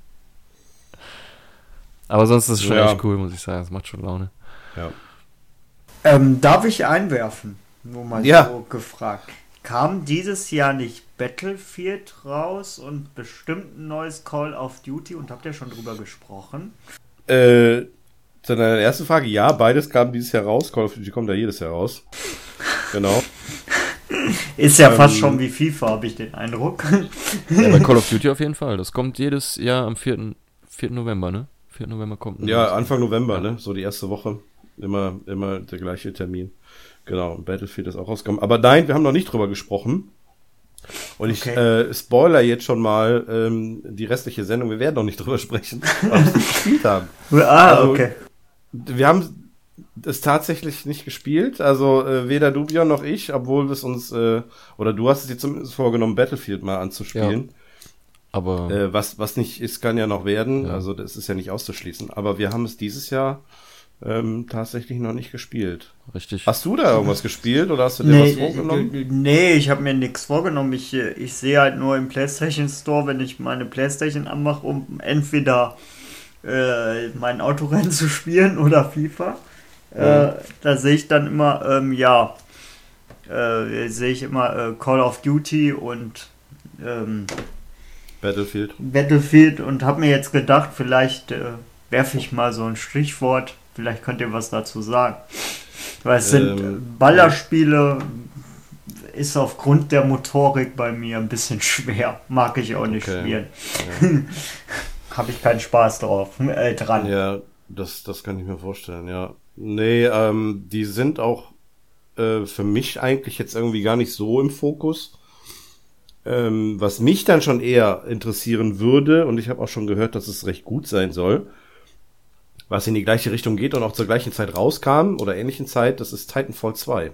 [SPEAKER 2] Aber sonst ist es schon
[SPEAKER 1] Ja.
[SPEAKER 2] echt cool, muss ich sagen, es macht schon Laune.
[SPEAKER 1] Ja.
[SPEAKER 4] Ähm, darf ich einwerfen? Nur mal
[SPEAKER 1] Ja.
[SPEAKER 4] so gefragt. Kam dieses Jahr nicht Battlefield raus und bestimmt ein neues Call of Duty und habt ihr schon drüber gesprochen?
[SPEAKER 1] Äh, zu deiner ersten Frage, ja, beides kam dieses Jahr raus. Call of Duty kommt ja jedes Jahr raus. Genau.
[SPEAKER 4] Ist ja
[SPEAKER 1] Ähm,
[SPEAKER 4] fast schon wie FIFA, habe ich den Eindruck.
[SPEAKER 2] Ja, bei Call of Duty auf jeden Fall. Das kommt jedes Jahr am vierten November, ne? vierten November kommt ein
[SPEAKER 1] Ja,
[SPEAKER 2] neues.
[SPEAKER 1] Anfang November, ne? So die erste Woche. Immer, immer der gleiche Termin. Genau, und Battlefield ist auch rausgekommen. Aber nein, wir haben noch nicht drüber gesprochen. Und ich
[SPEAKER 4] Okay.
[SPEAKER 1] äh, spoiler jetzt schon mal ähm, die restliche Sendung. Wir werden noch nicht drüber sprechen, weil wir es nicht gespielt haben.
[SPEAKER 4] Ah,
[SPEAKER 1] Also,
[SPEAKER 4] okay.
[SPEAKER 1] Wir haben es tatsächlich nicht gespielt. Also äh, weder du, Björn, noch ich, obwohl wir es uns, äh, oder du hast es dir zumindest vorgenommen, Battlefield mal anzuspielen.
[SPEAKER 2] Aber
[SPEAKER 1] Äh, was, was nicht ist, kann ja noch werden.
[SPEAKER 2] Ja.
[SPEAKER 1] Also das ist ja nicht auszuschließen. Aber wir haben es dieses Jahr ähm, tatsächlich noch nicht gespielt.
[SPEAKER 2] richtig.
[SPEAKER 1] Hast du da irgendwas gespielt oder hast du dir
[SPEAKER 4] Nee,
[SPEAKER 1] was vorgenommen?
[SPEAKER 4] äh, nee, ich habe mir nichts vorgenommen. Ich, äh, ich sehe halt nur im PlayStation Store, wenn ich meine PlayStation anmache, um entweder äh, mein Autorennen zu spielen oder FIFA. Äh, da sehe ich dann immer, ähm, ja, äh, sehe ich immer äh, Call of Duty und ähm,
[SPEAKER 1] Battlefield.
[SPEAKER 4] Battlefield und habe mir jetzt gedacht, vielleicht äh, werfe ich mal so ein Stichwort. Vielleicht könnt ihr was dazu sagen. Weil es sind
[SPEAKER 1] Ähm,
[SPEAKER 4] äh, Ballerspiele, ist aufgrund der Motorik bei mir ein bisschen schwer. Mag ich auch nicht
[SPEAKER 1] Okay.
[SPEAKER 4] spielen.
[SPEAKER 1] Ja.
[SPEAKER 4] Habe ich keinen Spaß drauf, äh, dran.
[SPEAKER 1] Ja, das, das kann ich mir vorstellen, ja. Nee, ähm, die sind auch äh, für mich eigentlich jetzt irgendwie gar nicht so im Fokus. Ähm, was mich dann schon eher interessieren würde, und ich habe auch schon gehört, dass es recht gut sein soll, was in die gleiche Richtung geht und auch zur gleichen Zeit rauskam oder ähnlichen Zeit, das ist Titanfall zwei.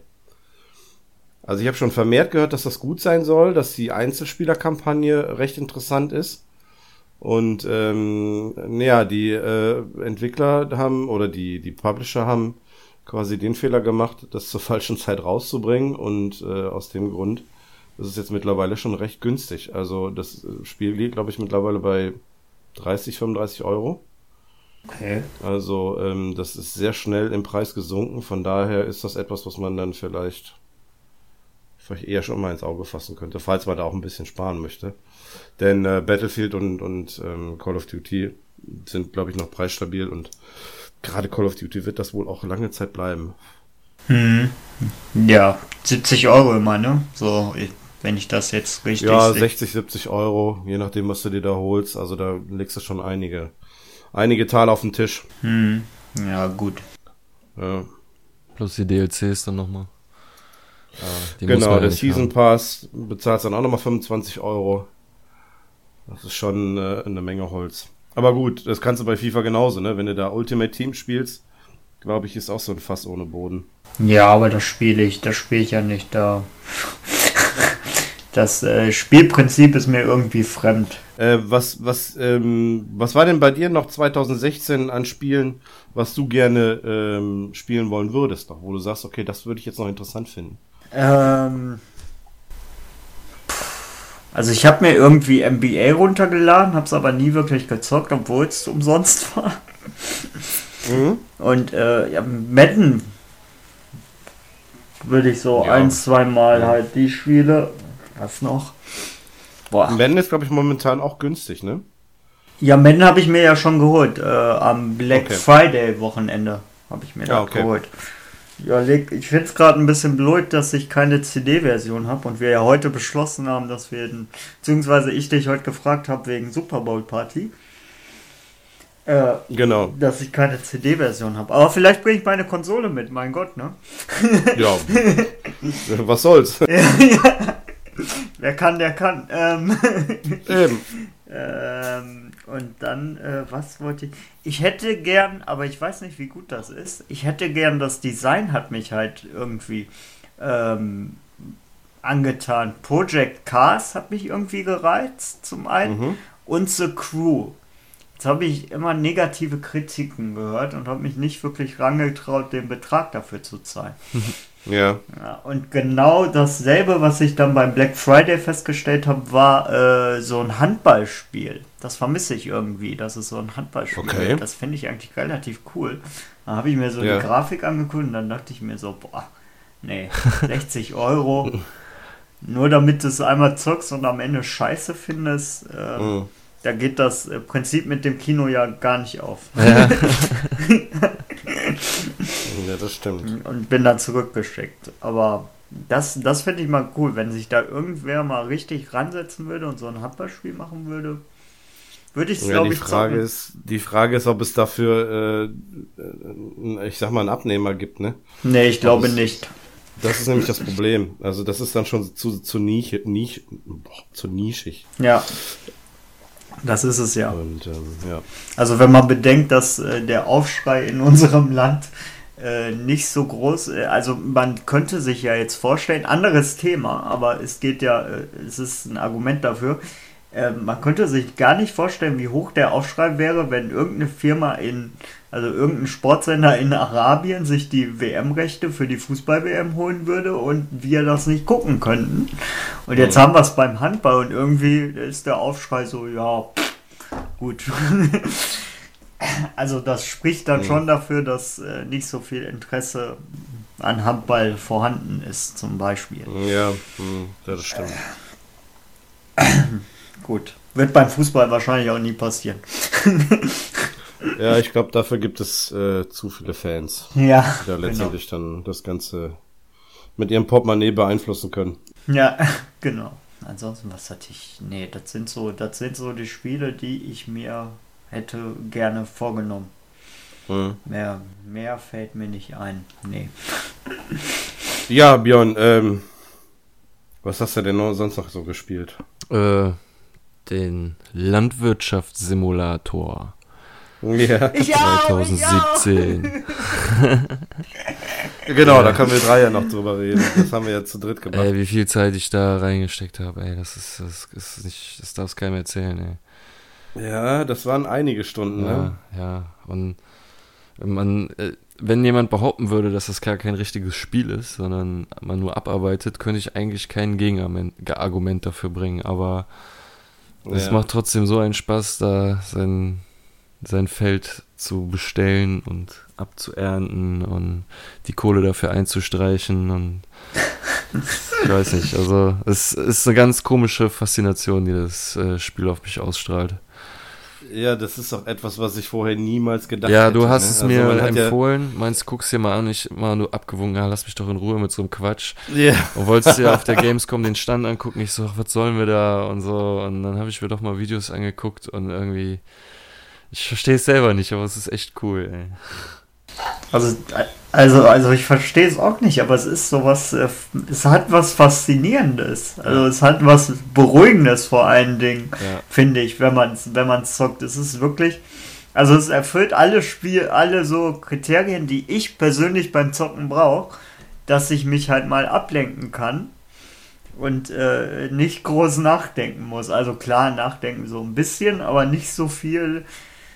[SPEAKER 1] Also ich habe schon vermehrt gehört, dass das gut sein soll, dass die Einzelspielerkampagne recht interessant ist. Und ähm, naja, die äh, Entwickler haben oder die die Publisher haben quasi den Fehler gemacht, das zur falschen Zeit rauszubringen und äh, aus dem Grund ist es jetzt mittlerweile schon recht günstig. Also das Spiel liegt, glaube ich, mittlerweile bei dreißig, fünfunddreißig Euro.
[SPEAKER 4] Okay.
[SPEAKER 1] Also ähm, das ist sehr schnell im Preis gesunken. Von daher ist das etwas, was man dann vielleicht vielleicht eher schon mal ins Auge fassen könnte, falls man da auch ein bisschen sparen möchte. Denn äh, Battlefield und, und ähm, Call of Duty sind, glaube ich, noch preisstabil und gerade Call of Duty wird das wohl auch lange Zeit bleiben.
[SPEAKER 4] Hm. Ja, siebzig Euro immer, ne? So, wenn ich das jetzt richtig
[SPEAKER 1] Ja,
[SPEAKER 4] sehe.
[SPEAKER 1] sechzig, siebzig Euro, je nachdem, was du dir da holst. Also da legst du schon einige, einige Taler auf den Tisch.
[SPEAKER 4] Hm. Ja, gut.
[SPEAKER 1] Ja.
[SPEAKER 2] Plus die D L Cs dann nochmal. Ja, die muss
[SPEAKER 1] Genau,
[SPEAKER 2] man ja
[SPEAKER 1] der
[SPEAKER 2] nicht
[SPEAKER 1] Season
[SPEAKER 2] haben.
[SPEAKER 1] Pass bezahlst dann auch nochmal fünfundzwanzig Euro. Das ist schon äh, eine Menge Holz. Aber gut, das kannst du bei FIFA genauso, ne? Wenn du da Ultimate Team spielst, glaube ich, ist auch so ein Fass ohne Boden.
[SPEAKER 4] Ja, aber das spiele ich, das spiele ich ja nicht da. Das äh, Spielprinzip ist mir irgendwie fremd.
[SPEAKER 1] Äh, was, was, ähm, was war denn bei dir noch zwanzig sechzehn an Spielen, was du gerne ähm, spielen wollen würdest, noch, wo du sagst, okay, das würde ich jetzt noch interessant finden?
[SPEAKER 4] Ähm, Also ich habe mir irgendwie N B A runtergeladen, habe es aber nie wirklich gezockt, obwohl es umsonst war. Mhm. Und äh, ja, Madden würde ich so ja. ein, zwei Mal ja. halt die Spiele. Was noch?
[SPEAKER 1] Boah. Madden ist, glaube ich, momentan auch günstig, ne?
[SPEAKER 4] Ja, Madden habe ich mir ja schon geholt. Äh, am Black okay. Friday Wochenende habe ich mir ja, das okay. geholt. Ja, ich finde es gerade ein bisschen blöd, dass ich keine C D-Version habe und wir ja heute beschlossen haben, dass wir, den, beziehungsweise ich dich heute gefragt habe wegen Super Bowl Party, äh,
[SPEAKER 1] genau,
[SPEAKER 4] dass ich keine C D-Version habe. Aber vielleicht bringe ich meine Konsole mit, mein Gott, ne?
[SPEAKER 1] Ja, was soll's?
[SPEAKER 4] Ja, ja. Wer kann, der kann. Ähm,
[SPEAKER 1] Eben.
[SPEAKER 4] ähm, und dann, äh, was wollte ich? Ich hätte gern, aber ich weiß nicht, wie gut das ist. Ich hätte gern, das Design hat mich halt irgendwie ähm, angetan. Project Cars hat mich irgendwie gereizt, zum einen. Mhm. Und The Crew. Jetzt habe ich immer negative Kritiken gehört und habe mich nicht wirklich rangetraut, den Betrag dafür zu zahlen.
[SPEAKER 1] Ja.
[SPEAKER 4] Ja. Und genau dasselbe, was ich dann beim Black Friday festgestellt habe, war äh, so ein Handballspiel. Das vermisse ich irgendwie, das ist so ein Handballspiel.
[SPEAKER 1] Okay.
[SPEAKER 4] Das finde ich eigentlich relativ cool. Da habe ich mir so
[SPEAKER 1] ja.
[SPEAKER 4] die Grafik angeguckt und dann dachte ich mir so, boah, nee, sechzig Euro, nur damit du es einmal zockst und am Ende scheiße findest, äh, mhm. da geht das äh, Prinzip mit dem Kino ja gar nicht auf.
[SPEAKER 1] Ja. Ja, das stimmt.
[SPEAKER 4] Und bin dann zurückgeschickt. Aber das, das finde ich mal cool, wenn sich da irgendwer mal richtig ransetzen würde und so ein Handballspiel machen würde. Würde ich es,
[SPEAKER 1] ja,
[SPEAKER 4] glaube
[SPEAKER 1] die
[SPEAKER 4] ich,
[SPEAKER 1] Frage
[SPEAKER 4] zocken.
[SPEAKER 1] ist, Die Frage ist, ob es dafür, äh, ich sag mal, einen Abnehmer gibt, ne?
[SPEAKER 4] Nee, ich glaube
[SPEAKER 1] das,
[SPEAKER 4] nicht.
[SPEAKER 1] Das ist nämlich das Problem. Also das ist dann schon zu, zu, Nische, Nische, boah, zu nischig.
[SPEAKER 4] Ja. Das ist es ja.
[SPEAKER 1] Und, ähm, ja.
[SPEAKER 4] Also wenn man bedenkt, dass äh, der Aufschrei in unserem Land äh, nicht so groß, äh, also man könnte sich ja jetzt vorstellen, anderes Thema, aber es geht ja, äh, es ist ein Argument dafür, äh, man könnte sich gar nicht vorstellen, wie hoch der Aufschrei wäre, wenn irgendeine Firma in, also irgendein Sportsender in Arabien sich die W M-Rechte für die Fußball-W M holen würde und wir das nicht gucken könnten. Und jetzt mhm. haben wir es beim Handball und irgendwie ist der Aufschrei so, ja, pff, gut. Also das spricht dann mhm. schon dafür, dass äh, nicht so viel Interesse an Handball vorhanden ist, zum Beispiel.
[SPEAKER 1] Ja, mh, das stimmt.
[SPEAKER 4] Gut. Wird beim Fußball wahrscheinlich auch nie passieren.
[SPEAKER 1] Ja, ich glaube, dafür gibt es äh, zu viele Fans.
[SPEAKER 4] Ja.
[SPEAKER 1] Die da letztendlich genau. dann das Ganze mit ihrem Portemonnaie beeinflussen können.
[SPEAKER 4] Ja, genau. Ansonsten, was hatte ich? Nee, das sind so, das sind so die Spiele, die ich mir hätte gerne vorgenommen. Hm. Mehr, mehr fällt mir nicht ein. Nee.
[SPEAKER 1] Ja, Björn, ähm, was hast du denn noch, sonst noch so gespielt?
[SPEAKER 2] Äh, den Landwirtschaftssimulator.
[SPEAKER 1] Ja.
[SPEAKER 2] zwanzig siebzehn.
[SPEAKER 1] Genau, ja. Da können wir drei ja noch drüber reden. Das haben wir ja zu dritt gemacht.
[SPEAKER 2] Ey, wie viel Zeit ich da reingesteckt habe, ey, das ist, das ist nicht, das darf es keinem erzählen, ey.
[SPEAKER 1] Ja, das waren einige Stunden,
[SPEAKER 2] ja,
[SPEAKER 1] ne?
[SPEAKER 2] Ja, und man, wenn jemand behaupten würde, dass das gar kein richtiges Spiel ist, sondern man nur abarbeitet, könnte ich eigentlich kein Gegenargument dafür bringen, aber es ja. macht trotzdem so einen Spaß, da sein, sein Feld zu bestellen und abzuernten und die Kohle dafür einzustreichen und ich weiß nicht, also es ist eine ganz komische Faszination, die das äh, Spiel auf mich ausstrahlt.
[SPEAKER 1] Ja, das ist auch etwas, was ich vorher niemals gedacht
[SPEAKER 2] ja,
[SPEAKER 1] hätte.
[SPEAKER 2] Ja, du hast
[SPEAKER 1] ne?
[SPEAKER 2] es
[SPEAKER 1] also
[SPEAKER 2] mir empfohlen, ja meinst, guck's dir mal an, ich war nur abgewunken, ja, lass mich doch in Ruhe mit so einem Quatsch.
[SPEAKER 1] Yeah.
[SPEAKER 2] Und wolltest dir auf der Gamescom den Stand angucken, ich so, was sollen wir da und so, und dann habe ich mir doch mal Videos angeguckt und irgendwie, ich verstehe es selber nicht, aber es ist echt cool, ey.
[SPEAKER 4] Also, also, also ich verstehe es auch nicht, aber es ist sowas, es hat was Faszinierendes. Also es hat was Beruhigendes vor allen Dingen, ja. finde ich, wenn man es wenn man zockt. Es ist wirklich, also es erfüllt alle Spiel, alle so Kriterien, die ich persönlich beim Zocken brauche, dass ich mich halt mal ablenken kann und äh, nicht groß nachdenken muss. Also klar, nachdenken so ein bisschen, aber nicht so viel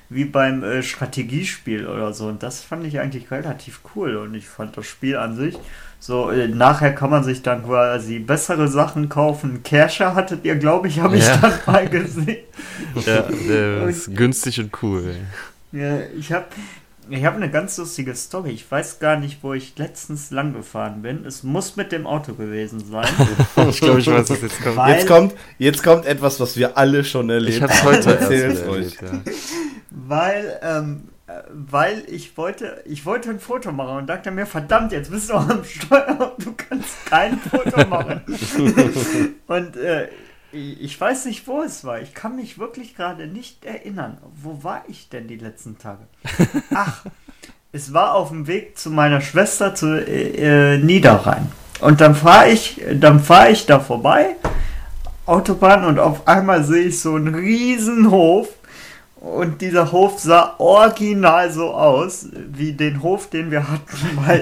[SPEAKER 4] wie beim äh, Strategiespiel oder so. Und das fand ich eigentlich relativ cool. Und ich fand das Spiel an sich so, äh, nachher kann man sich dann quasi bessere Sachen kaufen. Kerscher hattet ihr, glaube ich, habe ich
[SPEAKER 2] Ja.
[SPEAKER 4] dann mal gesehen.
[SPEAKER 2] Ja, der ist günstig und cool. Ey.
[SPEAKER 4] Ja, ich habe ich hab eine ganz lustige Story. Ich weiß gar nicht, wo ich letztens lang gefahren bin. Es muss mit dem Auto gewesen sein.
[SPEAKER 2] Ich glaube, ich weiß, was jetzt kommt.
[SPEAKER 4] Weil-
[SPEAKER 1] Jetzt kommt, jetzt kommt etwas, was wir alle schon erlebt
[SPEAKER 2] Ich hab's heute erst
[SPEAKER 1] Erzähl's
[SPEAKER 2] wieder
[SPEAKER 1] euch.
[SPEAKER 2] erlebt, ja.
[SPEAKER 4] Weil, ähm, äh, weil ich wollte, ich wollte ein Foto machen und dachte mir, verdammt, jetzt bist du am Steuer und du kannst kein Foto machen. Und äh, ich ich weiß nicht, wo es war. Ich kann mich wirklich gerade nicht erinnern. Wo war ich denn die letzten Tage? Ach, es war auf dem Weg zu meiner Schwester zu äh, äh, Niederrhein. Und dann fahre ich, dann fahre ich da vorbei, Autobahn, und auf einmal sehe ich so einen riesen Hof. Und dieser Hof sah original so aus, wie den Hof, den wir hatten bei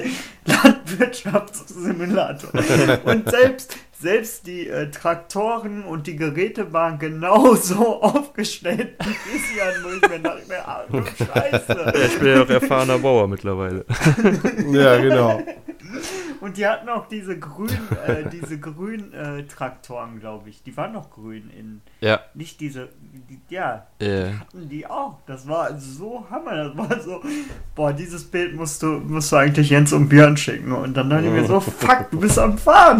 [SPEAKER 4] Landwirtschaftssimulator. Und selbst, selbst die äh, Traktoren und die Geräte waren genauso aufgestellt wie sie an, wo ich mir dachte, ah, du Scheiße.
[SPEAKER 2] Ja, ich bin ja auch erfahrener Bauer mittlerweile.
[SPEAKER 1] Ja, genau.
[SPEAKER 4] Und die hatten auch diese grünen, äh, diese grünen äh, Traktoren, glaube ich. Die waren noch grün in,
[SPEAKER 2] Ja.
[SPEAKER 4] nicht diese, die, ja,
[SPEAKER 2] Äh,
[SPEAKER 4] hatten die auch. Das war so Hammer. Das war so, boah, dieses Bild musst du, musst du eigentlich Jens und Björn schicken. Und dann dachte ich mir so, fuck, du bist am Fahren.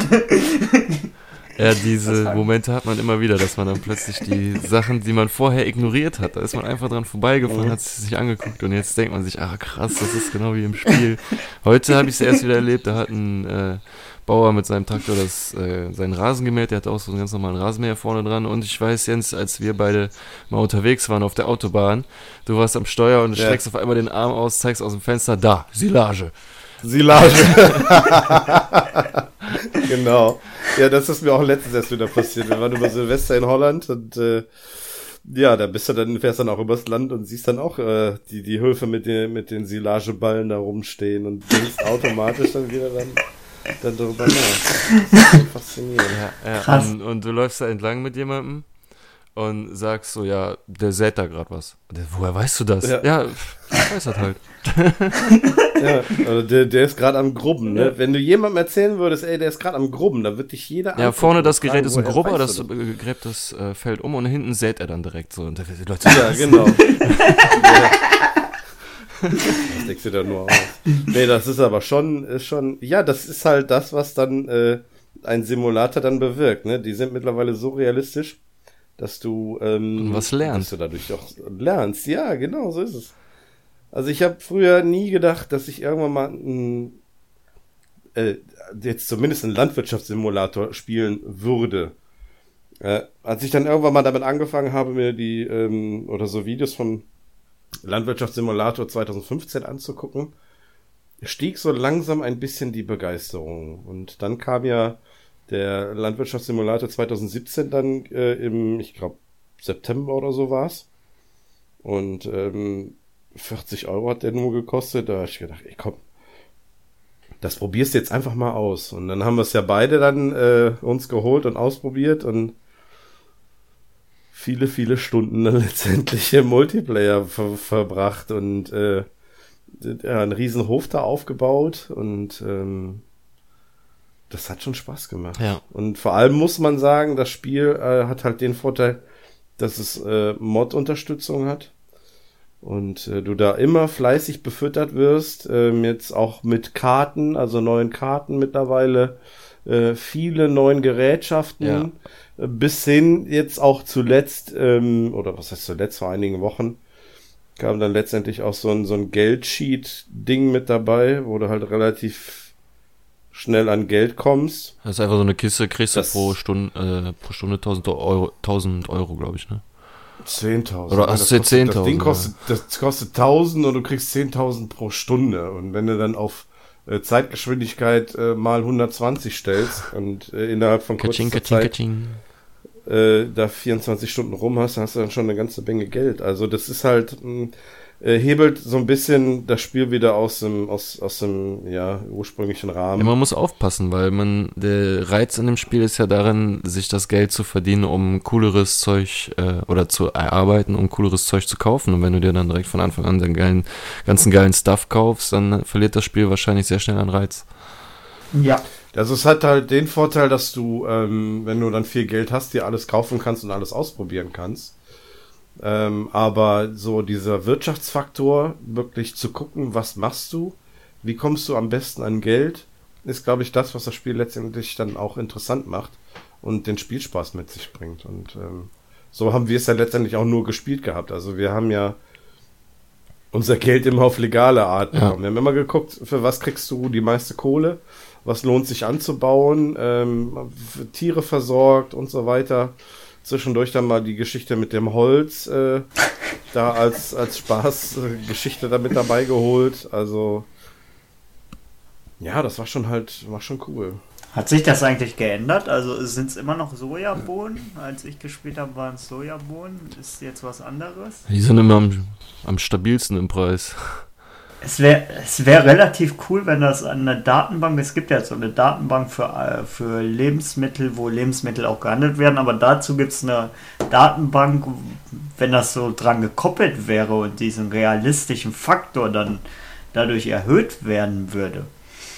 [SPEAKER 2] ja, diese
[SPEAKER 4] Das war-
[SPEAKER 2] Momente hat man immer wieder, dass man dann plötzlich die Sachen, die man vorher ignoriert hat, da ist man einfach dran vorbeigefahren, hat es sich angeguckt und jetzt denkt man sich, ah krass, das ist genau wie im Spiel. Heute habe ich es erst wieder erlebt, da hat ein äh, Bauer mit seinem Traktor das, äh, seinen Rasen gemäht, der hat auch so einen ganz normalen Rasenmäher vorne dran und ich weiß, Jens, als wir beide mal unterwegs waren auf der Autobahn, du warst am Steuer und du
[SPEAKER 1] Ja.
[SPEAKER 2] streckst auf einmal den Arm aus, zeigst aus dem Fenster, da, Silage.
[SPEAKER 1] Silage. Genau. Ja, das ist mir auch letztens erst wieder passiert. Wir waren über Silvester in Holland und äh, ja, da bist du dann, fährst dann auch übers Land und siehst dann auch äh, die, die Höfe mit den, mit den Silageballen da rumstehen und denkst automatisch dann wieder dann, dann darüber nach. Das ist so faszinierend.
[SPEAKER 2] Ja, ja.
[SPEAKER 4] Krass.
[SPEAKER 2] Und, und du läufst da entlang mit jemandem und sagst so, ja, der sät da gerade was. Der, woher weißt du das?
[SPEAKER 1] Ja.
[SPEAKER 2] Ja, ich weiß das halt.
[SPEAKER 1] Ja, also der, der ist gerade am Grubben, ne? Wenn du jemandem erzählen würdest, ey, der ist gerade am Grubben, da wird dich jeder
[SPEAKER 2] Ja,
[SPEAKER 1] angucken
[SPEAKER 2] vorne
[SPEAKER 1] und
[SPEAKER 2] das Gerät
[SPEAKER 1] fragen,
[SPEAKER 2] ist ein
[SPEAKER 1] woher
[SPEAKER 2] Grubber,
[SPEAKER 1] weißt
[SPEAKER 2] das
[SPEAKER 1] du
[SPEAKER 2] äh, gräbt das äh, Feld um und hinten sät er dann direkt so. Und die Leute,
[SPEAKER 1] Ja, genau. Ja. Das denkst du da nur aus. Nee, das ist aber schon, ist schon, ja, das ist halt das, was dann äh, ein Simulator dann bewirkt, ne? Die sind mittlerweile so realistisch, dass du ähm,
[SPEAKER 2] Und was lernst.
[SPEAKER 1] dass du dadurch auch lernst. Ja, genau, so ist es. Also ich habe früher nie gedacht, dass ich irgendwann mal ein, äh, jetzt zumindest einen Landwirtschaftssimulator spielen würde. Äh, als ich dann irgendwann mal damit angefangen habe, mir die ähm, oder so Videos vom Landwirtschaftssimulator zwanzig fünfzehn anzugucken, stieg so langsam ein bisschen die Begeisterung. Und dann kam ja der Landwirtschaftssimulator zwanzig siebzehn dann äh, im, ich glaube, September oder so war's. Und ähm, vierzig Euro hat der nur gekostet. Da habe ich gedacht, ey komm, das probierst du jetzt einfach mal aus. Und dann haben wir es ja beide dann äh, uns geholt und ausprobiert und viele, viele Stunden dann letztendlich im Multiplayer ver- verbracht und äh, ja, einen riesen Hof da aufgebaut und ähm, das hat schon Spaß gemacht.
[SPEAKER 2] Ja.
[SPEAKER 1] Und vor allem muss man sagen, das Spiel äh, hat halt den Vorteil, dass es äh, Mod-Unterstützung hat und äh, du da immer fleißig befüttert wirst, ähm, jetzt auch mit Karten, also neuen Karten mittlerweile, äh, viele neuen Gerätschaften,
[SPEAKER 2] Ja.
[SPEAKER 1] äh, bis hin jetzt auch zuletzt, ähm, oder was heißt zuletzt, vor einigen Wochen, kam dann letztendlich auch so ein, so ein Geldsheet-Ding mit dabei, wo du halt relativ schnell an Geld kommst.
[SPEAKER 2] Das ist einfach so eine Kiste, kriegst du
[SPEAKER 1] Das-
[SPEAKER 2] pro Stunde, äh, pro Stunde tausend Euro, tausend Euro, glaube ich, ne?
[SPEAKER 1] zehntausend.
[SPEAKER 2] Oder
[SPEAKER 1] Nein,
[SPEAKER 2] hast
[SPEAKER 1] das
[SPEAKER 2] du
[SPEAKER 1] kostet-
[SPEAKER 2] zehntausend,
[SPEAKER 1] Das Ding
[SPEAKER 2] ja.
[SPEAKER 1] kostet, das kostet tausend und du kriegst zehntausend pro Stunde. Und wenn du dann auf äh, Zeitgeschwindigkeit äh, mal hundertzwanzig stellst und äh, innerhalb von
[SPEAKER 2] Kaching,
[SPEAKER 1] kurzer
[SPEAKER 2] kaching,
[SPEAKER 1] Zeit
[SPEAKER 2] kaching.
[SPEAKER 1] äh, da vierundzwanzig Stunden rum hast, hast du dann schon eine ganze Menge Geld. Also das ist halt, mh, äh, hebelt so ein bisschen das Spiel wieder aus dem, aus, aus dem ja, ursprünglichen Rahmen.
[SPEAKER 2] Ja, man muss aufpassen, weil man der Reiz an dem Spiel ist ja darin, sich das Geld zu verdienen, um cooleres Zeug äh, oder zu erarbeiten, um cooleres Zeug zu kaufen. Und wenn du dir dann direkt von Anfang an den geilen, ganzen geilen Stuff kaufst, dann verliert das Spiel wahrscheinlich sehr schnell an Reiz.
[SPEAKER 4] Ja.
[SPEAKER 1] Also es hat halt den Vorteil, dass du, ähm, wenn du dann viel Geld hast, dir alles kaufen kannst und alles ausprobieren kannst. Ähm, aber so dieser Wirtschaftsfaktor, wirklich zu gucken, was machst du, wie kommst du am besten an Geld, ist, glaube ich, das, was das Spiel letztendlich dann auch interessant macht und den Spielspaß mit sich bringt. Und ähm, so haben wir es ja letztendlich auch nur gespielt gehabt. Also wir haben ja unser Geld immer auf legale Art bekommen. Ja. Wir haben immer geguckt, für was kriegst du die meiste Kohle, was lohnt sich anzubauen, ähm, Tiere versorgt und so weiter. Zwischendurch dann mal die Geschichte mit dem Holz äh, da als, als Spaßgeschichte da mit dabei geholt. Also ja, das war schon halt, war schon cool.
[SPEAKER 4] Hat sich das eigentlich geändert? Also sind es immer noch Sojabohnen? Als ich gespielt habe, waren es Sojabohnen. Ist jetzt was anderes?
[SPEAKER 2] Die sind immer am, am stabilsten im Preis.
[SPEAKER 4] Es wäre es wär relativ cool, wenn das an eine Datenbank, es gibt ja so eine Datenbank für, für Lebensmittel, wo Lebensmittel auch gehandelt werden, aber dazu gibt es eine Datenbank, wenn das so dran gekoppelt wäre und diesen realistischen Faktor dann dadurch erhöht werden würde.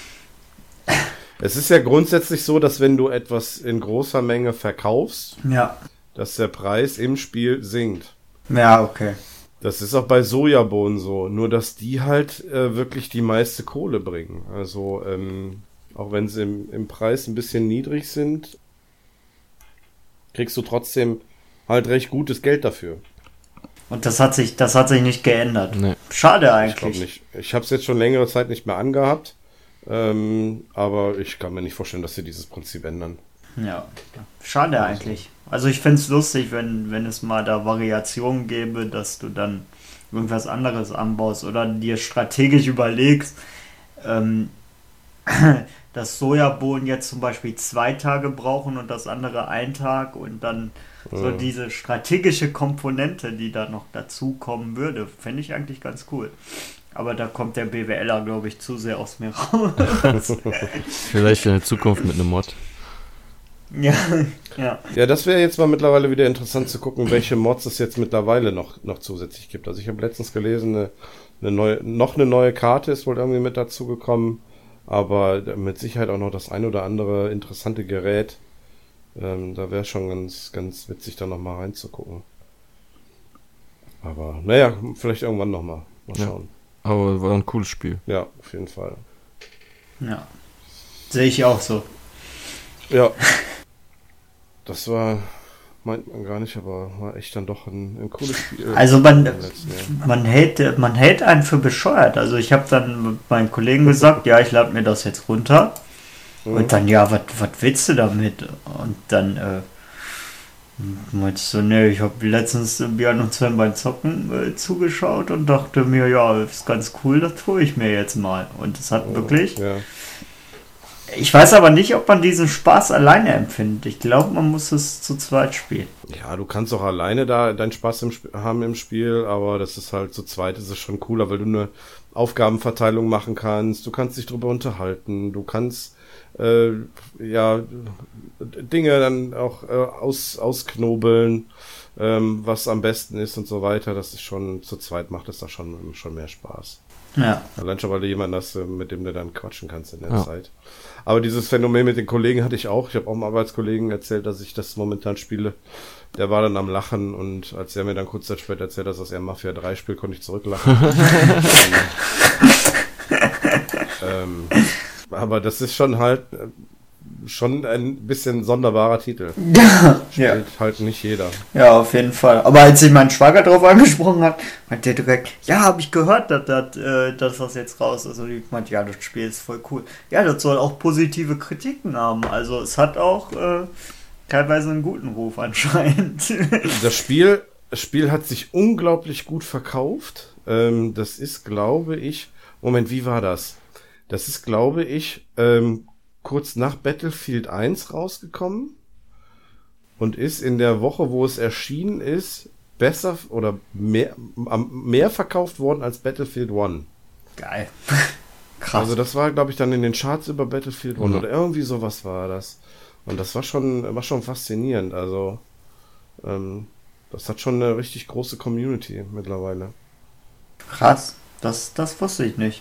[SPEAKER 1] Es ist ja grundsätzlich so, dass wenn du etwas in großer Menge verkaufst,
[SPEAKER 4] ja,
[SPEAKER 1] dass der Preis im Spiel sinkt.
[SPEAKER 4] Ja, okay.
[SPEAKER 1] Das ist auch bei Sojabohnen so, nur dass die halt äh, wirklich die meiste Kohle bringen. Also ähm, auch wenn sie im, im Preis ein bisschen niedrig sind, kriegst du trotzdem halt recht gutes Geld dafür.
[SPEAKER 4] Und das hat sich, das hat sich nicht geändert.
[SPEAKER 2] Nee.
[SPEAKER 4] Schade eigentlich.
[SPEAKER 1] Ich glaube nicht. Ich habe es jetzt schon längere Zeit nicht mehr angehabt, ähm, aber ich kann mir nicht vorstellen, dass sie dieses Prinzip ändern.
[SPEAKER 4] Ja, schade also. Eigentlich. Also ich finde es lustig, wenn, wenn es mal da Variationen gäbe, dass du dann irgendwas anderes anbaust oder dir strategisch überlegst, ähm, dass Sojabohnen jetzt zum Beispiel zwei Tage brauchen und das andere ein Tag und dann ja. So diese strategische Komponente, die da noch dazu kommen würde, fände ich eigentlich ganz cool. Aber da kommt der BWLer, glaube ich, zu sehr aus mir raus.
[SPEAKER 2] Vielleicht in der Zukunft mit einem Mod.
[SPEAKER 4] Ja, ja.
[SPEAKER 1] Ja, das wäre jetzt mal mittlerweile wieder interessant zu gucken, welche Mods es jetzt mittlerweile noch, noch zusätzlich gibt. Also ich habe letztens gelesen, eine, eine neue, noch eine neue Karte ist wohl irgendwie mit dazu gekommen, aber mit Sicherheit auch noch das ein oder andere interessante Gerät. Ähm, da wäre schon ganz, ganz witzig, da nochmal reinzugucken. Aber naja, vielleicht irgendwann nochmal. Mal schauen.
[SPEAKER 2] Ja, aber war ein cooles Spiel.
[SPEAKER 1] Ja, auf jeden Fall.
[SPEAKER 4] Ja. Sehe ich auch so.
[SPEAKER 1] Ja. Das war, meint man gar nicht, aber war echt dann doch ein, ein cooles Spiel.
[SPEAKER 4] Also man, man, hält, man hält einen für bescheuert. Also ich habe dann mit meinen Kollegen gesagt, ja, ich lade mir das jetzt runter. Mhm. Und dann, ja, was willst du damit? Und dann äh, meinst du, ne, ich habe letztens Björn und Sven beim Zocken äh, zugeschaut und dachte mir, ja, ist ganz cool, das tue ich mir jetzt mal. Und es hat oh, wirklich... Ja. Ich weiß aber nicht, ob man diesen Spaß alleine empfindet. Ich glaube, man muss es zu zweit spielen.
[SPEAKER 1] Ja, du kannst auch alleine da deinen Spaß im Sp- haben im Spiel, aber das ist halt zu zweit, ist es schon cooler, weil du eine Aufgabenverteilung machen kannst, du kannst dich drüber unterhalten, du kannst äh, ja Dinge dann auch äh, aus, ausknobeln, ähm, was am besten ist und so weiter. Das ist schon, zu zweit macht es da schon, schon mehr Spaß.
[SPEAKER 4] Ja.
[SPEAKER 1] Allein schon, weil du jemanden hast, mit dem du dann quatschen kannst in der ja. Zeit. Aber dieses Phänomen mit den Kollegen hatte ich auch. Ich habe auch einem Arbeitskollegen erzählt, dass ich das momentan spiele. Der war dann am Lachen und als er mir dann kurz Zeit später erzählt hat, dass er Mafia drei spielt, konnte ich zurücklachen. ähm, aber das ist schon halt schon ein bisschen sonderbarer Titel.
[SPEAKER 4] Ja,
[SPEAKER 1] Spielt
[SPEAKER 4] ja.
[SPEAKER 1] halt nicht jeder.
[SPEAKER 4] Ja, auf jeden Fall. Aber als sich mein Schwager drauf angesprochen hat, meinte der direkt, ja, habe ich gehört, dass, dass, äh, dass das jetzt raus ist. Und ich meinte, ja, das Spiel ist voll cool. Ja, das soll auch positive Kritiken haben. Also es hat auch äh, teilweise einen guten Ruf anscheinend.
[SPEAKER 1] Das Spiel, das Spiel hat sich unglaublich gut verkauft. Ähm, das ist, glaube ich, Moment, wie war das? Das ist, glaube ich, ähm, kurz nach Battlefield eins rausgekommen und ist in der Woche, wo es erschienen ist, besser oder mehr, mehr verkauft worden als Battlefield One.
[SPEAKER 4] Geil. Krass.
[SPEAKER 1] Also das war, glaube ich, dann in den Charts über Battlefield One
[SPEAKER 2] Ja.
[SPEAKER 1] oder irgendwie sowas war das. Und das war schon, war schon faszinierend. Also ähm, das hat schon eine richtig große Community mittlerweile.
[SPEAKER 4] Krass. Das, das wusste ich nicht.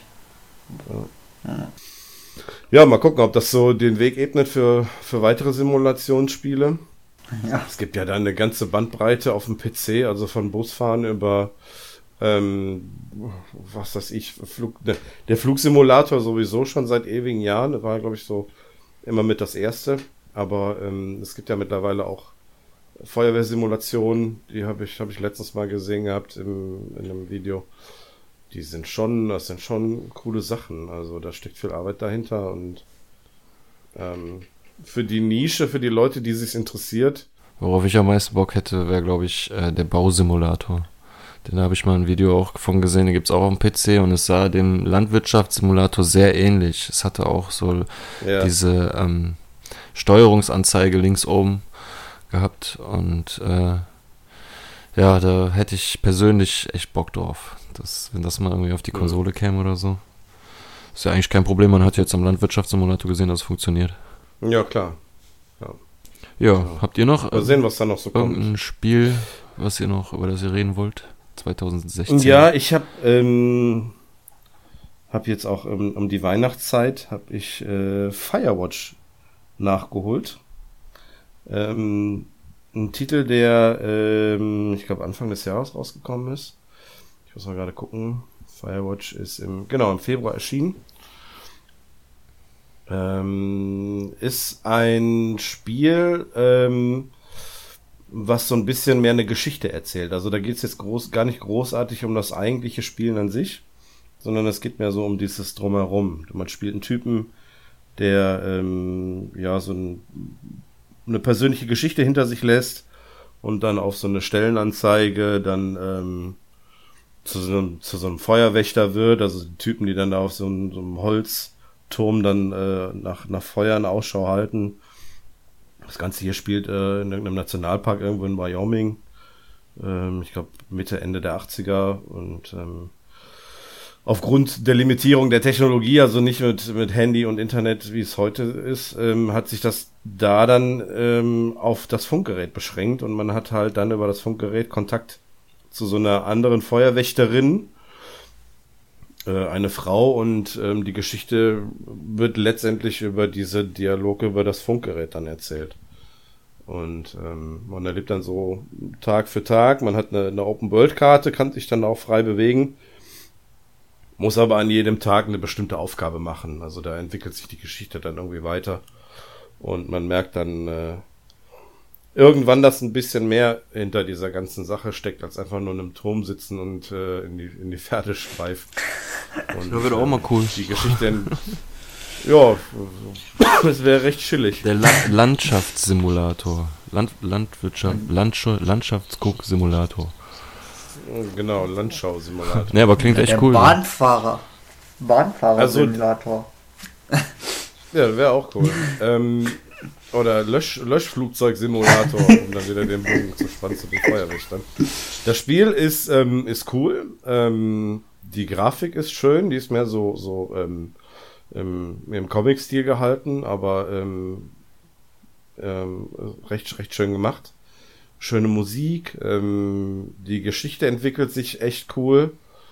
[SPEAKER 1] Ja, mal gucken, ob das so den Weg ebnet für, für weitere Simulationsspiele.
[SPEAKER 4] Ja.
[SPEAKER 1] Es gibt ja da eine ganze Bandbreite auf dem P C, also von Busfahren über ähm, was weiß ich, Flug, ne, der Flugsimulator sowieso schon seit ewigen Jahren. Das war, glaube ich, so immer mit das erste. Aber ähm, es gibt ja mittlerweile auch Feuerwehrsimulationen, die habe ich, habe ich letztens mal gesehen gehabt im, in einem Video. Die sind schon, das sind schon coole Sachen. Also da steckt viel Arbeit dahinter und ähm, für die Nische, für die Leute, die sich interessiert.
[SPEAKER 2] Worauf ich am meisten Bock hätte, wäre, glaube ich, äh, der Bausimulator. Den habe ich mal ein Video auch von gesehen, den gibt es auch auf dem P C und es sah dem Landwirtschaftssimulator sehr ähnlich. Es hatte auch so
[SPEAKER 1] Ja.
[SPEAKER 2] diese ähm, Steuerungsanzeige links oben gehabt und äh, ja, da hätte ich persönlich echt Bock drauf, dass, wenn das mal irgendwie auf die Konsole käme oder so. Ist ja eigentlich kein Problem, man hat jetzt am Landwirtschaftssimulator gesehen, dass es funktioniert.
[SPEAKER 1] Ja, klar.
[SPEAKER 2] Ja, habt ihr noch
[SPEAKER 1] Mal sehen, was da noch so kommt.
[SPEAKER 2] irgendein Spiel, was ihr noch, über das ihr reden wollt? zwanzig sechzehn.
[SPEAKER 1] Ja, ich habe ähm, hab jetzt auch ähm, um die Weihnachtszeit habe ich äh, Firewatch nachgeholt. Ähm, ein Titel, der ähm, ich glaube Anfang des Jahres rausgekommen ist. Ich muss mal gerade gucken. Firewatch ist im genau im Februar erschienen. Ähm, ist ein Spiel, ähm, was so ein bisschen mehr eine Geschichte erzählt. Also da geht es jetzt groß, gar nicht großartig um das eigentliche Spielen an sich, sondern es geht mehr so um dieses Drumherum. Man spielt einen Typen, der ähm, ja so ein, eine persönliche Geschichte hinter sich lässt und dann auf so eine Stellenanzeige dann ähm, zu, so einem, zu so einem Feuerwächter wird. Also die Typen, die dann da auf so einem, so einem Holzturm dann äh, nach, nach Feuern Ausschau halten. Das Ganze hier spielt äh, in irgendeinem Nationalpark irgendwo in Wyoming. Ähm, ich glaube Mitte, Ende der achtziger. Und ähm, aufgrund der Limitierung der Technologie, also nicht mit, mit Handy und Internet, wie es heute ist, ähm, hat sich das da dann ähm, auf das Funkgerät beschränkt. Und man hat halt dann über das Funkgerät Kontakt zu so einer anderen Feuerwächterin, äh, eine Frau. Und ähm, die Geschichte wird letztendlich über diese Dialoge über das Funkgerät dann erzählt. Und ähm, man erlebt dann so Tag für Tag. Man hat eine, eine Open-World-Karte, kann sich dann auch frei bewegen. Muss aber an jedem Tag eine bestimmte Aufgabe machen. Also da entwickelt sich die Geschichte dann irgendwie weiter. Und man merkt dann äh, irgendwann, dass ein bisschen mehr hinter dieser ganzen Sache steckt, als einfach nur in einem Turm sitzen und äh, in die in die Pferde schweifen. Und,
[SPEAKER 2] Das wird auch mal cool.
[SPEAKER 1] Die Geschichte, in, ja, das wäre recht chillig.
[SPEAKER 2] Der La Landschaftssimulator. Land Landwirtschaft, Landscha Landschaftsguck-Simulator.
[SPEAKER 1] Genau, Landschau-Simulator.
[SPEAKER 2] Ne, aber klingt echt
[SPEAKER 4] Der
[SPEAKER 2] cool. Ne?
[SPEAKER 4] Bahnfahrer. Bahnfahrer-Simulator.
[SPEAKER 1] Ja, wäre auch cool. ähm, oder Lösch Löschflugzeug-Simulator, um dann wieder den Bogen zu spannen zu den Feuerwächtern. Das Spiel ist, ähm, ist cool. Ähm, die Grafik ist schön, die ist mehr so, so ähm, im, im Comic-Stil gehalten, aber ähm, ähm, recht, recht schön gemacht. Schöne Musik, ähm, die Geschichte entwickelt sich echt cool.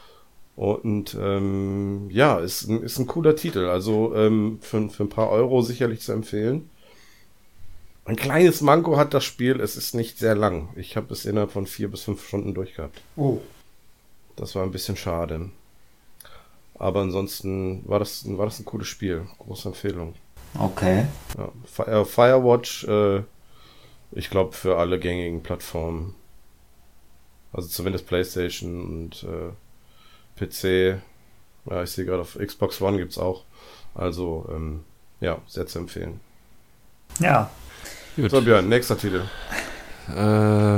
[SPEAKER 1] Und ähm, ja, ist ein, ist ein cooler Titel. Also ähm, für, für ein paar Euro sicherlich zu empfehlen. Ein kleines Manko hat das Spiel, es ist nicht sehr lang. Ich habe es innerhalb von vier bis fünf Stunden durchgehabt.
[SPEAKER 4] Oh.
[SPEAKER 1] Das war ein bisschen schade. Aber ansonsten war das, war das ein cooles Spiel. Große Empfehlung.
[SPEAKER 4] Okay.
[SPEAKER 1] Ja, Fi- äh, Firewatch, äh, ich glaube für alle gängigen Plattformen. Also zumindest PlayStation und äh, P C. Ja, ich sehe gerade auf Xbox One gibt's auch. Also, ähm, ja, sehr zu empfehlen.
[SPEAKER 4] Ja.
[SPEAKER 2] Gut.
[SPEAKER 1] So, Björn, nächster Titel.
[SPEAKER 2] Äh,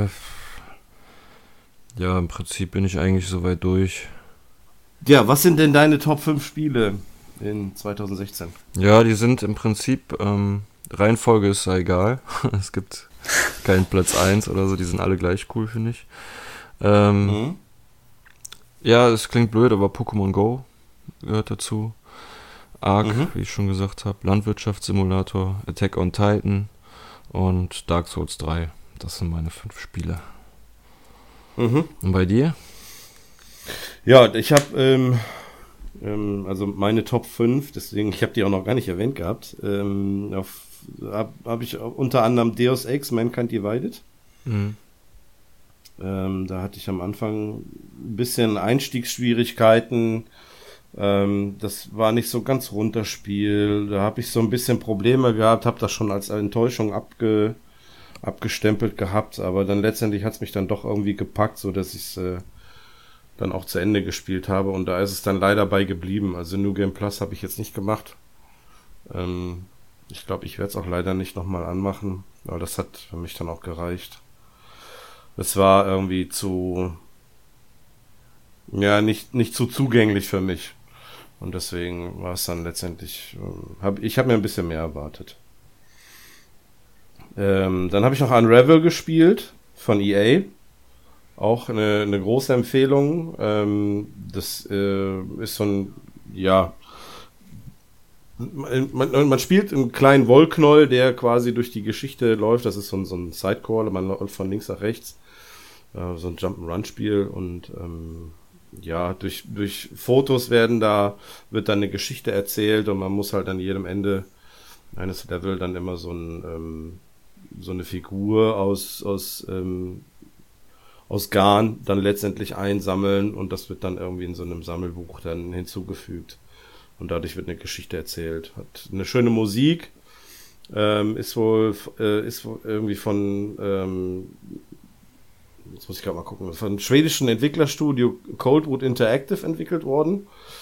[SPEAKER 2] ja, im Prinzip bin ich eigentlich soweit durch.
[SPEAKER 1] Ja, was sind denn deine Top fünf Spiele in zwanzig sechzehn?
[SPEAKER 2] Ja, die sind im Prinzip, ähm, Reihenfolge ist ja egal. Es gibt keinen Platz eins oder so, die sind alle gleich cool, finde ich. Ähm,
[SPEAKER 1] Mhm.
[SPEAKER 2] Ja, es klingt blöd, aber Pokémon Go gehört dazu. Ark,
[SPEAKER 1] Mhm.
[SPEAKER 2] wie ich schon gesagt habe, Landwirtschaftssimulator, Attack on Titan und Dark Souls drei. Das sind meine fünf Spiele.
[SPEAKER 1] Mhm.
[SPEAKER 2] Und bei dir?
[SPEAKER 1] Ja, ich habe ähm, ähm, also meine Top fünf, deswegen, ich habe die auch noch gar nicht erwähnt gehabt. Ähm, auf habe hab ich unter anderem Deus Ex, Mankind Divided.
[SPEAKER 2] Mhm.
[SPEAKER 1] Ähm, da hatte ich am Anfang ein bisschen Einstiegsschwierigkeiten. Ähm, das war nicht so ganz rund das Spiel. Da habe ich so ein bisschen Probleme gehabt, habe das schon als Enttäuschung abge, abgestempelt gehabt, aber dann letztendlich hat es mich dann doch irgendwie gepackt, so dass ich es äh, dann auch zu Ende gespielt habe und da ist es dann leider bei geblieben. Also New Game Plus habe ich jetzt nicht gemacht. Ähm, ich glaube, ich werde es auch leider nicht nochmal anmachen, aber das hat für mich dann auch gereicht. Es war irgendwie zu, ja, nicht, nicht zu zugänglich für mich. Und deswegen war es dann letztendlich, ähm, hab, ich habe mir ein bisschen mehr erwartet. Ähm, dann habe ich noch Unravel gespielt von E A. Auch eine, eine große Empfehlung. Ähm, das äh, ist so ein, ja, man, man, man spielt einen kleinen Wollknoll, der quasi durch die Geschichte läuft. Das ist so ein, so ein Sidecrawl, man läuft von links nach rechts. Äh, so ein Jump'n'Run-Spiel und ähm, ja, durch, durch Fotos werden da, wird dann eine Geschichte erzählt und man muss halt an jedem Ende eines Level dann immer so ein, ähm, so eine Figur aus, aus, ähm, aus Garn dann letztendlich einsammeln und das wird dann irgendwie in so einem Sammelbuch dann hinzugefügt und dadurch wird eine Geschichte erzählt. Hat eine schöne Musik, ähm, ist wohl, äh, ist wohl irgendwie von, ähm, jetzt muss ich gerade mal gucken, von einem schwedischen Entwicklerstudio Coldwood Interactive entwickelt worden.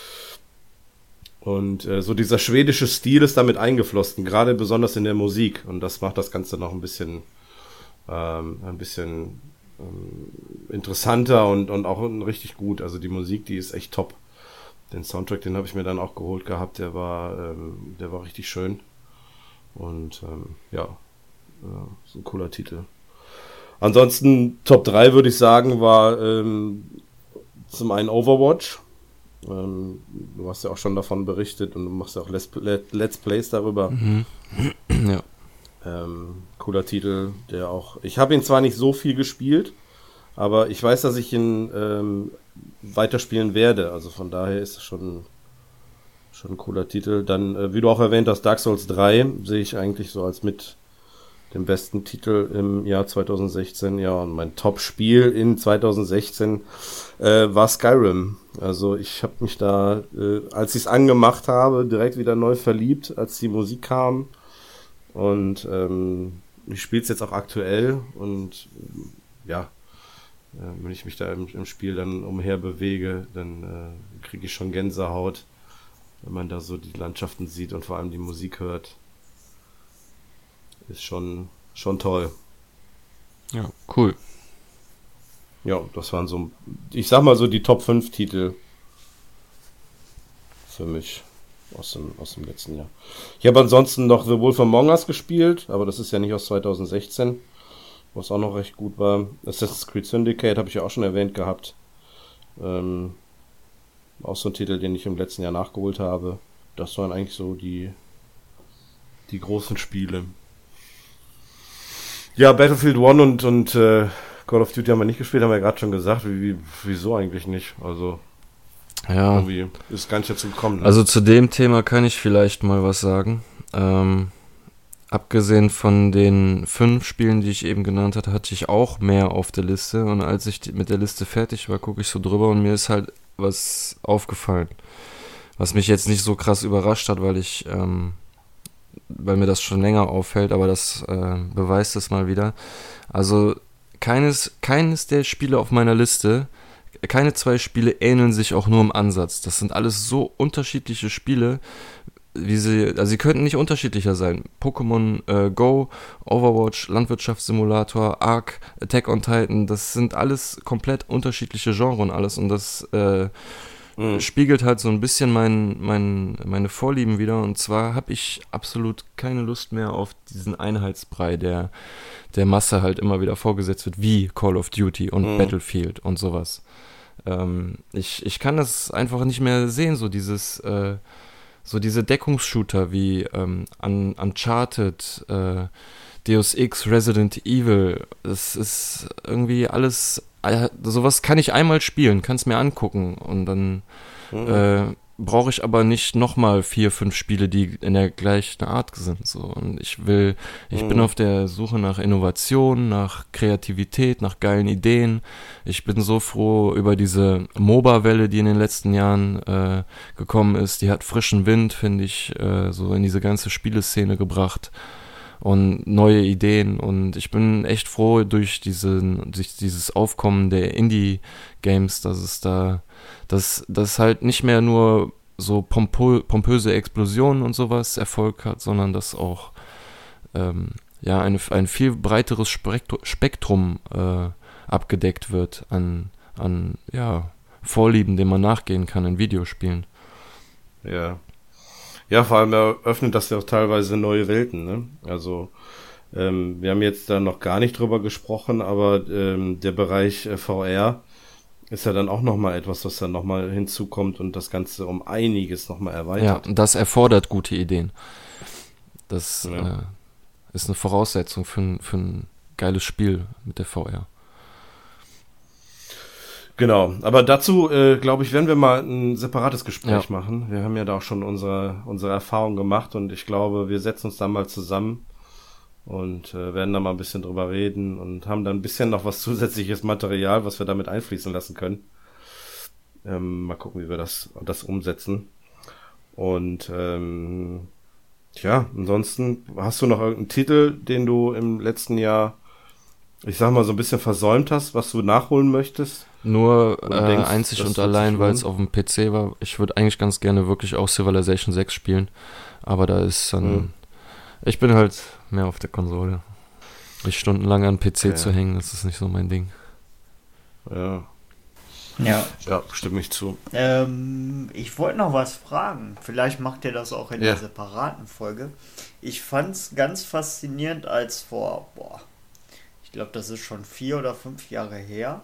[SPEAKER 1] Und äh, so dieser schwedische Stil ist damit eingeflossen, gerade besonders in der Musik. Und das macht das Ganze noch ein bisschen, ähm, ein bisschen ähm, interessanter und, und auch richtig gut. Also die Musik, die ist echt top. Den Soundtrack, den habe ich mir dann auch geholt gehabt, der war, ähm, der war richtig schön. Und ähm, ja, äh, so ein cooler Titel. Ansonsten Top drei würde ich sagen, war ähm, zum einen Overwatch. Ähm, du hast ja auch schon davon berichtet und du machst ja auch Let's, Let's Plays darüber.
[SPEAKER 2] Mhm. Ja.
[SPEAKER 1] Ähm, cooler Titel, der auch... Ich habe ihn zwar nicht so viel gespielt, aber ich weiß, dass ich ihn ähm, weiterspielen werde. Also von daher ist es schon, schon ein cooler Titel. Dann, äh, wie du auch erwähnt hast, Dark Souls drei sehe ich eigentlich so als mit den besten Titel im Jahr zwanzig sechzehn, ja, und mein Top-Spiel in zwanzig sechzehn äh, war Skyrim. Also ich habe mich da, äh, als ich es angemacht habe, direkt wieder neu verliebt, als die Musik kam. Und ähm, ich spiele es jetzt auch aktuell und äh, ja, äh, wenn ich mich da im, im Spiel dann umher bewege, dann äh, kriege ich schon Gänsehaut, wenn man da so die Landschaften sieht und vor allem die Musik hört. Ist schon, schon toll.
[SPEAKER 2] Ja, cool.
[SPEAKER 1] Ja, das waren so, ich sag mal so die Top fünf Titel für mich aus dem, aus dem letzten Jahr. Ich habe ansonsten noch The Wolf Among Us gespielt, aber das ist ja nicht aus zwanzig sechzehn, was auch noch recht gut war. Assassin's Creed Syndicate habe ich ja auch schon erwähnt gehabt. Ähm, auch so ein Titel, den ich im letzten Jahr nachgeholt habe. Das waren eigentlich so die, die großen Spiele. Ja, Battlefield One und, und äh, Call of Duty haben wir nicht gespielt, haben wir ja gerade schon gesagt. Wie, wie, wieso eigentlich nicht? Also,
[SPEAKER 2] Ja,
[SPEAKER 1] irgendwie ist gar nicht dazu gekommen. Ne?
[SPEAKER 2] also zu dem Thema kann ich vielleicht mal was sagen. Ähm, abgesehen von den fünf Spielen, die ich eben genannt hatte, hatte ich auch mehr auf der Liste. Und als ich die, mit der Liste fertig war, gucke ich so drüber und mir ist halt was aufgefallen. Was mich jetzt nicht so krass überrascht hat, weil ich... Ähm, weil mir das schon länger auffällt, aber das äh, beweist es mal wieder. Also keines, keines der Spiele auf meiner Liste, keine zwei Spiele ähneln sich auch nur im Ansatz. Das sind alles so unterschiedliche Spiele, wie sie, also sie könnten nicht unterschiedlicher sein. Pokémon äh, Go, Overwatch, Landwirtschaftssimulator, Ark, Attack on Titan, das sind alles komplett unterschiedliche Genres und alles und das äh, mhm. spiegelt halt so ein bisschen mein, mein, meine Vorlieben wieder. Und zwar habe ich absolut keine Lust mehr auf diesen Einheitsbrei, der der Masse halt immer wieder vorgesetzt wird, wie Call of Duty und mhm. Battlefield und sowas. Ähm, ich, ich kann das einfach nicht mehr sehen, so dieses, äh, so diese Deckungsshooter wie ähm, Un- Uncharted, äh, Deus Ex, Resident Evil. Das ist irgendwie alles, äh, sowas kann ich einmal spielen, kann es mir angucken und dann mhm. äh, brauche ich aber nicht nochmal vier, fünf Spiele, die in der gleichen Art sind. So. Und ich will, ich mhm. bin auf der Suche nach Innovation, nach Kreativität, nach geilen Ideen. Ich bin so froh über diese MOBA-Welle, die in den letzten Jahren äh, gekommen ist. Die hat frischen Wind, finde ich, äh, so in diese ganze Spieleszene gebracht und neue Ideen. Und ich bin echt froh durch, diesen, durch dieses Aufkommen der Indie-Games, dass es da dass das halt nicht mehr nur so pompo- pompöse Explosionen und sowas Erfolg hat, sondern dass auch ähm, ja eine, ein viel breiteres Spektrum, Spektrum äh, abgedeckt wird an, an ja, Vorlieben, denen man nachgehen kann in Videospielen.
[SPEAKER 1] Ja. Ja, vor allem eröffnet das ja auch teilweise neue Welten, ne? Also ähm, wir haben jetzt da noch gar nicht drüber gesprochen, aber ähm, der Bereich äh, V R ist ja dann auch nochmal etwas, was dann nochmal hinzukommt und das Ganze um einiges nochmal erweitert.
[SPEAKER 2] Ja, das erfordert gute Ideen. Das
[SPEAKER 1] ja.
[SPEAKER 2] äh, ist eine Voraussetzung für ein, für ein geiles Spiel mit der V R.
[SPEAKER 1] Genau, aber dazu, äh, glaube ich, werden wir mal ein separates Gespräch
[SPEAKER 2] Ja.
[SPEAKER 1] machen. Wir haben ja da auch schon unsere, unsere Erfahrung gemacht und ich glaube, wir setzen uns da mal zusammen und äh, werden da mal ein bisschen drüber reden und haben dann ein bisschen noch was zusätzliches Material, was wir damit einfließen lassen können. Ähm, mal gucken, wie wir das, das umsetzen. Und ähm, tja, ansonsten, hast du noch irgendeinen Titel, den du im letzten Jahr, ich sag mal, so ein bisschen versäumt hast, was du nachholen möchtest?
[SPEAKER 2] Nur
[SPEAKER 1] Und
[SPEAKER 2] äh,
[SPEAKER 1] denkst,
[SPEAKER 2] einzig
[SPEAKER 1] das
[SPEAKER 2] und
[SPEAKER 1] wird
[SPEAKER 2] allein,
[SPEAKER 1] sich
[SPEAKER 2] weil es
[SPEAKER 1] lohnen?
[SPEAKER 2] auf dem P C war. Ich würde eigentlich ganz gerne wirklich auch Civilization sechs spielen, aber da ist dann...
[SPEAKER 1] Mhm.
[SPEAKER 2] Ich bin halt mehr auf der Konsole. Mich stundenlang an P C
[SPEAKER 1] Okay.
[SPEAKER 2] zu hängen, das ist nicht so mein Ding.
[SPEAKER 1] Ja,
[SPEAKER 4] Ja.
[SPEAKER 1] ja, stimme ich zu.
[SPEAKER 4] Ähm, ich wollte noch was fragen. Vielleicht macht ihr das auch in
[SPEAKER 1] Ja.
[SPEAKER 4] der separaten Folge. Ich fand es ganz faszinierend, als vor, boah, ich glaube, das ist schon vier oder fünf Jahre her,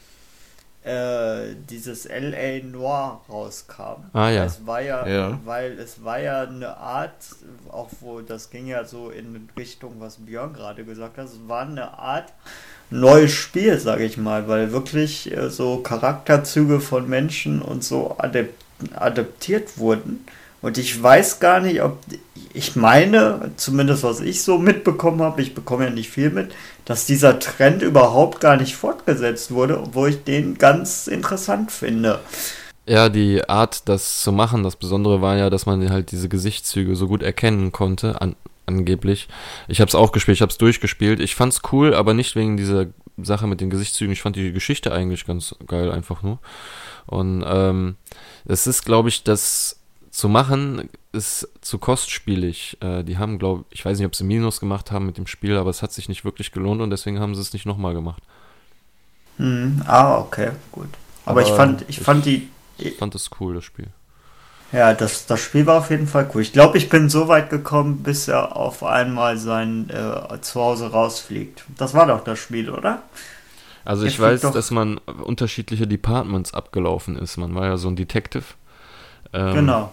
[SPEAKER 4] äh, dieses L A Noir rauskam.
[SPEAKER 2] Ah, ja.
[SPEAKER 4] Es war ja,
[SPEAKER 1] Ja.
[SPEAKER 4] weil es war ja eine Art, auch wo, das ging ja so in Richtung, was Björn gerade gesagt hat, es war eine Art neues Spiel, sage ich mal, weil wirklich äh, so Charakterzüge von Menschen und so adep- adaptiert wurden. Und ich weiß gar nicht, ob, ich meine, zumindest was ich so mitbekommen habe, ich bekomme ja nicht viel mit, dass dieser Trend überhaupt gar nicht fortgesetzt wurde, obwohl ich den ganz interessant finde.
[SPEAKER 2] Ja, die Art, das zu machen, das Besondere war ja, dass man halt diese Gesichtszüge so gut erkennen konnte, an, angeblich. Ich habe es auch gespielt, ich habe es durchgespielt. Ich fand's cool, aber nicht wegen dieser Sache mit den Gesichtszügen. Ich fand die Geschichte eigentlich ganz geil, einfach nur. Und ähm, es ist, glaube ich, das zu machen, ist zu kostspielig. Äh, die haben, glaube ich, weiß nicht, ob sie Minus gemacht haben mit dem Spiel, aber es hat sich nicht wirklich gelohnt und deswegen haben sie es nicht nochmal gemacht.
[SPEAKER 4] Hm, ah, okay, gut. Aber,
[SPEAKER 2] Aber
[SPEAKER 4] ich fand, ich
[SPEAKER 2] ich-
[SPEAKER 4] fand die,
[SPEAKER 2] Ich fand das cool, das Spiel.
[SPEAKER 4] ja, das, das Spiel war auf jeden Fall cool. Ich glaube, ich bin so weit gekommen, bis er auf einmal sein äh, Zuhause rausfliegt. Das war doch das Spiel, oder?
[SPEAKER 2] Also
[SPEAKER 4] Er
[SPEAKER 2] ich
[SPEAKER 4] fliegt
[SPEAKER 2] weiß,
[SPEAKER 4] doch-
[SPEAKER 2] dass man unterschiedliche Departments abgelaufen ist. Man war ja so ein Detective. Ähm,
[SPEAKER 4] Genau.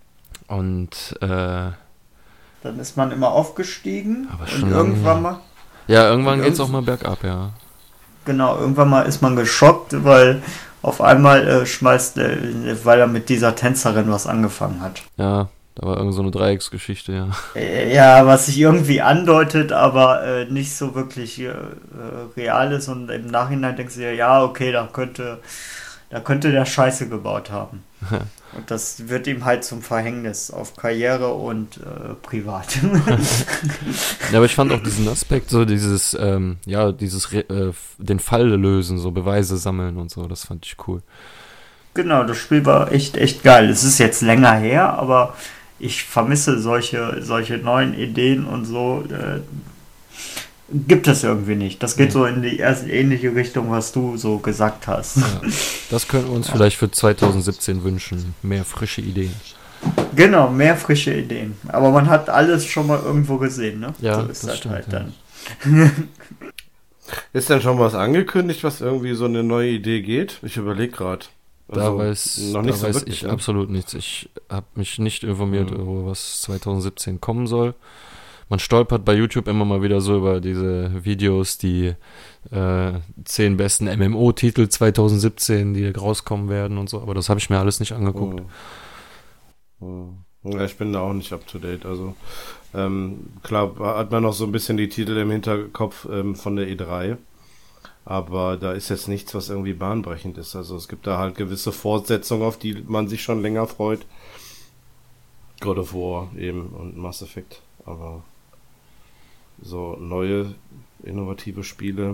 [SPEAKER 2] Und äh,
[SPEAKER 4] Dann ist man immer aufgestiegen
[SPEAKER 2] Aber
[SPEAKER 4] und
[SPEAKER 2] schon lange
[SPEAKER 4] irgendwann
[SPEAKER 2] her.
[SPEAKER 4] mal,
[SPEAKER 2] ja, irgendwann
[SPEAKER 4] Und
[SPEAKER 2] geht's
[SPEAKER 4] irgend-
[SPEAKER 2] auch mal bergab, ja.
[SPEAKER 4] genau, irgendwann mal ist man geschockt, weil auf einmal äh, schmeißt, äh, weil er mit dieser Tänzerin was angefangen hat.
[SPEAKER 2] Ja, da war irgend so eine Dreiecksgeschichte, ja.
[SPEAKER 4] Äh, Ja, was sich irgendwie andeutet, aber äh, nicht so wirklich äh, äh, real ist und im Nachhinein denkst du dir, ja, okay, da könnte, da könnte der Scheiße gebaut haben. Und das wird ihm halt zum Verhängnis auf Karriere und äh, privat.
[SPEAKER 2] Ja, aber ich fand auch diesen Aspekt, so dieses, ähm, ja, dieses, Re- äh, den Fall lösen, so Beweise sammeln und so, das fand ich cool.
[SPEAKER 4] Genau, das Spiel war echt, echt geil. Es ist jetzt länger her, aber ich vermisse solche, solche neuen Ideen und so. Äh, gibt es irgendwie nicht. Das geht so in die erste ähnliche Richtung, was du so gesagt hast.
[SPEAKER 2] Ja, das könnten wir uns ja. vielleicht für zwanzig siebzehn wünschen. Mehr frische Ideen.
[SPEAKER 4] Genau, mehr frische Ideen. Aber man hat alles schon mal irgendwo gesehen, ne?
[SPEAKER 2] Ja,
[SPEAKER 4] so ist
[SPEAKER 2] das
[SPEAKER 4] das
[SPEAKER 2] stimmt,
[SPEAKER 4] halt
[SPEAKER 2] ja.
[SPEAKER 4] dann.
[SPEAKER 1] Ist denn schon was angekündigt, was irgendwie so eine neue Idee geht? Ich überlege gerade.
[SPEAKER 2] Da
[SPEAKER 1] Also,
[SPEAKER 2] weiß,
[SPEAKER 1] noch nicht
[SPEAKER 2] da
[SPEAKER 1] so
[SPEAKER 2] weiß
[SPEAKER 1] wirklich,
[SPEAKER 2] ich
[SPEAKER 1] ne?
[SPEAKER 2] absolut nichts. Ich habe mich nicht informiert,
[SPEAKER 1] Mhm.
[SPEAKER 2] was zwanzig siebzehn kommen soll. Man stolpert bei YouTube immer mal wieder so über diese Videos, die äh, zehn besten M M O-Titel zwanzig siebzehn, die rauskommen werden und so. Aber das habe ich mir alles nicht angeguckt.
[SPEAKER 1] Mhm. Ja, ich bin da auch nicht up to date. Also ähm, klar hat man noch so ein bisschen die Titel im Hinterkopf ähm, von der E drei. Aber da ist jetzt nichts, was irgendwie bahnbrechend ist. Also es gibt da halt gewisse Fortsetzungen, auf die man sich schon länger freut. God of War eben und Mass Effect. Aber so neue, innovative Spiele.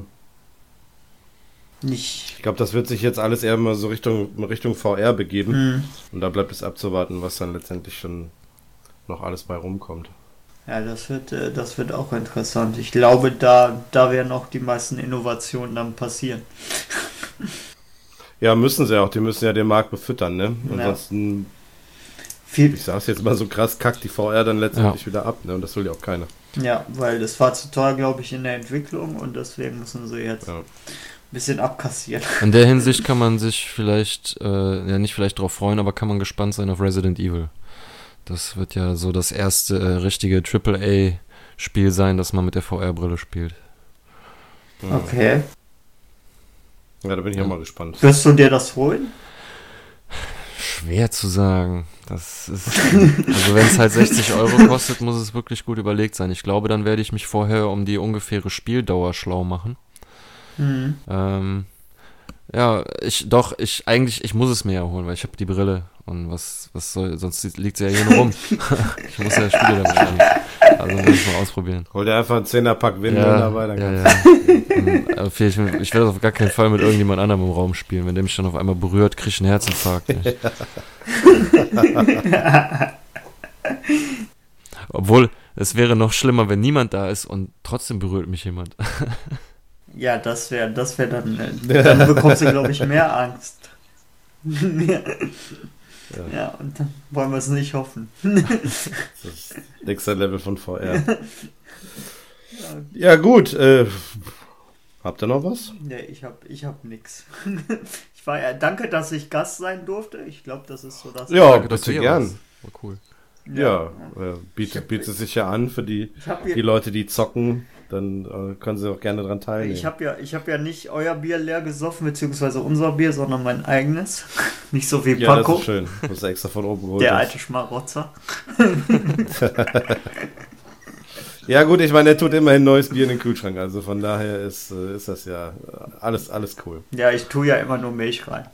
[SPEAKER 4] Nicht.
[SPEAKER 1] Ich glaube, das wird sich jetzt alles eher mal so Richtung, Richtung V R begeben.
[SPEAKER 4] Hm.
[SPEAKER 1] Und da bleibt es abzuwarten, was dann letztendlich schon noch alles bei rumkommt.
[SPEAKER 4] Ja, das wird, äh, das wird auch interessant. Ich glaube, da, da werden auch die meisten Innovationen dann passieren.
[SPEAKER 1] Ja, müssen sie auch. Die müssen ja den Markt befüttern, ne?
[SPEAKER 4] Ja.
[SPEAKER 1] Ansonsten,
[SPEAKER 4] Viel,
[SPEAKER 1] ich sag's jetzt mal so krass, kackt die V R dann letztendlich ja. wieder ab, ne? Und das will ja auch keiner.
[SPEAKER 4] ja, weil das war zu teuer, glaube ich, in der Entwicklung und deswegen müssen sie jetzt
[SPEAKER 1] Ja.
[SPEAKER 4] ein bisschen abkassieren.
[SPEAKER 2] In der Hinsicht kann man sich vielleicht, äh, ja nicht vielleicht drauf freuen, aber kann man gespannt sein auf Resident Evil. Das wird ja so das erste äh, richtige Triple A-Spiel sein, das man mit der V R-Brille spielt.
[SPEAKER 1] Ja.
[SPEAKER 4] Okay.
[SPEAKER 1] Ja, da bin ich
[SPEAKER 2] Ja.
[SPEAKER 1] auch mal gespannt.
[SPEAKER 4] Wirst du dir das holen?
[SPEAKER 2] Schwer zu sagen. Das ist, also wenn es halt sechzig Euro kostet, muss es wirklich gut überlegt sein. Ich glaube, dann werde ich mich vorher um die ungefähre Spieldauer schlau machen.
[SPEAKER 4] Mhm.
[SPEAKER 2] Ähm, ja, ich doch, ich eigentlich, ich muss es mir ja holen, weil ich habe die Brille und was, was soll, sonst liegt sie ja hier nur rum. Ich muss ja Spiele damit an. Also muss ich mal ausprobieren.
[SPEAKER 1] Hol dir einfach einen Zehnerpack Windeln
[SPEAKER 2] Ja,
[SPEAKER 1] dabei, dann
[SPEAKER 2] ja,
[SPEAKER 1] kannst
[SPEAKER 2] ja. Und, äh, ich, ich werde das auf gar keinen Fall mit irgendjemand anderem im Raum spielen. Wenn der mich dann auf einmal berührt, kriege ich einen Herzinfarkt. Ey. Obwohl, es wäre noch schlimmer, wenn niemand da ist und trotzdem berührt mich jemand.
[SPEAKER 4] Ja, das wäre das wär dann. Äh, dann bekommst du, glaube ich, mehr Angst. ja. ja, und dann wollen wir es nicht hoffen.
[SPEAKER 1] Das ist nächster Level von V R. Ja, gut. Äh, habt ihr noch was?
[SPEAKER 4] Nee, ich hab, ich hab nix. Ich war ja, danke, dass ich Gast sein durfte. Ich glaube, das ist so das.
[SPEAKER 1] Ja,
[SPEAKER 2] Danke, dass
[SPEAKER 1] bitte
[SPEAKER 2] du hier
[SPEAKER 1] gern.
[SPEAKER 2] warst. War cool.
[SPEAKER 1] Ja, äh, bietet, bietet sich ja an für die,
[SPEAKER 4] Ich hab hier,
[SPEAKER 1] die Leute, die zocken. Dann äh, können sie auch gerne dran teilnehmen.
[SPEAKER 4] ich habe ja, ich hab ja nicht euer Bier leer gesoffen, beziehungsweise unser Bier, sondern mein eigenes. Nicht so wie
[SPEAKER 1] ja, das
[SPEAKER 4] Paco,
[SPEAKER 1] ist schön. Das ist extra von oben geholt.
[SPEAKER 4] der
[SPEAKER 1] hast.
[SPEAKER 4] alte Schmarotzer.
[SPEAKER 1] Ja gut, ich meine, er tut immerhin neues Bier in den Kühlschrank. Also von daher ist, äh, ist das ja alles, alles cool.
[SPEAKER 4] Ja, ich tue ja immer nur Milch rein.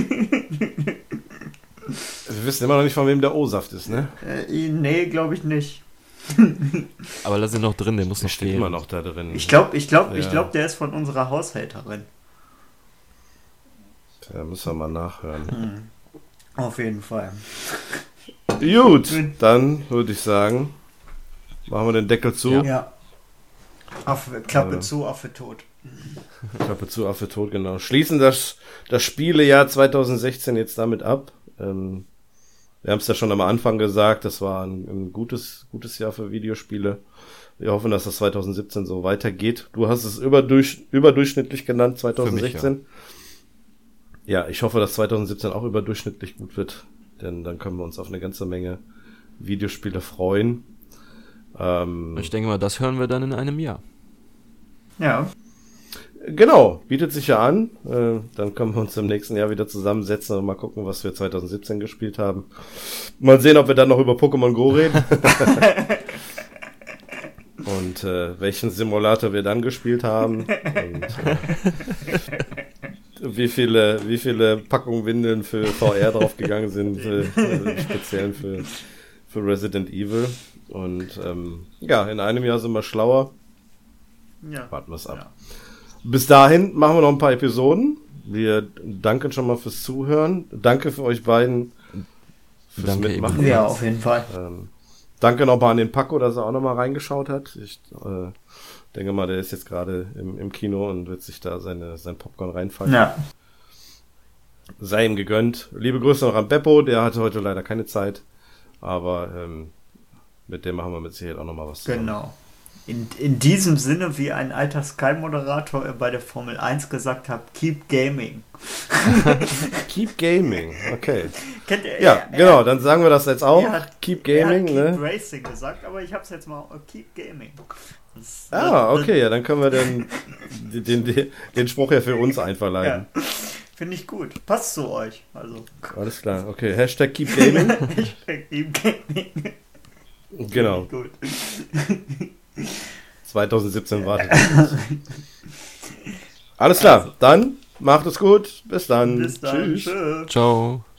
[SPEAKER 1] Wir wissen immer noch nicht, von wem der O-Saft ist, ne?
[SPEAKER 4] Äh, nee, glaube ich nicht.
[SPEAKER 2] Aber lass ihn noch drin, der muss
[SPEAKER 1] Der
[SPEAKER 2] noch
[SPEAKER 1] steht
[SPEAKER 2] stehen.
[SPEAKER 1] immer noch da drin.
[SPEAKER 4] Ich glaube, ich glaube, ich
[SPEAKER 1] Ja.
[SPEAKER 4] glaube, der ist von unserer Haushälterin.
[SPEAKER 1] Da müssen wir mal nachhören.
[SPEAKER 4] Hm. Auf jeden Fall.
[SPEAKER 1] Gut, dann würde ich sagen, machen wir den Deckel zu.
[SPEAKER 4] Ja. Affe, Klappe
[SPEAKER 1] Ja.
[SPEAKER 4] zu, Affe tot.
[SPEAKER 1] Klappe zu, Affe tot, genau. Schließen das, das Spielejahr zwanzig sechzehn jetzt damit ab. Ähm, wir haben es ja schon am Anfang gesagt, das war ein, ein gutes, gutes Jahr für Videospiele. Wir hoffen, dass das zwanzig siebzehn so weitergeht. Du hast es überdurch, überdurchschnittlich genannt, zwanzig sechzehn.
[SPEAKER 2] Für mich,
[SPEAKER 1] ja. ja, ich hoffe, dass zwanzig siebzehn auch überdurchschnittlich gut wird, denn dann können wir uns auf eine ganze Menge Videospiele freuen. Ähm,
[SPEAKER 2] Ich denke mal, das hören wir dann in einem Jahr.
[SPEAKER 4] Ja.
[SPEAKER 1] Genau, bietet sich ja an. Äh, dann können wir uns im nächsten Jahr wieder zusammensetzen und mal gucken, was wir zwanzig siebzehn gespielt haben. Mal sehen, ob wir dann noch über Pokémon Go reden. Und äh, welchen Simulator wir dann gespielt haben. Und äh, wie viele, wie viele Packungen Windeln für V R draufgegangen sind, äh, speziell für, für Resident Evil. Und ähm, ja, in einem Jahr sind wir schlauer.
[SPEAKER 4] Ja.
[SPEAKER 1] Warten wir es ab.
[SPEAKER 4] Ja.
[SPEAKER 1] Bis dahin machen wir noch ein paar Episoden. Wir danken schon mal fürs Zuhören. Danke für euch beiden fürs
[SPEAKER 2] Danke
[SPEAKER 1] Mitmachen.
[SPEAKER 2] ebenfalls.
[SPEAKER 4] Ja, auf jeden Fall.
[SPEAKER 1] Ähm, danke nochmal an den Paco, dass er auch nochmal reingeschaut hat. Ich äh, denke mal, der ist jetzt gerade im, im Kino und wird sich da seine, sein Popcorn reinfangen.
[SPEAKER 4] Ja.
[SPEAKER 1] Sei ihm gegönnt. Liebe Grüße noch an Beppo, der hatte heute leider keine Zeit, aber ähm, mit dem machen wir mit Sicherheit auch nochmal was zusammen.
[SPEAKER 4] Genau. In, in diesem Sinne, wie ein alter Sky-Moderator bei der Formel eins gesagt hat, keep gaming.
[SPEAKER 1] Keep gaming, okay.
[SPEAKER 4] Kennt ihr,
[SPEAKER 1] Ja,
[SPEAKER 4] er,
[SPEAKER 1] genau, dann sagen wir das jetzt auch.
[SPEAKER 4] er hat,
[SPEAKER 1] Keep
[SPEAKER 4] er
[SPEAKER 1] gaming,
[SPEAKER 4] hat Keep
[SPEAKER 1] ne?
[SPEAKER 4] Racing gesagt, aber ich hab's jetzt mal, uh, keep gaming. Das,
[SPEAKER 1] Ah,
[SPEAKER 4] das-
[SPEAKER 1] okay, ja, dann können wir den, den, den, den Spruch ja für uns einverleiben.
[SPEAKER 4] Ja. Finde ich gut. Passt zu euch. Also,
[SPEAKER 1] Alles klar, okay. Hashtag Keep Gaming.
[SPEAKER 4] keep gaming.
[SPEAKER 1] Genau.
[SPEAKER 4] Gut.
[SPEAKER 1] zwanzig siebzehn wartet. Alles klar, dann macht es gut. Bis dann.
[SPEAKER 4] Bis dann.
[SPEAKER 1] Tschüss.
[SPEAKER 4] Tschö.
[SPEAKER 2] Ciao.